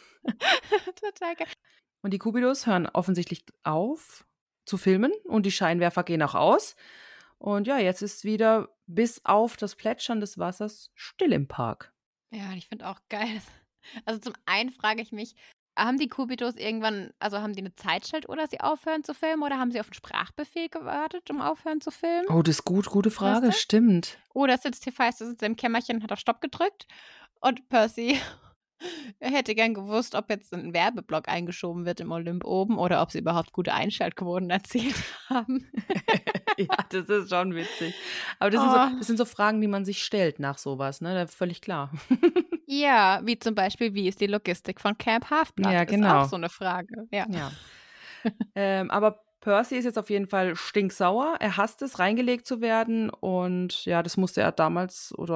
Total geil. Und die Kubilos hören offensichtlich auf zu filmen und die Scheinwerfer gehen auch aus. Und ja, jetzt ist wieder bis auf das Plätschern des Wassers still im Park. Ja, und ich finde auch geil. Also zum einen frage ich mich, haben die Kubitos irgendwann, also haben die eine Zeitschild oder sie aufhören zu filmen oder haben sie auf einen Sprachbefehl gewartet, um aufhören zu filmen? Oh, das ist gut, gute Frage, Weißt du? stimmt. Oder sitzt Hephaistos sitzt im Kämmerchen und hat auf Stopp gedrückt und Percy er hätte gern gewusst, ob jetzt ein Werbeblock eingeschoben wird im Olymp oben oder ob sie überhaupt gute Einschaltquoten erzielt haben. Ja, das ist schon witzig. Aber das, oh. sind so, das sind so Fragen, die man sich stellt nach sowas, ne? Völlig klar. Ja, wie zum Beispiel, wie ist die Logistik von Camp Half-Blood? Ja, genau. Ist auch so eine Frage. Ja. ja. ähm, aber Percy ist jetzt auf jeden Fall stinksauer. Er hasst es, reingelegt zu werden. Und ja, das musste er damals oder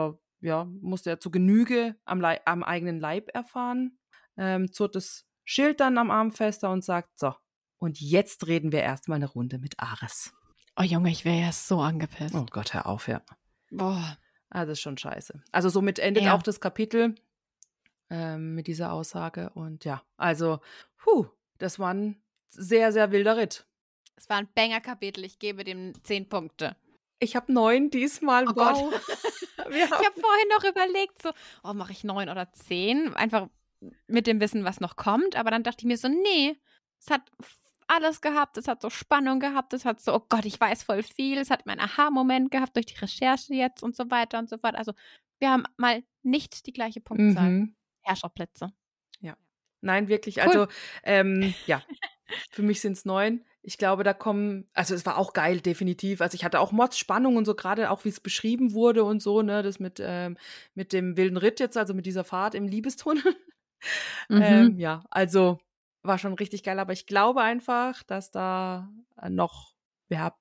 ja, musste er zu Genüge am, Lei- am eigenen Leib erfahren, ähm, zurrt das Schild dann am Arm fester und sagt, so, und jetzt reden wir erstmal eine Runde mit Ares. Oh Junge, ich wäre ja so angepisst. Oh Gott, hör auf, ja. Boah. Ah, das ist schon scheiße. Also somit endet Ja. auch das Kapitel ähm, mit dieser Aussage. Und ja, also, puh, das war ein sehr, sehr wilder Ritt. Es war ein Banger-Kapitel. Ich gebe dem zehn Punkte. Ich habe neun diesmal. Oh wow. Gott. Wir Ich haben- habe vorhin noch überlegt, so, oh, mache ich neun oder zehn? Einfach mit dem Wissen, was noch kommt. Aber dann dachte ich mir so, nee, es hat alles gehabt. Es hat so Spannung gehabt. Es hat so, oh Gott, ich weiß voll viel. Es hat meinen Aha-Moment gehabt durch die Recherche jetzt und so weiter und so fort. Also wir haben mal nicht die gleiche Punktzahl. Mhm. Herrscherplätze. Nein, wirklich. Cool. Also, ähm, ja, für mich sind es neun. Ich glaube, da kommen, also es war auch geil, definitiv. Also ich hatte auch Mordsspannung und so, gerade auch, wie es beschrieben wurde und so, ne, das mit, ähm, mit dem wilden Ritt jetzt, also mit dieser Fahrt im Liebestunnel. Mhm. ähm, ja, also war schon richtig geil, aber ich glaube einfach, dass da äh, noch, ja,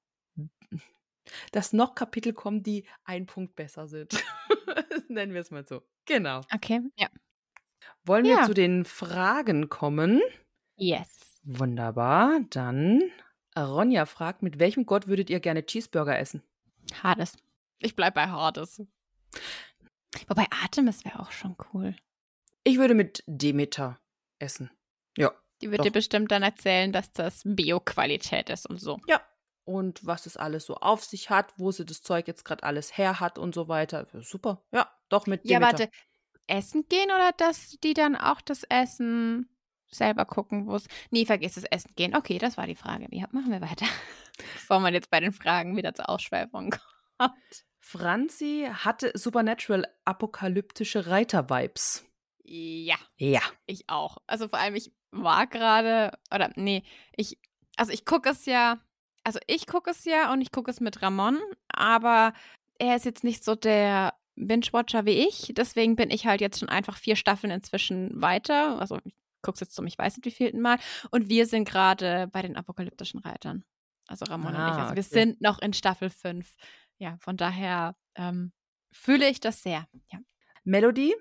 dass noch Kapitel kommen, die ein Punkt besser sind. Nennen wir es mal so. Genau. Okay, ja. Wollen wir Ja. zu den Fragen kommen? Yes. Wunderbar. Dann Ronja fragt, mit welchem Gott würdet ihr gerne Cheeseburger essen? Hades. Ich bleib bei Hades. Wobei Artemis wäre auch schon cool. Ich würde mit Demeter essen. Ja. Die wird Doch. dir bestimmt dann erzählen, dass das Bio-Qualität ist und so. Ja. Und was es alles so auf sich hat, wo sie das Zeug jetzt gerade alles her hat und so weiter. Super. Ja, doch mit Ja, Demeter. warte. Essen gehen oder dass die dann auch das Essen selber gucken, wo es. Nee, vergiss das Essen gehen. Okay, das war die Frage. Ja, machen wir weiter. Bevor man jetzt bei den Fragen wieder zur Ausschweifung kommt. Franzi hatte Supernatural apokalyptische Reiter-Vibes. Ja, Ja. ich auch. Also vor allem, ich war gerade, oder nee, ich, also ich gucke es ja, also ich gucke es ja und ich gucke es mit Ramon, aber er ist jetzt nicht so der Binge-Watcher wie ich, deswegen bin ich halt jetzt schon einfach vier Staffeln inzwischen weiter, also ich gucke es jetzt zum ich weiß nicht wievielten Mal und wir sind gerade bei den apokalyptischen Reitern, also Ramon Ah, und ich, also wir okay. sind noch in Staffel fünf, ja, von daher ähm, fühle ich das sehr, ja. Melody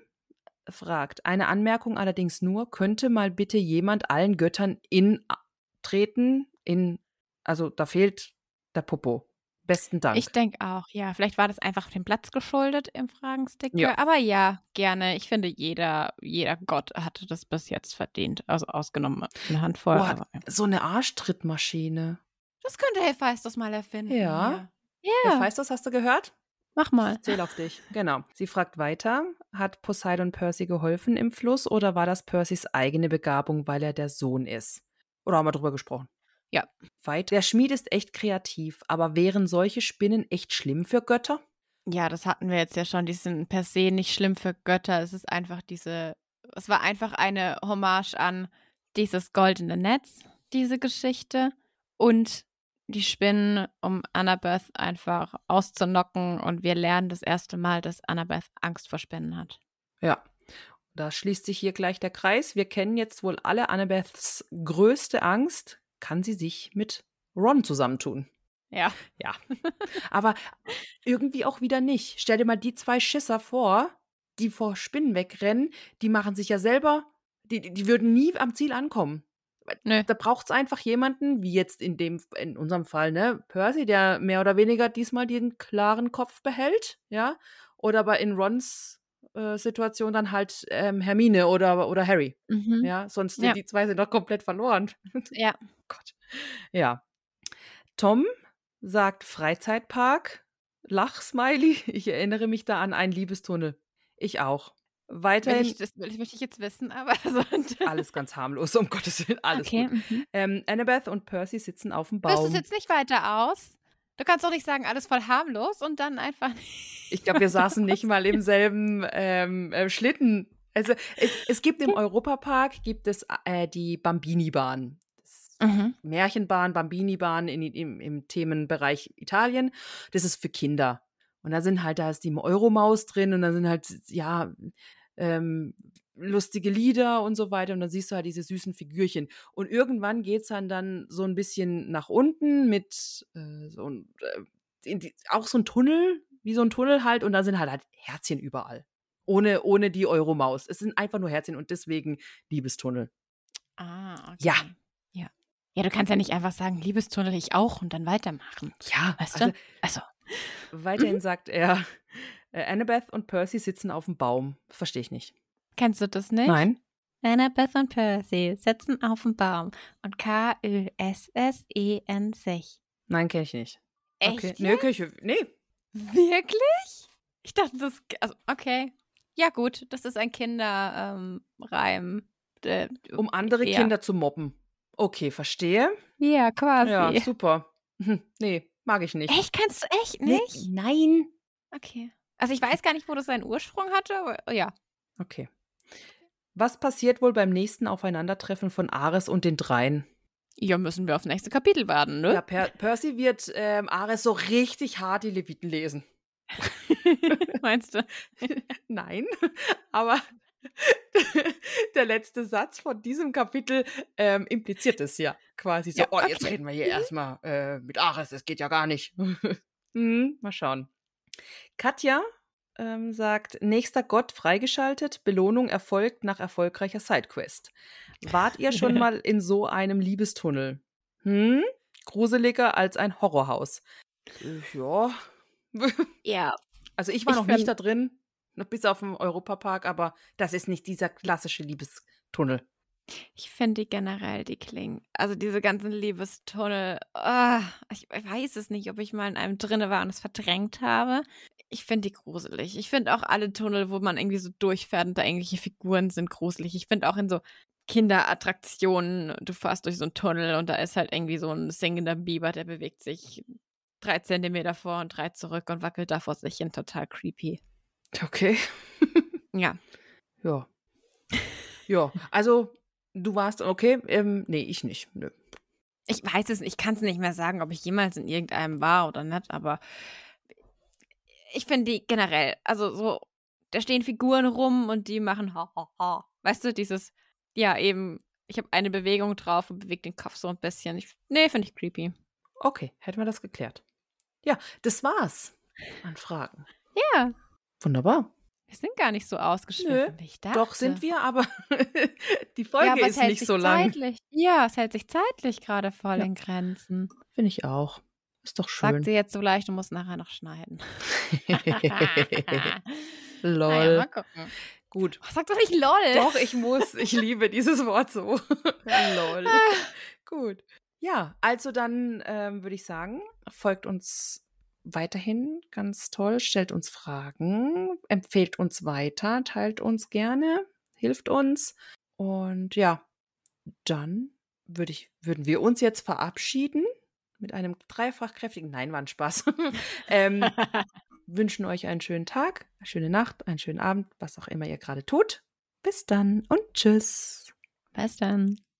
fragt, eine Anmerkung allerdings nur, könnte mal bitte jemand allen Göttern in treten, in, also da fehlt der Popo. Besten Dank. Ich denke auch, ja. Vielleicht war das einfach dem Platz geschuldet im Fragensticker. Ja. Aber ja, gerne. Ich finde, jeder, jeder Gott hatte das bis jetzt verdient. Also ausgenommen eine Handvoll. Boah, aber, ja. so eine Arschtrittmaschine. Das könnte Hephaistos mal erfinden. Ja. Ja, Ja. ja. Weißt du, hast du gehört? Mach mal. Ich zähle auf dich. Genau. Sie fragt weiter, hat Poseidon Percy geholfen im Fluss oder war das Percys eigene Begabung, weil er der Sohn ist? Oder haben wir drüber gesprochen? Ja. Weiter. Der Schmied ist echt kreativ, aber wären solche Spinnen echt schlimm für Götter? Ja, das hatten wir jetzt ja schon. Die sind per se nicht schlimm für Götter. Es ist einfach diese, es war einfach eine Hommage an dieses goldene Netz, diese Geschichte. Und die Spinnen, um Annabeth einfach auszunocken. Und wir lernen das erste Mal, dass Annabeth Angst vor Spinnen hat. Ja. Da schließt sich hier gleich der Kreis. Wir kennen jetzt wohl alle Annabeths größte Angst. Kann sie sich mit Ron zusammentun? Ja. Ja. Aber irgendwie auch wieder nicht. Stell dir mal die zwei Schisser vor, die vor Spinnen wegrennen. Die machen sich ja selber, die, die würden nie am Ziel ankommen. Nö. Da braucht es einfach jemanden, wie jetzt in dem, in unserem Fall, ne, Percy, der mehr oder weniger diesmal den klaren Kopf behält, ja. Oder aber in Rons äh, Situation dann halt ähm, Hermine oder, oder Harry. Mhm. Ja, sonst Ja. die zwei sind doch komplett verloren. Ja. Gott. Ja. Tom sagt Freizeitpark, Lach-Smiley. Ich erinnere mich da an einen Liebestunnel. Ich auch. Will Weiterhin ich, das, das möchte ich jetzt wissen, aber so. alles ganz harmlos, um Gottes Willen, alles Okay. gut. Mhm. Ähm, Annabeth und Percy sitzen auf dem Führst du Baum. es jetzt nicht weiter aus? Du kannst doch nicht sagen, alles voll harmlos und dann einfach. Ich glaube, wir saßen nicht mal im selben ähm, äh, Schlitten. Also es, es gibt im Europapark gibt es äh, die Bambini-Bahn. Das Mhm. Märchenbahn, Bambini-Bahn in, im, im Themenbereich Italien. Das ist für Kinder. Und da sind halt, da ist die Euromaus drin und da sind halt, ja, ähm, lustige Lieder und so weiter. Und dann siehst du halt diese süßen Figürchen. Und irgendwann geht es dann, dann so ein bisschen nach unten mit äh, so ein, äh, in die, auch so ein Tunnel, wie so ein Tunnel halt und da sind halt, halt Herzchen überall. Ohne, ohne die Euromaus. Es sind einfach nur Herzchen und deswegen Liebestunnel. Ah, okay. Ja. Ja. Ja, du kannst ja nicht einfach sagen, Liebestunnel, ich auch und dann weitermachen. Ja, Weißt also, du? Also, weiterhin sagt er, äh, Annabeth und Percy sitzen auf dem Baum. Verstehe ich nicht. kennst du das nicht? Nein. Annabeth und Percy sitzen auf dem Baum und K Ö S S E N sich. Nein, kenne ich nicht. Echt? Okay. Nee, kenn ich, nee. Wirklich? Ich dachte, das. Also, okay. Ja, gut, das ist ein Kinderreim. Ähm, äh, Um andere ja. Kinder zu mobben. Okay, verstehe. Ja, quasi. Ja, super. Hm, nee, mag ich nicht. Echt? Kannst du echt Nee, nicht? nein. Okay. Also, ich weiß gar nicht, wo das seinen Ursprung hatte, aber ja. Okay. Was passiert wohl beim nächsten Aufeinandertreffen von Ares und den Dreien? Ja, müssen wir aufs nächste Kapitel warten, ne? Ja, per Percy wird ähm, Ares so richtig hart die Leviten lesen. Meinst du? Nein, aber der letzte Satz von diesem Kapitel ähm, impliziert es ja quasi so. Ja, Oh, jetzt okay. reden wir hier erstmal äh, mit Ares, das geht ja gar nicht. hm, mal schauen. Katja ähm, sagt, nächster Gott freigeschaltet, Belohnung erfolgt nach erfolgreicher Sidequest. Wart ihr schon mal in so einem Liebestunnel? Hm? Gruseliger als ein Horrorhaus. Äh, ja. Ja. Also ich war Ich noch nicht find- da drin, noch bis auf den Europapark, aber das ist nicht dieser klassische Liebestunnel. Ich finde die generell, die klingen. Also diese ganzen Liebestunnel. ah, ich weiß es nicht, ob ich mal in einem drinne war und es verdrängt habe. Ich finde die gruselig. Ich finde auch alle Tunnel, wo man irgendwie so durchfährt und da irgendwelche Figuren sind, gruselig. Ich finde auch in so Kinderattraktionen, du fährst durch so einen Tunnel und da ist halt irgendwie so ein singender Biber, der bewegt sich drei Zentimeter vor und drei zurück und wackelt da vor sich hin. Total creepy. Okay. Ja. Ja. Ja, also du warst, okay, ähm, nee, ich nicht. Nö. Ich weiß es nicht, ich kann es nicht mehr sagen, ob ich jemals in irgendeinem war oder nicht, aber ich finde die generell, also so, da stehen Figuren rum und die machen ha, ha, ha. Weißt du, dieses, ja eben, ich habe eine Bewegung drauf und bewege den Kopf so ein bisschen. Ich, nee, finde ich creepy. Okay, hätten wir das geklärt. Ja, das war's an Fragen. Ja, Wunderbar. wir sind gar nicht so ausgeschliffen, wie ich dachte. Doch sind wir, aber die ja, Folge aber es ist hält nicht sich so lang. zeitlich, ja, es hält sich zeitlich gerade voll Ja. in Grenzen. Finde ich auch. Ist doch schön. Sagt sie jetzt so leicht, du musst nachher noch schneiden. Lol. Naja, mal gucken. Gut. Oh, sag doch nicht lol. Doch, ich muss. Ich liebe dieses Wort so. Lol. Gut. Ja, also dann ähm, würde ich sagen, folgt uns weiterhin ganz toll, stellt uns Fragen, empfehlt uns weiter, teilt uns gerne, hilft uns. Und ja, dann würde ich, würden wir uns jetzt verabschieden mit einem dreifach kräftigen, nein, war ein Spaß. ähm, wünschen euch einen schönen Tag, eine schöne Nacht, einen schönen Abend, was auch immer ihr gerade tut. Bis dann und tschüss. Bis dann.